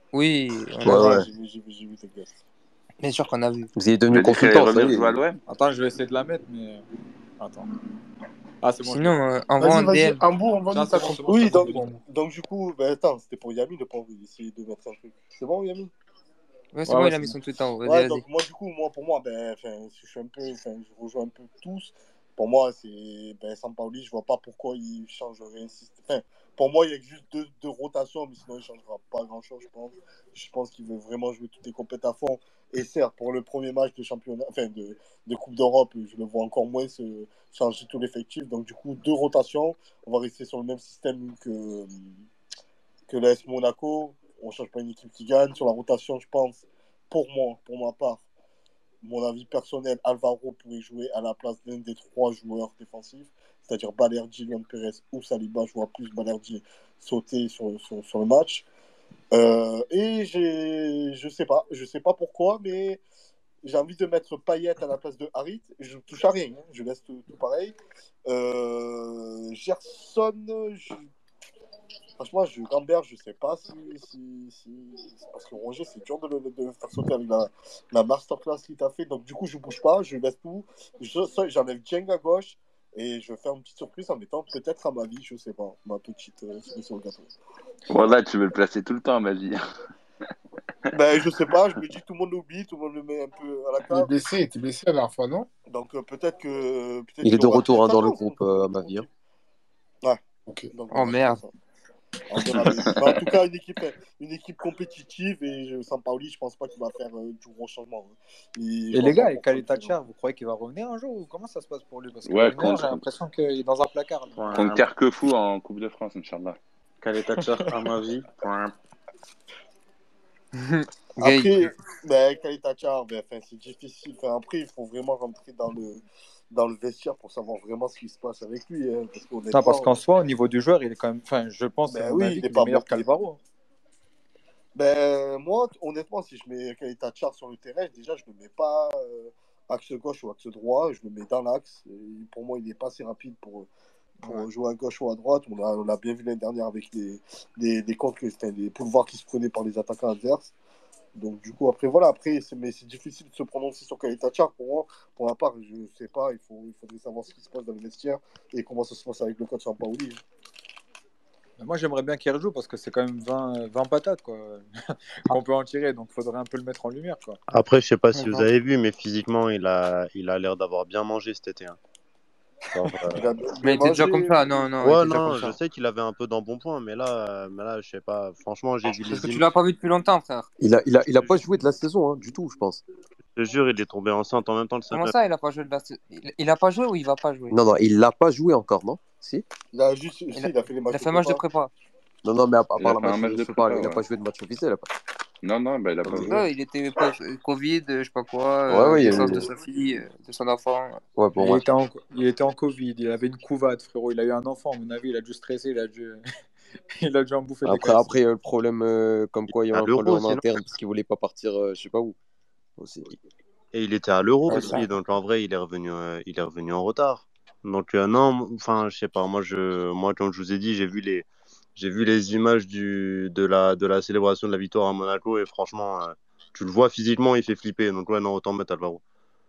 Oui, on Ouais, a ouais. vu. J'ai vu, j'ai vu, j'ai vu, t'inquiète. Bien sûr qu'on a vu. Vous êtes Tu devenus veux dire qu'elle consultants, ça revenir y jouer à est. l'O M? Attends, je vais essayer de la mettre, mais. Attends. Ah, c'est bon, je l'ai. Sinon, euh, envoie Vas-y, un vas-y, D M. Ambou, envoie-nous, Tiens, c'est c'est bon. bon, c'est bon, je Oui, t'ai donc, envoyé Ambou. donc du coup, ben attends, c'était pour Yami de pas essayer de mettre un truc. C'est bon, Yami? Ouais, c'est Ouais, bon, ouais, il a c'est mis bon. son tweet en haut. Vas-y, Ouais, vas-y. donc moi, du coup, moi, pour moi, ben, enfin, je suis un peu, enfin, je rejoins un peu tous. Pour moi, c'est, ben, Sampaoli, je vois pas pourquoi il changerait un système. Enfin, pour moi, il y a juste deux, deux rotations, mais sinon, il changera pas grand-chose, je pense. Je pense qu'il veut vraiment jouer toutes les compètes à fond. Et certes, pour le premier match de championnat, enfin, de, de Coupe d'Europe, je le vois encore moins se changer tout l'effectif. Donc, du coup, deux rotations. On va rester sur le même système que, que l'A S Monaco. On change pas une équipe qui gagne. Sur la rotation, je pense, pour moi, pour ma part, mon avis personnel, Alvaro pourrait jouer à la place d'un des trois joueurs défensifs, c'est-à-dire Balerdi, Leon Pérez ou Saliba. Je vois plus Balerdi sauter sur, sur, sur le match. Euh, et j'ai, je sais pas, je sais pas pourquoi, mais j'ai envie de mettre Payet à la place de Harit. Je touche à rien, hein, je laisse tout, tout pareil. Euh, Gerson, je... franchement, je Gambert, je sais pas si, si, si... parce que Roger, c'est dur de le, de le faire sauter avec la, la masterclass qu'il t'a fait. Donc du coup, je bouge pas, je laisse tout. Je, ça, j'enlève Dieng à gauche et je fais une petite surprise en mettant peut-être à ma vie, je sais pas, ma petite euh, cerise sur le gâteau. Voilà, tu veux le placer tout le temps, ma vie. Ben, je sais pas, je me dis tout le monde l'oublie, tout le monde le met un peu à la Il est cave. blessé, il était blessé la dernière fois, non? Donc euh, peut-être que peut-être Il est qu'il de aura retour peut-être hein, sa dans le chance. groupe, Donc, euh, euh, à ma vie. hein. ouais. Ok. Donc Oh voilà, c'est merde. ça. On verra bien. Mais en tout cas, une équipe, une équipe compétitive et je- Sampaoli, je pense pas qu'il va faire euh, du gros changement. hein. Et je Et vois les pas gars, et pourquoi il ferait. Kalita vous croyez qu'il va revenir un jour ou comment ça se passe pour lui? Parce que Ouais, Reiner, j'ai contre, l'impression qu'il est dans un placard. là. contre Point. Carquefou en Coupe de France, Inch'Allah. Kaletacher, à ma vie. Point. Gay. Après, ben, Kalita Tchar, ben, enfin, c'est difficile. Enfin, après, il faut vraiment rentrer dans le, dans le vestiaire pour savoir vraiment ce qui se passe avec lui. hein, parce Non, parce qu'honnêtement, qu'en soi, au niveau du joueur, il est quand même. Enfin, je pense, c'est ben mon oui, avis, il est qu'il est pas meilleur bon. il est- qu'Alvaro. hein. Ben, moi, t- honnêtement, si je mets Kalita Tchar sur le terrain, déjà, je ne le mets pas euh, axe gauche ou axe droit. Je le mets dans l'axe. Et pour moi, il n'est pas assez rapide pour, pour Ouais. jouer à gauche ou à droite. On l'a on l'a bien vu l'année dernière avec les, les, les contre, enfin, les pouvoirs qui se prenaient par les attaquants adverses. Donc, du coup, après, voilà, après, c'est, mais c'est difficile de se prononcer sur Kalita Tchar. Pour moi, pour ma part, je ne sais pas. Il, faut, il faudrait savoir ce qui se passe dans le vestiaire et comment ça se passe avec le coach Sampaoli. Mais moi, j'aimerais bien qu'il rejoue parce que c'est quand même vingt, vingt patates quoi, qu'on peut en tirer. Donc, il faudrait un peu le mettre en lumière. Quoi. Après, je sais pas si vous Enfin, avez vu, mais physiquement, il a, il a l'air d'avoir bien mangé cet été. hein. Genre, euh, Il a bien Mais il était déjà comme mangé. ça. Non, non, il Ouais, était déjà comme non, je ça. sais qu'il avait un peu d'embonpoint, mais là, euh, mais là, je sais pas. Franchement, j'ai vu Parce que les tu images. l'as pas vu depuis longtemps, frère. Il a, il a, il a Je pas te joué de la saison, hein, du tout, je pense. je te jure, il est tombé enceinte en même temps le Comment cinq neuf. ça, il a pas joué de la... il, il a pas joué ou il va pas jouer? Non, non, il l'a pas joué encore, non? Si? Il a juste, Il si, a, il a fait les il matchs a de fait un match de prépa. prépa. Non, non, mais à, à Il part a la fait un match, match je de sais pas, prépa, il a ouais. pas joué de match officiel. Après. Non, non, bah, il a pas joué. Ouais, il était pas Covid, euh, je sais pas quoi, Ouais, euh, ouais, il y a naissance eu- de sa fille, euh, de son enfant. ouais, pour Il moi. était, en, il était en Covid, il avait une couvade, frérot. Il a eu un enfant, à mon avis, il a dû stresser, il a dû, il a dû en bouffer des Après, K F C. après, il y a eu le problème, euh, comme quoi il y À avait un l'Euro problème en aussi, non? interne parce qu'il voulait pas partir, euh, je sais pas où. Aussi. Et il était à l'Euro Ouais, aussi, ça. donc en vrai, il est revenu, euh, il est revenu en retard. Donc euh, non, enfin, je sais pas. Moi, je, moi, comme je vous ai dit, j'ai vu les, j'ai vu les images du, de la, de la célébration de la victoire à Monaco et franchement, euh, tu le vois physiquement, il fait flipper. Donc ouais, non, autant mettre Alvaro.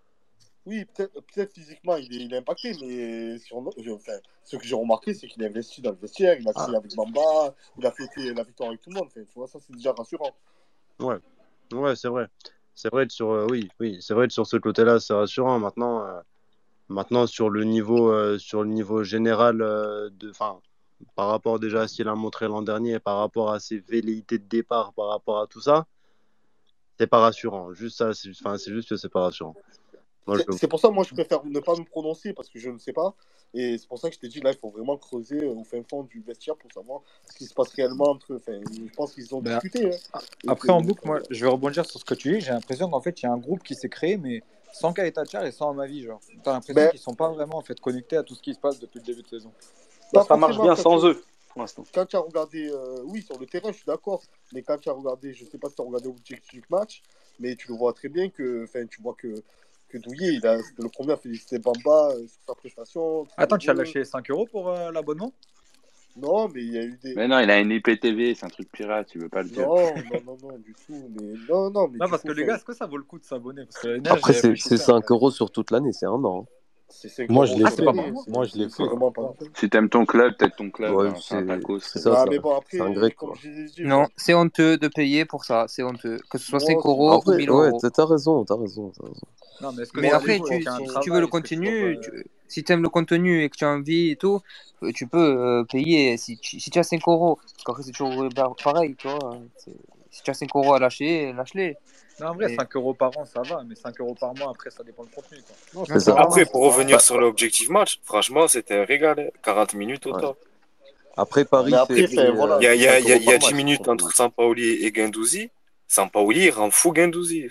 Oui, peut-être peut-être physiquement, il est, il est impacté, mais sur, je- enfin, ce que j'ai remarqué, c'est qu'il a investi dans le vestiaire, il a Ah, crié avec Bamba, il a fêté la victoire avec tout le monde. Enfin, tu vois, ça, c'est déjà rassurant. Ouais, ouais, c'est vrai. C'est vrai que sur, euh, oui, oui, c'est vrai que sur ce côté-là, c'est rassurant. Maintenant, euh, maintenant sur le niveau, euh, sur le niveau général, euh, de, enfin, par rapport déjà à ce qu'il a montré l'an dernier, par rapport à ses velléités de départ, par rapport à tout ça, c'est pas rassurant. Juste ça, c'est, enfin, c'est juste que c'est pas rassurant. Moi, je C'est le c'est pour ça, moi, je préfère ne pas me prononcer parce que je ne sais pas. Et c'est pour ça que je t'ai dit, là, il faut vraiment creuser au fin fond du vestiaire pour savoir ce qui se passe réellement entre eux. Enfin, je pense qu'ils ont Ben, discuté. Hein, et après, que, en boucle, enfin, moi, voilà. je vais rebondir sur ce que tu dis. J'ai l'impression qu'en fait, il y a un groupe qui s'est créé, mais sans Kaleta et sans Amavi. Genre, t'as l'impression Ben, qu'ils sont pas vraiment en fait connectés à tout ce qui se passe depuis le début de saison. Bah, pas ça marche forcément bien quand sans tu, eux, pour l'instant. quand tu as regardé, euh, oui, sur le terrain, je suis d'accord, mais quand tu as regardé, je ne sais pas si tu as regardé l'objectif du match, mais tu le vois très bien que, enfin, tu vois que, que Douillet, il a, c'était le premier à féliciter Bamba euh, sur sa prestation, très Attends, tu as heureux. lâché cinq euros pour euh, l'abonnement? Non, mais il y a eu des. Mais non, il a une I P T V, c'est un truc pirate, tu veux pas le dire. Non, non, non, non, du tout. Mais non, non, mais Non, du parce coup, que les enfin, gars, est-ce que ça vaut le coup de s'abonner? Parce que l'année dernière, Après, j'ai c'est réfléchi c'est ça. cinq euros sur toute l'année, c'est un an. c'est cinq Moi, je euros l'ai Ah, sur c'est pas fait. par l'année. mois? C'est Moi, je l'ai c'est- c'est fait. vraiment pas mal. Si t'aimes ton club, peut-être ton club, Ouais, hein, c'est un c'est tacos. c'est euh, ça, Ah, c'est mais un, bon, c'est un après, grec, comme quoi. je l'ai dit, Non, enfin, c'est honteux de payer pour ça, c'est honteux. Que ce soit cinq moi, c'est euros ou Après, mille ouais, euros. t'as t'as raison, t'as raison, t'as raison. Non, mais est-ce que Mais c'est à moi, du après, l'époque coup, tu, qu'il y a un si, si tu travail? veux le Est-ce que tu dois contenu, pas- tu- si tu aimes le contenu et que tu as envie et tout, euh, tu peux euh, payer. Si tu, si tu as cinq euros, parce qu'après c'est toujours euh, bah, pareil, tu vois. c'est- Si tu as cinq euros à lâcher, lâche-les. Non, en vrai, Mais cinq euros par an, ça va, mais cinq euros par mois, après, ça dépend du contenu, quoi. non, ouais, C'est c'est c'est ça. pas ça. Après, c'est pour pas revenir Bah, sur l'objectif match, franchement, c'était un régal. hein. quarante minutes au ouais. top. Après, Mais Paris, après, c'est enfin, c'est, voilà, euh, Il y a, il c'est y a, cinq il y a, euros il y a par dix match. minutes entre Sampaoli et Guendouzi. Sampaoli, il rend fou Guendouzi.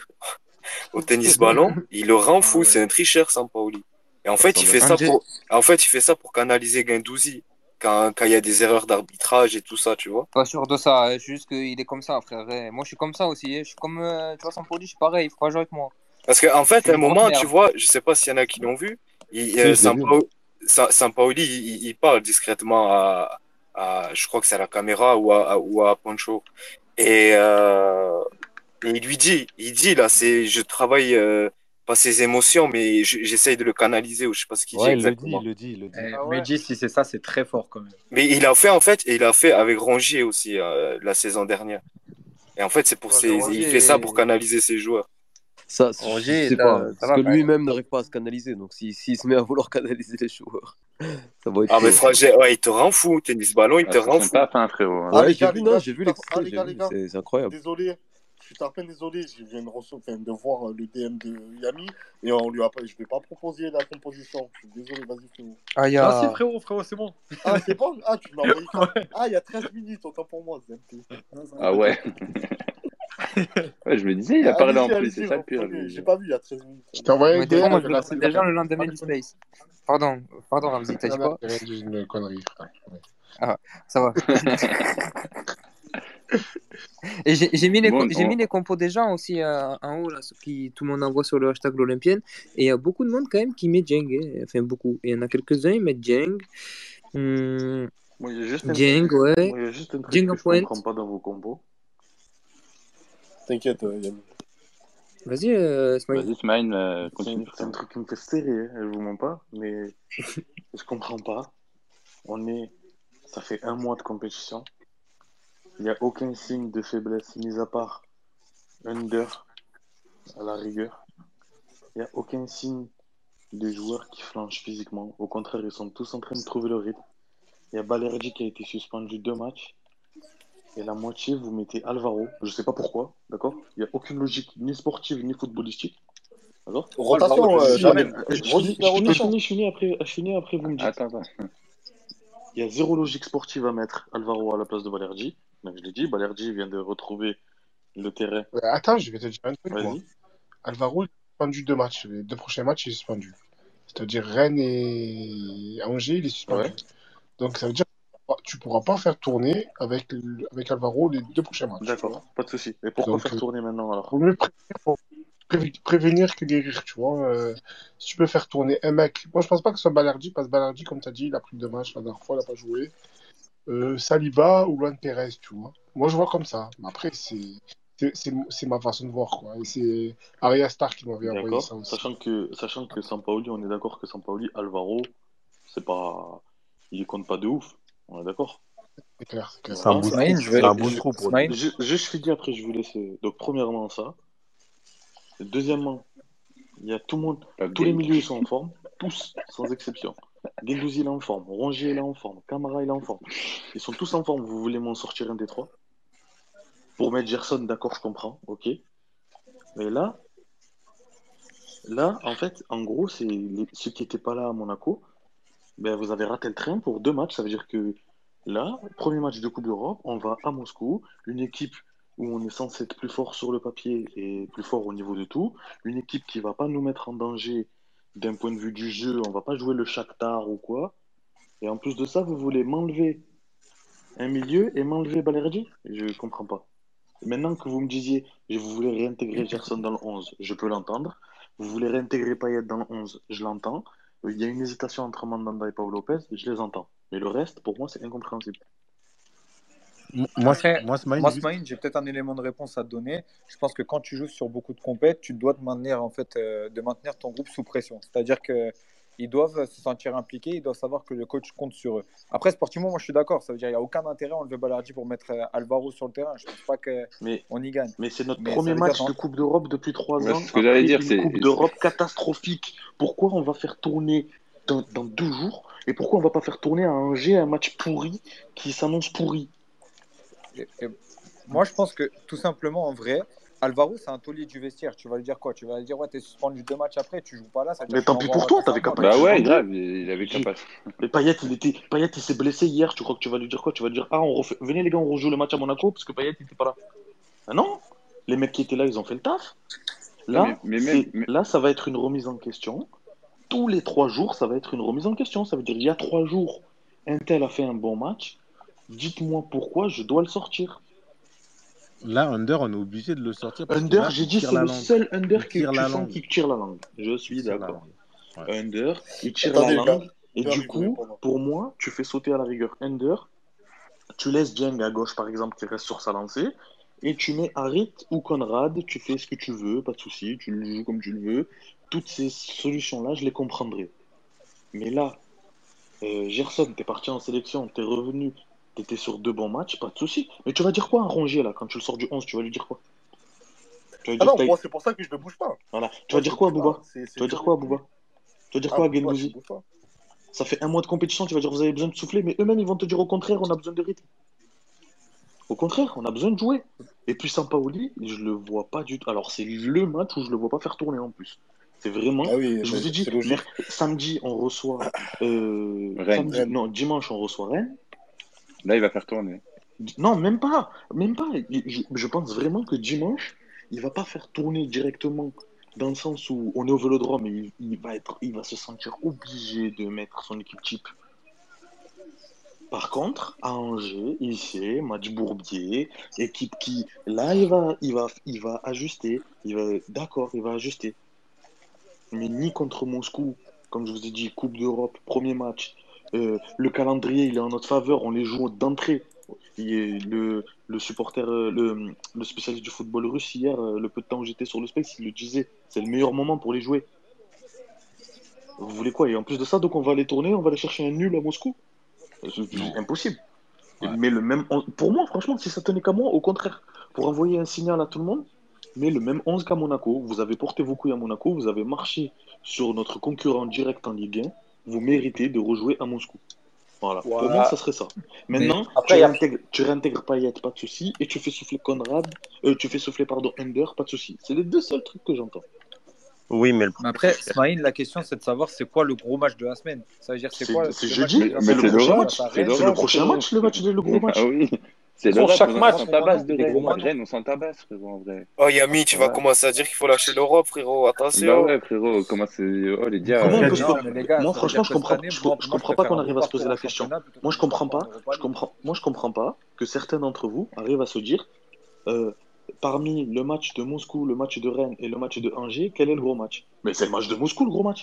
Au tennis ballon, il le rend Ah fou. C'est ouais. un tricheur, Sampaoli. Et en Ah, fait, c'en il est fait un. ça Angé- pour, en fait, il fait ça pour canaliser Guendouzi. Quand, quand il y a des erreurs d'arbitrage et tout ça, tu vois. Pas sûr de ça, hein, c'est juste qu'il est comme ça, frère. Et moi, je suis comme ça aussi. hein. Je suis comme, euh, tu vois, Sampoli, je suis pareil, il faut pas jouer avec moi. Parce qu'en Je fait, suis à un une grosse moment, tu merde. vois, je sais pas s'il y en a qui l'ont vu, il, Si, euh, je l'ai vu, moi. Sampao- Sa- Sampaoli, il, il parle discrètement à, à- je crois que c'est à la caméra ou à, à- ou à Poncho. Et, euh, et il lui dit, il dit là, c'est, je travaille euh, pas ses émotions, mais je- j'essaye de le canaliser, ou je sais pas ce qu'il dit Ouais, il le dit, il exactement. le dit, il le dit. Eh, Ah ouais. Mehdi, si c'est ça, c'est très fort quand même. Mais il a fait en fait, et il a fait avec Rongier aussi euh, la saison dernière. Et en fait, c'est pour Ouais, mais ses, il fait ça pour Roger, canaliser ses joueurs. Ça, je Roger, sais t'as- pas. ça Parce va que quand même. lui-même n'arrive pas à se canaliser. Donc, s'il s'il se met à vouloir canaliser les joueurs, ça va être Ah mais chaud. franchement, ouais, il te rend fou, tennis ballon, il Ah, te c'est rend son fou. taf, hein, frérot. hein. Ah, Ouais, les j'ai gars, vu, les non, gars, j'ai je vu suis ah, l'extrait, les j'ai gars, les vu. gars, C'est c'est incroyable. désolé. Je suis à peine désolé, je viens de, recevoir, enfin, de voir euh, le D M de Yami et on lui a pas, je vais pas proposer la composition. Je suis désolé, vas-y, frérot. Ah, il y Non, si, a. frérot, frérot, c'est bon. Ah, c'est bon? Ah, tu me l'as envoyé quand? Ouais. Ah, il y a treize minutes, autant pour moi, Z M P. Non, ça va, Ah ouais. t'inquiète. Ouais, je me disais, il a parlé en Allez-y, plus, allez-y, c'est ça le pire. je reprenez. me J'ai disais. pas vu il y a treize minutes. Je t'ai envoyé un Mais de toute façon, D M, moi, je je vais le la sais déjà le lendemain pas du Space. Pardon, pardon, Ramzi, t'as dit Non, non, quoi? j'ai rien dit, une connerie, frère. Ouais. Ah, ça va. Et j'ai j'ai mis les, co- Bon, j'ai mis on- les compos des gens aussi euh, en haut, là, ceux qui tout le monde envoie sur le hashtag l'Olympienne. Et il y a beaucoup de monde quand même qui met Jeng. hein. Enfin, beaucoup. Il y en a quelques-uns, ils mettent Jeng. Hum, Moi, il y a juste un Jeng, truc, ouais. moi, il y a juste un truc Jeng que en je pointe. comprends pas dans vos combos. T'inquiète, euh, Yami. Vas-y, euh, Smile. Vas-y, Smile, euh, C'est un, continue, c'est un frère. truc qui me fait serrer, hein, je vous mens pas, mais je comprends pas. On est, ça fait un mois de compétition. Il n'y a aucun signe de faiblesse, mis à part Under à la rigueur. Il n'y a aucun signe de joueurs qui flanchent physiquement. Au contraire, ils sont tous en train de trouver le rythme. Il y a Balerdi qui a été suspendu deux matchs. Et la moitié, vous mettez Alvaro. Je sais pas pourquoi, d'accord? Il n'y a aucune logique, ni sportive, ni footballistique. D'accord? Rotation, Euh, euh, si, Jamel. euh, je, finis, je, finis, je finis, je finis, après, je finis, après vous me dites. Attends, attends. Il y a zéro logique sportive à mettre Alvaro à la place de Balerdi. Donc je l'ai dit, Balerdi vient de retrouver le terrain. Euh, Attends, je vais te dire un truc, moi. Vas-y. Alvaro, il est suspendu deux matchs. Les deux prochains matchs, il est suspendu. C'est-à-dire Rennes et Angers, il est suspendu. Ouais. Donc ça veut dire que tu ne pourras pas faire tourner avec, le- avec Alvaro les deux prochains matchs. tu vois. D'accord, pas de souci. Et pourquoi Donc, faire euh, tourner maintenant alors? vaut mieux prévenir, faut prévi- prévenir que guérir, tu vois. Euh, si tu peux faire tourner un mec. Moi, je pense pas que ce soit Balerdi, parce que Balerdi, comme tu as dit, il a pris deux matchs la dernière fois, il n'a pas joué. Euh, Saliba ou Luan Pérez, tu vois. Moi, je vois comme ça. Mais après, c'est c'est- c'est- c'est ma façon de voir, quoi. Et c'est Arya Star qui m'avait envoyé ça D'accord. aussi. Sachant que, sachant que Sampaoli, on est d'accord que Sampaoli, Alvaro, c'est pas. Il compte pas de ouf. On est d'accord. C'est clair, c'est clair. C'est un Voilà. bout de Smaïn, trou. je C'est vais. un bout de je- trou pour lui. Smaïn, Je, je, je finis après, je vous laisse. Donc, premièrement, ça. Deuxièmement, il y a tout le monde, Pas tous les Genk. milieux sont en forme, tous, sans exception. Guendouzi il est en forme, Rongier il est en forme, Camara il est en forme. Ils sont tous en forme. Vous voulez m'en sortir un des trois? Pour mettre Gerson, d'accord, je comprends, ok. Mais là, là, en fait, en gros, c'est les- ceux qui n'étaient pas là à Monaco, ben, vous avez raté le train pour deux matchs. Ça veut dire que là, premier match de Coupe d'Europe, on va à Moscou, une équipe où on est censé être plus fort sur le papier et plus fort au niveau de tout, une équipe qui va pas nous mettre en danger d'un point de vue du jeu, on va pas jouer le Shakhtar ou quoi. Et en plus de ça, vous voulez m'enlever un milieu et m'enlever Balerdi? Je comprends pas. Maintenant que vous me disiez, je vous voulez réintégrer Gerson dans le onze, je peux l'entendre. Vous voulez réintégrer Payet dans le onze, je l'entends. Il y a une hésitation entre Mandanda et Pau Lopez, je les entends. Mais le reste, pour moi, c'est incompréhensible. Moi, Après, moi Smaïn, moi, juste. Smaïn, j'ai peut-être un élément de réponse à te donner. Je pense que quand tu joues sur beaucoup de compètes, tu dois te maintenir, en fait, euh, de maintenir ton groupe sous pression. C'est-à-dire que ils doivent se sentir impliqués, ils doivent savoir que le coach compte sur eux. Après, sportivement, moi, je suis d'accord. Ça veut dire qu'il n'y a aucun intérêt à enlever Balerdi pour mettre euh, Alvaro sur le terrain. Je ne pense pas Mais, qu'on y gagne. mais c'est notre Mais ça premier veut dire match dans- de Coupe d'Europe depuis trois Ouais, ans, c'est ce que j'allais après dire. une C'est Coupe d'Europe catastrophique. Pourquoi on va faire tourner dans, dans deux jours et pourquoi on va pas faire tourner à Angers un match pourri qui s'annonce pourri? Et- et moi, je pense que tout simplement, en vrai, Alvaro, c'est un taulier du vestiaire. Tu vas lui dire quoi? Tu vas lui dire, ouais, t'es suspendu deux matchs après, tu joues pas là, ça veut dire Mais que tu tant pis m'envoies en pour toi, vacances t'avais un qu'à mois. pas Bah être ouais, suspendu. grave, il avait qu'à J'ai- pas. Mais Payet, il était, Payet, il s'est blessé hier. Tu crois que tu vas lui dire quoi? Tu vas lui dire, ah, on refait... venez les gars, on rejoue le match à Monaco parce que Payet, il était pas là. Ah non, les mecs qui étaient là, ils ont fait le taf. Non, mais, Là, mais même. c'est... mais- là, ça va être une remise en question. Tous les trois jours, ça va être une remise en question. Ça veut dire, il y a trois jours, un tel a fait un bon match. Dites-moi pourquoi je dois le sortir. Là, Under, on est obligé de le sortir parce que Under, là, j'ai il dit, tire c'est la le langue. seul Under Il que tire tu la sens langue. qui tire la langue. Je Il suis tire la d'accord. langue. Ouais. Under, il tire la Attendez, les gars. langue. Et Under, du il veut coup, répondre. pour moi, tu fais sauter à la rigueur Under. Tu laisses Dieng à gauche, par exemple, qui reste sur sa lancée. Et tu mets Harit ou Conrad. Tu fais ce que tu veux, pas de souci. Tu le joues comme tu le veux. Toutes ces solutions-là, je les comprendrai. Mais là, euh, Gerson, t'es parti en sélection, t'es revenu, t'étais sur deux bons matchs, pas de souci. Mais tu vas dire quoi à Rongier, là, quand tu le sors du onze, tu vas lui dire quoi? Tu vas Ah dire non, que t'as- moi, c'est pour ça que je ne bouge pas. Voilà. Tu Moi, vas je dire ne quoi à bouge Bouba? pas. C'est Tu c'est vas dur dire de quoi à plus. Bouba? Tu vas dire Ah, quoi à Bouba, je ne Gendouzi? bouge pas. Ça fait un mois de compétition, tu vas dire vous avez besoin de souffler, mais eux-mêmes ils vont te dire au contraire, on a besoin de rythme. Au contraire, on a besoin de jouer. Et puis Sampaoli, je le vois pas du tout. Alors c'est le match où je le vois pas faire tourner en plus. C'est vraiment. Ah oui, Je mais vous ai dit, c'est logique. mer- samedi on reçoit. euh, Rennes. samedi, Rennes. non, dimanche on reçoit Rennes. Là, il va faire tourner. Di- Non, même pas, même pas. Il- Je, je pense vraiment que dimanche, il va pas faire tourner directement dans le sens où on est au Vélodrome et il, il va être, il va se sentir obligé de mettre son équipe type. Par contre, à Angers, il sait, Match Bourbier, équipe qui, là, il va, il va, il va ajuster, il va, d'accord, il va ajuster. Mais ni contre Moscou, comme je vous ai dit, Coupe d'Europe, premier match. Euh, le calendrier, il est en notre faveur, on les joue d'entrée. Et le, le supporter, euh, le, le spécialiste du football russe, hier, euh, le peu de temps où j'étais sur le Space, il le disait, c'est le meilleur moment pour les jouer. Vous voulez quoi? Et en plus de ça, donc on va aller tourner, on va aller chercher un nul à Moscou? C'est Non. impossible. Ouais. Mais le même, on- pour moi, franchement, si ça tenait qu'à moi, au contraire, pour envoyer un signal à tout le monde, mais le même onze qu'à Monaco, vous avez porté vos couilles à Monaco, vous avez marché sur notre concurrent direct en Ligue un, vous méritez de rejouer à Moscou. Voilà. Pour moi, ça Ouais. serait ça. Mais Maintenant, tu Après, il y a... réintègres, tu réintègres Payet, pas de souci, et tu fais souffler Conrad, euh, tu fais souffler, pardon, Under, pas de souci. C'est les deux seuls trucs que j'entends. Oui, mais le mais après, Smaïn, la question, c'est de savoir c'est quoi le gros match de la semaine. Ça veut dire, c'est C'est quoi c'est le match jeudi, qui va Mais c'est faire le c'est prochain l'Europe. match. face à C'est Rennes? C'est le l'Europe, prochain frérot. match, le match, le gros Ah match. oui. C'est Gros, l'Europe. chaque On, match, on Pour moi, tabasse non. de les Rennes. gros Pour moi, matchs. non. Rennes, on s'en tabasse, frérot, en vrai. Oh, Yami, tu vas Ouais. commencer à dire qu'il faut lâcher l'Europe, frérot. Bah Attention. ouais, frérot. Comment c'est. Oh, les gars. Comment on euh, peut se Non, po- mais les gars, Moi, ça veut franchement, dire je que cette comprends, année, je, moi, je moi, je comprends pas préfère qu'on un beau arrive à se poser parcours en la question. championnat plutôt Moi, qu'un je beau comprends parcours en pas, Europa je League. comprends, moi, je comprends pas que certains d'entre vous arrivent à se dire, euh, parmi le match de Moscou, le match de Rennes et le match de Angers, quel est le gros match? Mais c'est le match de Moscou, le gros match.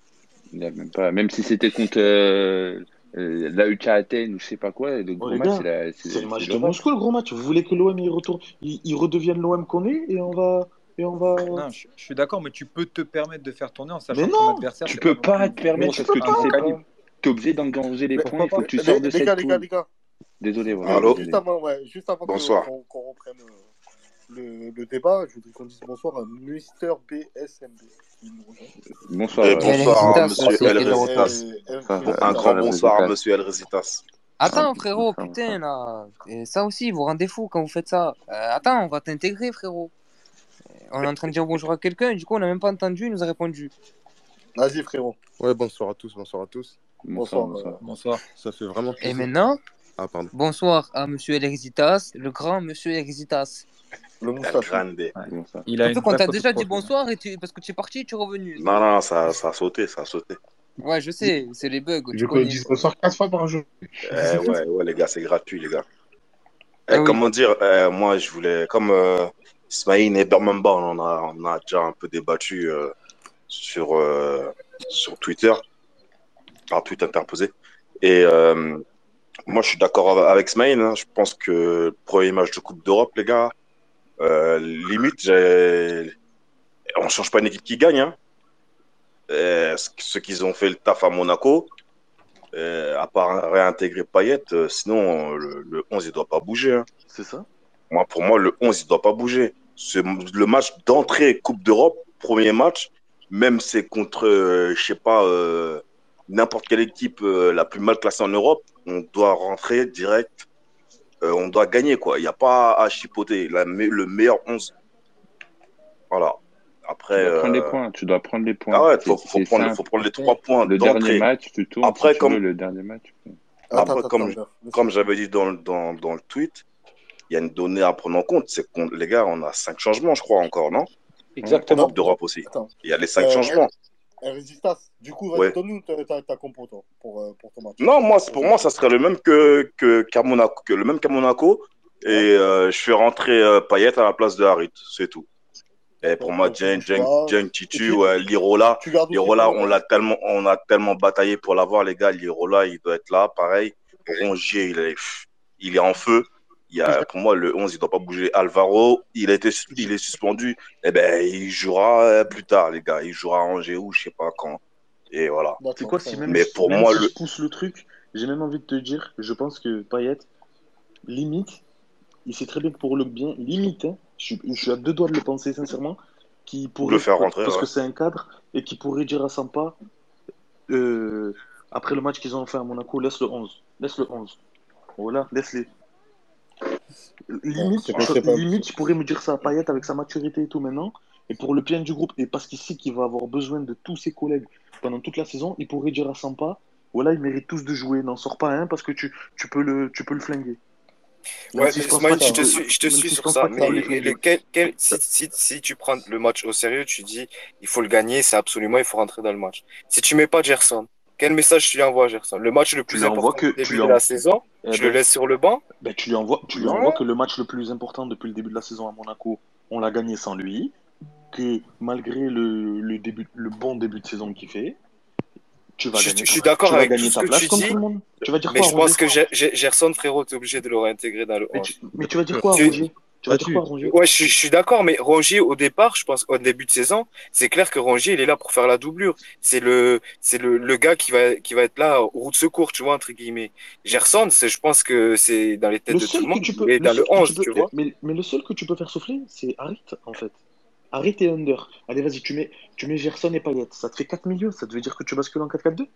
il y a même pas. Même si c'était contre euh, euh, l'A U K Athènes ou je sais pas quoi, le Oh gros les match, c'est gars, la... c'est le c'est match c'est de l'Europe. Moscou, le gros match. Vous voulez que l'O M il retourne, il, il redevienne l'O M qu'on est et on va, et on va. Non, je, je suis d'accord, mais tu peux te permettre de faire tourner en Mais sachant que ton non, adversaire, Tu c'est pas peux non pas plus te un permettre gros, tu parce peux que tu un gros sais pas. calibre. pas. T'es obligé d'engranger les Mais, points. Il Pourquoi faut pas? que tu les, sors de les gars, cette les gars, poule. les gars, Désolé, voilà, Allô? juste désolé. avant, ouais, juste avant que- Bonsoir. qu'on qu'on reprenne euh, le, le débat, je voudrais qu'on dise bonsoir à Mister B S M B qui nous rejoint. Bonsoir. Et euh, El bonsoir à Recitas monsieur aussi, El qui est de Et, retour. Resitas. et- et- Bonsoir, et- Bon, euh, un et- grand bonsoir, bonsoir à Rositas. monsieur El Resitas. Ah, Attends, frérot, bonsoir, putain, bonsoir. là. Et ça aussi, vous rendez fou quand vous faites ça. Euh, attends, on va t'intégrer, frérot. On est en train de dire bonjour à quelqu'un, et du coup, on n'a même pas entendu, il nous a répondu. Vas-y, frérot. Ouais, bonsoir à tous, bonsoir à tous. Bonsoir, Bonsoir. bonsoir. euh, Bonsoir. Ça fait vraiment Et plaisir. maintenant, Ah, pardon. bonsoir à monsieur El Recitas, le grand monsieur El Recitas. le El moustachu. Grande. Ouais. Bonsoir. Il a Surtout une qu'on vraie t'a photo de déjà dit profil. bonsoir et tu... parce que tu es parti et tu es revenu. Non, non, ça, ça a sauté, ça a sauté. Ouais, je sais, c'est les bugs, Je tu veux qu'on connais. dise bonsoir quatre fois par jour. Eh, ouais, ouais, les gars, c'est gratuit, les gars. Eh, Ah oui. comment dire, eh, moi, je voulais, comme euh, Ismaïl et Bermamba, on en a, on a déjà un peu débattu euh, sur, euh, sur Twitter, par tweet interposé. Et euh, moi, je suis d'accord avec Smaïn. Hein. Je pense que le premier match de Coupe d'Europe, les gars, euh, limite, j'ai... on change pas une équipe qui gagne. Hein. Euh, ceux qui ont fait le taf à Monaco, euh, à part réintégrer Payet, euh, sinon le, le onze il doit pas bouger. Hein. C'est ça. Moi, pour moi, le onze il doit pas bouger. C'est le match d'entrée Coupe d'Europe, premier match, même c'est contre, euh, je sais pas, euh, n'importe quelle équipe euh, la plus mal classée en Europe, on doit rentrer direct, euh, on doit gagner quoi. Il n'y a pas à chipoter. La, le meilleur onze. Voilà. Après, Tu dois prendre les euh, points. Tu dois prendre les points. ah ouais, C'est faut, faut c'est prendre, simple. faut prendre les trois points Le dernier d'entrée. match, tu tournes. Si Après, tu comme, veux, le dernier match. Attends, après, attends, comme, attends. comme j'avais dit dans, le- dans, dans le tweet, il y a une donnée à prendre en compte. C'est que, les gars, on a cinq changements, je crois, encore, non? En Exactement. Coupe d'Europe aussi. Attends. Il y a les cinq Euh, changements. eh, Résistas, du coup, vas-y, Ouais. donne-nous ta, ta, ta compo, toi, pour, euh, pour ton match. Non, moi, c'est- pour moi, ça serait le même que, que, qu'à Monaco, que le même qu'à Monaco. Et euh, je fais rentrer euh, Payet à la place de Harit. C'est tout. Et pour moi, Donc, tu Jeng, bouges Jeng, pas. Jeng Et Titu, puis, ouais, Lirola. tu gardes aussi Lirola, Paul on Lopez. l'a tellement, on a tellement bataillé pour l'avoir, les gars. Lirola, il doit être là. Pareil. Rongier, il est, pff, il est en feu. Il y a, pour moi, le onze, il ne doit pas bouger. Alvaro, il, a été, il est suspendu. Eh ben, il jouera euh, plus tard, les gars. Il jouera à Angers ou je sais pas quand. Et voilà. Tu sais quoi, si même, Mais si- pour même moi, si le. je pousse le truc, j'ai même envie de te dire, je pense que Payet, limite, il sait très bien que pour le bien, limite, hein, je, suis, je suis à deux doigts de le penser sincèrement, qui pourrait, le faire rentrer, parce ouais. que c'est un cadre, et qui pourrait dire à Sampa, euh, après le match qu'ils ont fait à Monaco, laisse le onze. Laisse le onze. Voilà, laisse-les. Limite, c'est pas- je, c'est pas- limite, je pourrais me dire ça à Payet avec sa maturité et tout maintenant. Et pour le bien du groupe, et parce qu'il sait qu'il va avoir besoin de tous ses collègues pendant toute la saison, il pourrait dire à Sampa, voilà, ils méritent tous de jouer, n'en sors pas un parce que tu, tu, peux, le, tu peux le flinguer. Même Ouais, si mais je pense Smaïn, pas je qu'il te peut- suis, je te même suis si je sur pense ça. pas qu'il Mais peut les flinguer. lequel, quel- si, si, si tu prends le match au sérieux, tu dis il faut le gagner, c'est absolument, il faut rentrer dans le match. Si tu mets pas Gerson, quel message tu lui envoies à Gerson? Le match le Tu plus lui envoies important que du tu début lui de envoies. la saison, Eh tu le ben, laisses sur le banc? ben, tu lui envoies, tu lui Non. envoies que le match le plus important depuis le début de la saison à Monaco, on l'a gagné sans lui, que malgré le, le début, le bon début de saison qu'il fait, tu vas Je, gagner je suis ta, d'accord tu vas avec tout gagner ce ta que place tu comme dis, tout le monde. Tu vas dire mais quoi, je pense Rongier? que Ge- Ge- Gerson, frérot, t'es obligé de le réintégrer dans le Mais onze. tu, mais tu vas dire quoi, Tu- Rongier? Tu vas dire tu- quoi, Rongier? Ouais, je, suis- je suis d'accord, mais Rongier, au départ, je pense, au début de saison, c'est clair que Rongier, il est là pour faire la doublure. C'est le, c'est le, le gars qui va, qui va être là, au roue de secours, tu vois, entre guillemets. Gerson, c'est, je pense que c'est dans les têtes Le de tout seul le que monde. tu Il peux, est le dans le seul que tu onze, peux, tu vois. mais, mais le seul que tu peux faire souffler, c'est Harit, en fait. Harit et Under. Allez, vas-y, tu mets, tu mets Gerson et Payet. Ça te fait quatre milieux. Ça te veut dire que tu bascules en quatre quatre deux?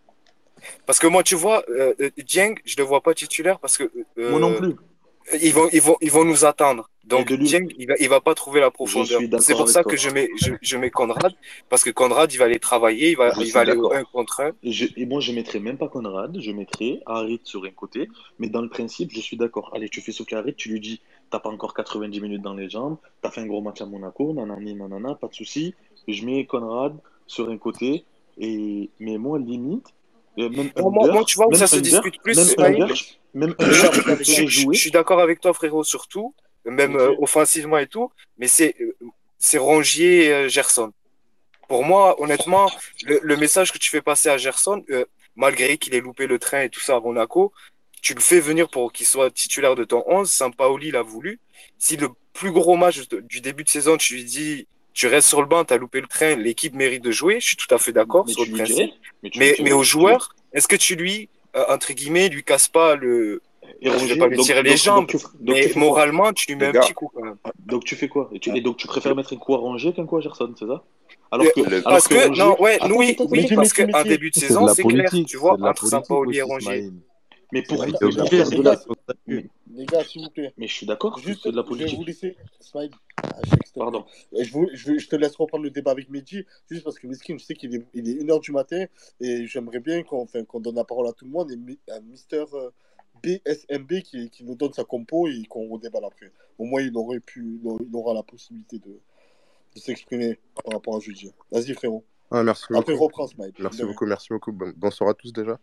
Parce que moi, tu vois, euh, euh, Dieng, je le vois pas titulaire parce que euh, Moi non plus. ils vont, ils vont, ils vont nous attendre. Et Donc, de lui, Dieng, il va, il va pas trouver la je profondeur. suis C'est d'accord pour avec ça toi. que je mets, je, je mets Conrad, parce que Conrad, il va aller travailler, il va, Je il suis va aller au d'accord. un contre un. Et, je- et moi, je mettrais même pas Conrad, je mettrais Harit sur un côté. Mais dans le principe, je suis d'accord. Allez, tu fais souffler Harit, tu lui dis, t'as pas encore quatre-vingt-dix minutes dans les jambes, t'as fait un gros match à Monaco, nanani, nanana, pas de souci. Je mets Conrad sur un côté. Et, mais moi, limite, euh, même Non, moi, moi, Under, tu vois où même ça se Under, discute plus, même Smaïn? Under, même Je, Les Under, gars, les tu gars, le les je- gars. ferais je- jouer. je suis d'accord avec toi, frérot, surtout, même euh, Ok. offensivement et tout, mais c'est euh, c'est Rongier et euh, Gerson. Pour moi, honnêtement, le, le message que tu fais passer à Gerson, euh, malgré qu'il ait loupé le train et tout ça à Monaco, tu le fais venir pour qu'il soit titulaire de ton onze. Sampaoli l'a voulu. Si le plus gros match de- du début de saison, tu lui dis, tu restes sur le banc, tu as loupé le train, l'équipe mérite de jouer, je suis tout à fait d'accord Mais sur tu le lui principe. dirais, mais tu lui Mais, mais dirais, aux tu, joueurs, est-ce que tu lui, euh, entre guillemets, lui casses pas le. et Je vais Rongier, pas lui donc, tirer les donc, donc, jambes, tu, donc tu mais fais quoi? moralement, tu lui mets Les un gars, petit coup quand même. Donc tu fais quoi? Et, tu- on- et donc tu préfères le, mettre un coup à Rongier qu'un coup à Gerson, c'est ça? Alors Euh, que, le- alors Parce que que, Rongier. non, ouais, Attends, oui, attends, oui, attends, parce Mettez, qu'un mettez. début de C'est de saison, la c'est clair, politique, tu vois, c'est de la entre politique Sampaoli et aussi, Rongier. Smaïn. mais pour, Les Smaïn, gars, t'es mais les pour gars, obligé de faire les des. gars, remettre au statut. Mais, les gars, s'il vous plaît. mais je suis d'accord que Juste, c'est de la je vais vous politique. laisser. Smile. Ah, je sais que s'il te plaît. Pardon. Et Je, vous, je, vais- je te laisse reprendre le débat avec Mehdi, juste parce que Miskin, je sais qu'il est, il est une heure du matin et j'aimerais bien qu'on enfin, qu'on donne la parole à tout le monde et Mi- à Mister euh, B S M B qui, qui nous donne sa compo et qu'on redéballe après. Au moins, il aurait pu, il aura il aura la possibilité de, de s'exprimer par rapport à jeudi. Vas-y, frérot. Ah, merci Après, beaucoup. reprends, Smile. Merci De rien. beaucoup, merci beaucoup. Bon- bonsoir à tous déjà.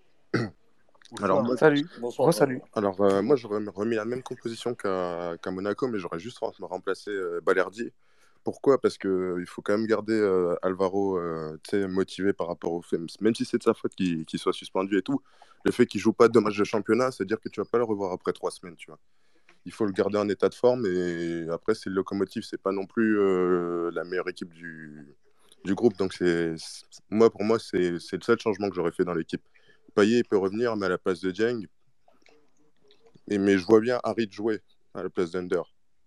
Alors Bonsoir. moi, Salut. Bonsoir. Re-salut. alors, euh, moi j'aurais remis la même composition qu'à qu'à Monaco, mais j'aurais juste rem- remplacé euh, Balerdi Pourquoi? Parce que il faut quand même garder euh, Alvaro euh, tu sais, motivé par rapport au fait. Même si c'est de sa faute qu'il qu'il soit suspendu et tout, le fait qu'il joue pas deux matchs de championnat, c'est-à-dire que tu vas pas le revoir après trois semaines, tu vois. Il faut le garder en état de forme et après, c'est le Locomotive, c'est pas non plus euh, la meilleure équipe du, du groupe. Donc, c'est, c'est- moi, pour moi, c'est c'est le seul changement que j'aurais fait dans l'équipe. Payet il peut revenir, mais à la place de Dieng. Et, mais je vois bien Harit jouer à la place d'Under.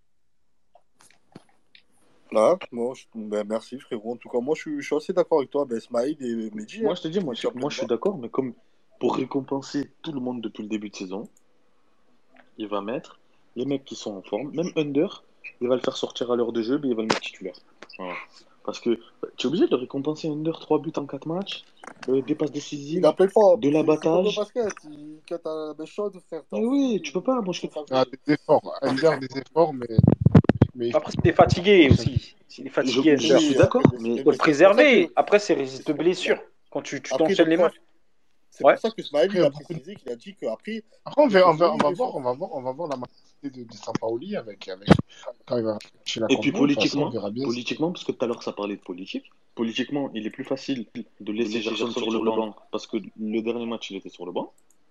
Ah, bon, je- ben, merci frérot. En tout cas, moi je suis, je suis assez d'accord avec toi, ben, Smaïd et Mehdi. Moi, Hein. je te dis, moi, Tu je, as plein moi, de je suis droits. d'accord, mais comme pour récompenser tout le monde depuis le début de saison, il va mettre les mecs qui sont en forme, même Under, il va le faire sortir à l'heure de jeu, mais il va le mettre titulaire. Voilà. Parce que tu es obligé de le récompenser Under, trois buts en quatre matchs, euh, des passes Il décisives, a plein de fois. de C'est c'est comme le l'abattage. basket. Il, quand t'as la main chaude, frère, t'es Mais en oui, feu. tu peux pas. Moi, je Faut fais. faire Ah, jouer. des efforts. Under, des efforts, mais, mais il faut Après, s'il est fatigué aussi. S'il est Je, fatigué, je Under. suis Oui, d'accord, mais, mais Il faut mais le c'est pour ça que. préserver. Après, c'est risque de c'est- blessure. Quand tu tu Après, t'enchaînes le les bref, matchs. c'est Ouais. pour ça que Smaïd après, il il y a a beaucoup de... précisé qu'il a dit qu'après, Après, on il va, on va, faisait on va voir, l'effort. on va voir, on va voir la mentalité de, de Sampaoli avec, avec, quand il va chez la Et puis compo. De toute façon, on politiquement, verra bien. si- politiquement, parce que tout à l'heure ça parlait de politique, politiquement, il est plus facile de laisser Gerson sur le banc parce que le dernier match il était sur le banc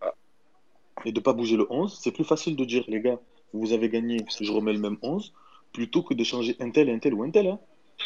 et de pas bouger le onze. C'est plus facile de dire les gars, vous avez gagné, je remets le même onze, plutôt que d'échanger un tel, un tel ou un tel. Hein.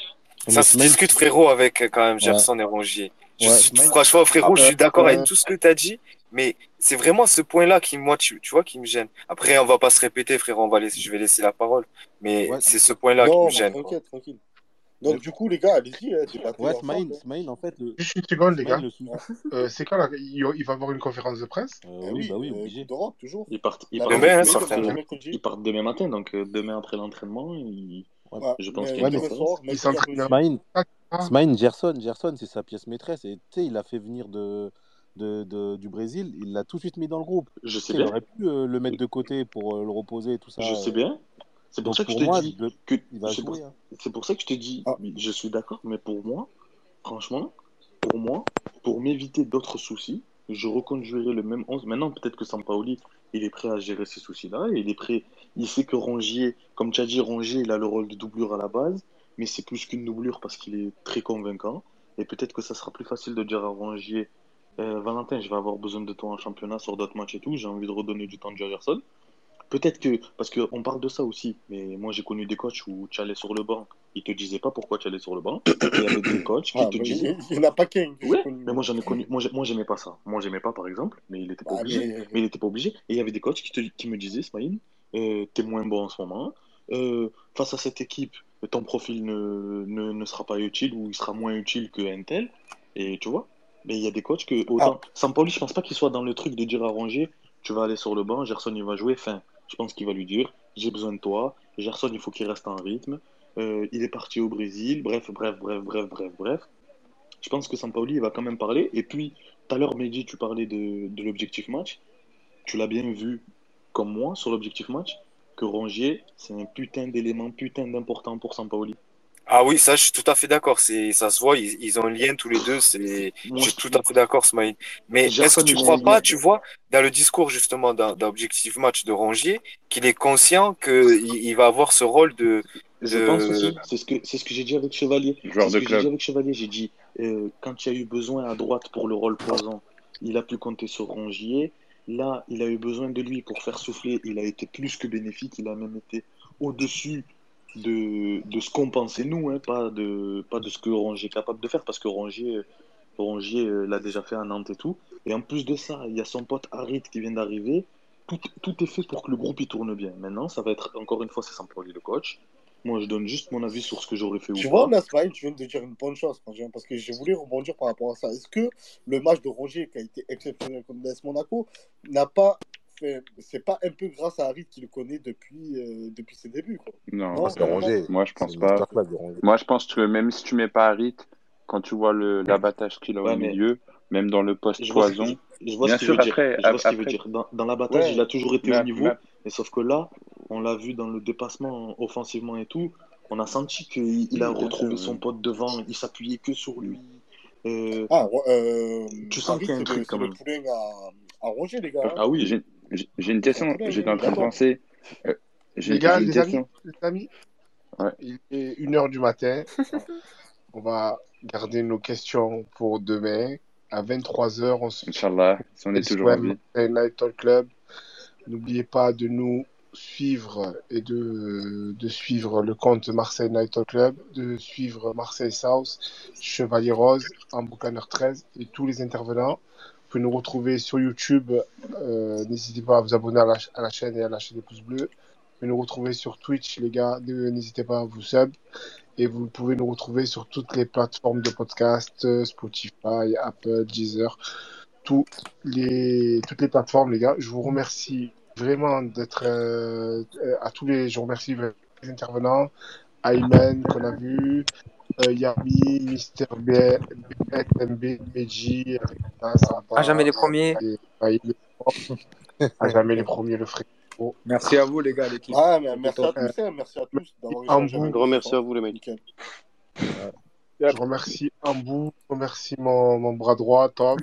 Ça Mais se Smaïn, discute, frérot, avec euh, quand même ouais, Gerson et Rongier. Je ouais, suis, Smaïn, franchement, frérot, je Euh, suis d'accord avec euh, tout ce que tu as dit, mais c'est vraiment ce point-là qui, moi, tu, tu vois, qui me gêne. Après, on va pas se répéter, frérot, on va laisser, je vais laisser la parole, mais ouais, c'est ce point-là qui me Non, mais gêne, quoi. tranquille, tranquille. mais- Donc, du coup, les gars, allez-y, hein, débattez ouais, ensemble. Smaïn, Hein. Smaïn, en fait, le, juste une seconde, les Smaïn, gars. le souci. Ouais. Euh, c'est quand là, il, il va y avoir une conférence de presse? Euh, Eh oui, oui, bah oui, euh, obligé. Coupe d'Europe, toujours. Ils partent, ils La partent, Demain, hein, mercredi, ils demain, certainement. mercredi. ils partent demain matin, donc euh, demain après l'entraînement, ils- Ouais, Ouais, je pense qu'il y a mais une ouais, mais demain conférence. soir, Il mercredi s'entraîne après-midi. Smaïn, à ah, Smaïn, Gerson, Gerson, c'est sa pièce maîtresse. Et tu sais, il a fait venir de, de, de- du Brésil, il l'a tout de suite mis dans le groupe. Je Tu sais sais, il bien, aurait pu euh, le mettre de côté pour euh, le reposer et tout ça. je sais euh. bien. C'est pour Donc ça que je pour te moi, dis de- que il va c'est pour, jouer. Hein. c'est pour ça que je te dis, Ah, je suis d'accord, mais pour moi, franchement, pour moi, pour m'éviter d'autres soucis, je reconduirai le même onze. Maintenant, peut-être que Sampaoli, il est prêt à gérer ces soucis-là, et il est prêt, il sait que Rongier, comme tu as dit, Rongier, il a le rôle de doublure à la base, mais c'est plus qu'une doublure parce qu'il est très convaincant, et peut-être que ça sera plus facile de dire à Rongier, Euh, Valentin, je vais avoir besoin de toi en championnat sur d'autres matchs et tout, j'ai envie de redonner du temps de Gerson. Peut-être que, parce qu'on parle de ça aussi, mais moi j'ai connu des coachs où tu allais sur le banc, ils te disaient pas pourquoi tu allais sur le banc, et il y avait des coachs qui ah, te mais disaient, il il n'y en a pas qu'un que j'ai ouais, connu. mais moi j'en ai connu, moi j'ai- moi j'aimais pas ça, moi j'aimais pas par exemple, mais il était pas Bah, obligé, mais... mais il était pas obligé, et il y avait des coachs qui, te, qui me disaient, Smaïn, euh, t'es moins bon en ce moment, euh, face à cette équipe, ton profil ne, ne, ne sera pas utile ou il sera moins utile qu'un tel, et tu vois, mais il y a des coachs que, Ah, autant, Sampaoli, je pense pas qu'il soit dans le truc de dire à Rongier, tu vas aller sur le banc, Gerson il va jouer, fin, je pense qu'il va lui dire, j'ai besoin de toi, Gerson il faut qu'il reste en rythme, euh, il est parti au Brésil, bref, bref, bref, bref, bref, bref. Je pense que Sampaoli il va quand même parler. Et puis, tout à l'heure, Mehdi, tu parlais de, de l'objectif match. Tu l'as bien vu, comme moi, sur l'objectif match, que Rongier, c'est un putain d'élément, putain d'important pour Sampaoli. Ah oui, ça, je suis tout à fait d'accord. C'est, ça se voit, ils, ils ont un lien tous les deux. C'est, Moi, je je suis tout trouve. à fait d'accord, Smaïn. Mais est-ce que Gerson, tu il a un crois pas, lien. tu vois, dans le discours justement d'un d'un objectif match de Rongier, qu'il est conscient qu'il il va avoir ce rôle de, Je pense de, aussi, c'est ce que, c'est ce que j'ai dit avec Chevalier. Joueur C'est ce de que j'ai dit club. avec Chevalier. J'ai dit, euh, quand il y a eu besoin à droite pour le rôle poison, il a pu compter sur Rongier. Là, il a eu besoin de lui pour faire souffler. Il a été plus que bénéfique. Il a même été au-dessus de, de ce qu'on pensait nous, hein, pas de, pas de ce que Rongier est capable de faire, parce que Rongier, Rongier euh, l'a déjà fait à Nantes et tout. Et en plus de ça, il y a son pote Harit qui vient d'arriver. Tout, tout est fait pour que le groupe il tourne bien. Maintenant, ça va être, encore une fois, c'est Sampaoli le coach. Moi, je donne juste mon avis sur ce que j'aurais fait ou tu vois, pas. Nasmaïl, tu viens de dire une bonne chose, franchement, parce que je voulais rebondir par rapport à ça. Est-ce que le match de Rongier, qui a été exceptionnel contre l'A S Monaco, n'a pas fait. C'est pas un peu grâce à Harit qui le connaît depuis, euh, depuis ses débuts, quoi. Non, Non, c'est non. vraiment. Rongier. Moi je C'est pense une pas. masterclass de Rongier. Moi je pense que même si tu mets pas Harit, quand tu vois le l'abattage qu'il a au Ouais, mais milieu, même dans le poste je vois ce, je, poison, je vois ce bien qu'il sûr veut dire. après, Je vois ap- ce qu'il veut après, dire. Dans, dans l'abattage, il a ouais, toujours été mais, au ap- niveau, mais ap- mais sauf que là, on l'a vu dans le dépassement offensivement et tout. On a senti qu'il il a oui, bien sûr, retrouvé oui. son pote devant, il s'appuyait que sur lui. Euh, Ah, euh, tu sens Harit, qu'il y a un c'est le, truc c'est quand le même. poulain à, à Rongier, les gars. Hein. Ah oui. J'ai j'ai- j'ai une C'est son question, poulain, j'étais on en est train de d'accord. penser, euh, Les j'ai gars, j'ai une les amis, question. les amis, Ouais. Il est une heure du matin. On va garder nos questions pour demain. À vingt-trois heures, on se Inch'Allah, si on est toujours en vie. Night Talk Club. N'oubliez pas de nous suivre et de, de suivre le compte Marseille Night Talk Club, de suivre Marseille South, Chevalier Rose, Amboucaner treize et tous les intervenants. Vous pouvez nous retrouver sur YouTube. Euh, n'hésitez pas à vous abonner à la, à la chaîne et à lâcher des pouces bleus. Vous pouvez nous retrouver sur Twitch, les gars. N'hésitez pas à vous sub. Et vous pouvez nous retrouver sur toutes les plateformes de podcast, Spotify, Apple, Deezer, tous les, toutes les plateformes, les gars. Je vous remercie vraiment d'être euh, à tous les. Je remercie les intervenants, Ayman qu'on a vu, euh, Yami, Mister B, S M B, Meji, à jamais les premiers. Et, à jamais les premiers, le frère. Oh. Merci à vous, les gars, l'équipe. Ah, mais merci à tous, hein, merci à tous d'avoir échangé. Un grand merci à vous, les mecs. Ouais. Je remercie Ambou, je remercie mon, mon bras droit, Tom.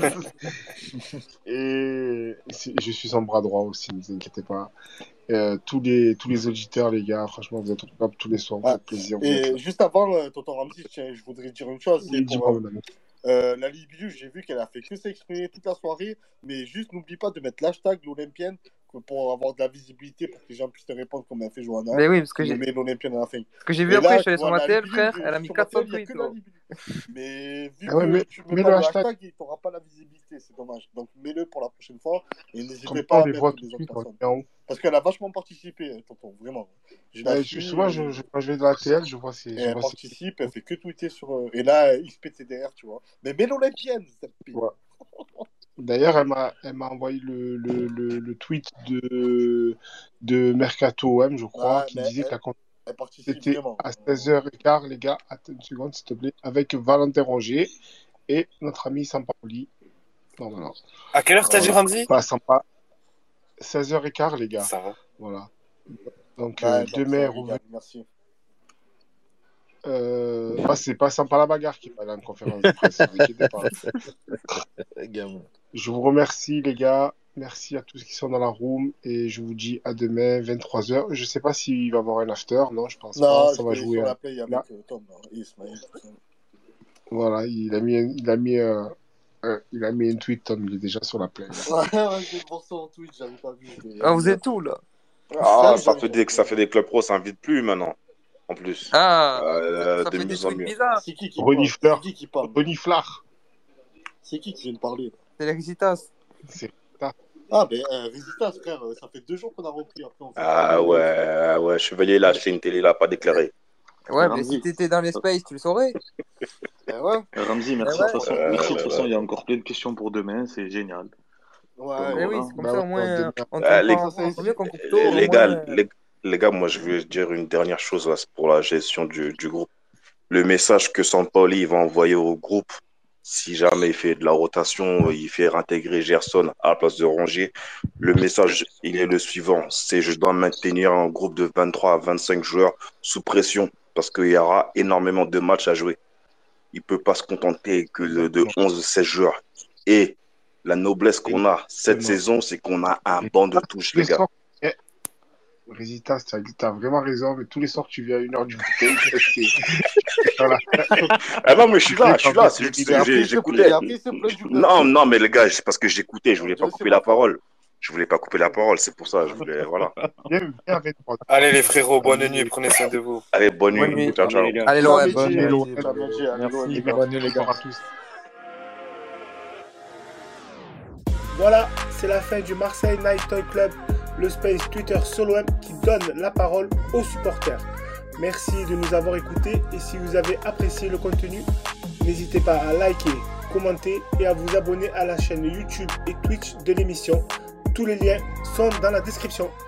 Et je suis son bras droit aussi, ne vous inquiétez pas. Euh, tous, les, tous les auditeurs, les gars, franchement, vous êtes au top tous les soirs, vous ouais. faites plaisir. Et juste avant, euh, Tonton Ramzi, je voudrais dire une chose. Oui, pour, euh, euh, la Libiu, j'ai vu qu'elle a fait que s'exprimer toute la soirée, mais juste n'oublie pas de mettre l'hashtag l'Olympienne pour avoir de la visibilité, pour que les gens puissent te répondre comme a fait Johanna. Mais oui, parce que j'ai mis l'Olympienne à la fin. Parce que j'ai vu et après, là, je suis allé sur ma télé, frère, elle a mis quatre cents tweets. Mais vu ah ouais, que mais, tu mets pas le hashtag, hashtag il t'aura pas la visibilité, c'est dommage. Donc mets-le pour la prochaine fois et n'hésitez pas à mettre les autres personnes. Parce qu'elle a vachement participé, tonton, vraiment. Je ouais, je, souvent, je, je, quand je vais dans la T L, je vois si. Elle vois participe, si... elle fait que tweeter sur. Et là, X P T D R, tu vois. Mais mets l'Olympienne, cette pire. Ouais. D'ailleurs, elle m'a, elle m'a envoyé le, le, le, le tweet de, de Mercato O M, je crois, ah, qui disait elle, que la c'était à seize heures quinze, les gars. Attends une seconde, s'il te plaît. Avec Valentin Rongier et notre ami Sampaoli. Non, non, non. À quelle heure t'as dit, Ramzi ? Pas Sampa. seize heures quinze, les gars. Ça va. Voilà. Donc, ouais, euh, demain, revenez. Merci. Euh, bah, c'est pas Sympa la bagarre qui va aller en conférence de presse, ne vous inquiétez pas. Je vous remercie, les gars. Merci à tous qui sont dans la room. Et je vous dis à demain, vingt-trois heures. Je sais pas s'il va y avoir un after. Non, je pense non, pas. Je ça va jouer. Sur la play avec euh, Tom, et Ismaël. Voilà, il a mis, il a mis, euh, euh, il a mis un tweet, Tom. Il est déjà sur la play. Ouais, ouais, j'ai voir ça en tweet, j'avais pas vu. Mais... Ah, vous êtes où, là? Ah, ça fait des, ça fait des clubs pro, ça invite plus maintenant. En plus. Ah, euh, ça fait des trucs bizarres. C'est qui qui Renifleur. C'est qui qui parle Reniflard. C'est qui qui vient de parler? C'est l'Exitas. C'est Ah, mais euh, Resitas, frère, ça fait deux jours qu'on a repris. Après, on fait ah, ouais, ouais, Chevalier, là, c'est une télé, là, pas déclaré. Ouais, mais si t'étais dans l'espace, tu le saurais. Ben ouais. Ramzi, merci. Ben De toute façon, ouais, merci. De ouais, toute façon, ouais. il y a encore plein de questions pour demain, c'est génial. Ouais, mais voilà. oui, c'est comme bah, ça, au moins, on euh, les, t'entend mieux qu'on coupe tôt. les, les, au gars, moins... les, les gars, moi, je veux dire une dernière chose là, c'est pour la gestion du, du groupe. Le message que Sampaoli va envoyer au groupe, si jamais il fait de la rotation, il fait réintégrer Gerson à la place de Rongier, le message, il est le suivant. C'est je dois maintenir un groupe de vingt-trois à vingt-cinq joueurs sous pression parce qu'il y aura énormément de matchs à jouer. Il ne peut pas se contenter que de, de onze seize joueurs. Et la noblesse qu'on a cette saison, c'est qu'on a un banc de touche, les gars. Résita, tu as vraiment raison, mais tous les soirs, tu viens à une heure du bouteille. Ah non, mais je suis là, je suis là. C'est juste que j'ai- j'écoutais. Non, non, mais les gars, c'est parce que j'écoutais, je voulais pas couper la parole. Je voulais pas couper la parole, c'est pour ça, je voulais, voilà. Allez les frérots, bonne nuit, prenez soin de vous. Allez, bonne Bonne nuit, nuit. ciao, ciao. Allez, l'O M. Bonne nuit, Allez, l'O M. ciao, Merci, allez, l'O M. Merci, Bonne nuit, les gars. bonsoir à tous. Voilà, c'est la fin du Marseille Night Talk Club, le space Twitter solo M qui donne la parole aux supporters. Merci de nous avoir écoutés et si vous avez apprécié le contenu, n'hésitez pas à liker, commenter et à vous abonner à la chaîne YouTube et Twitch de l'émission. Tous les liens sont dans la description.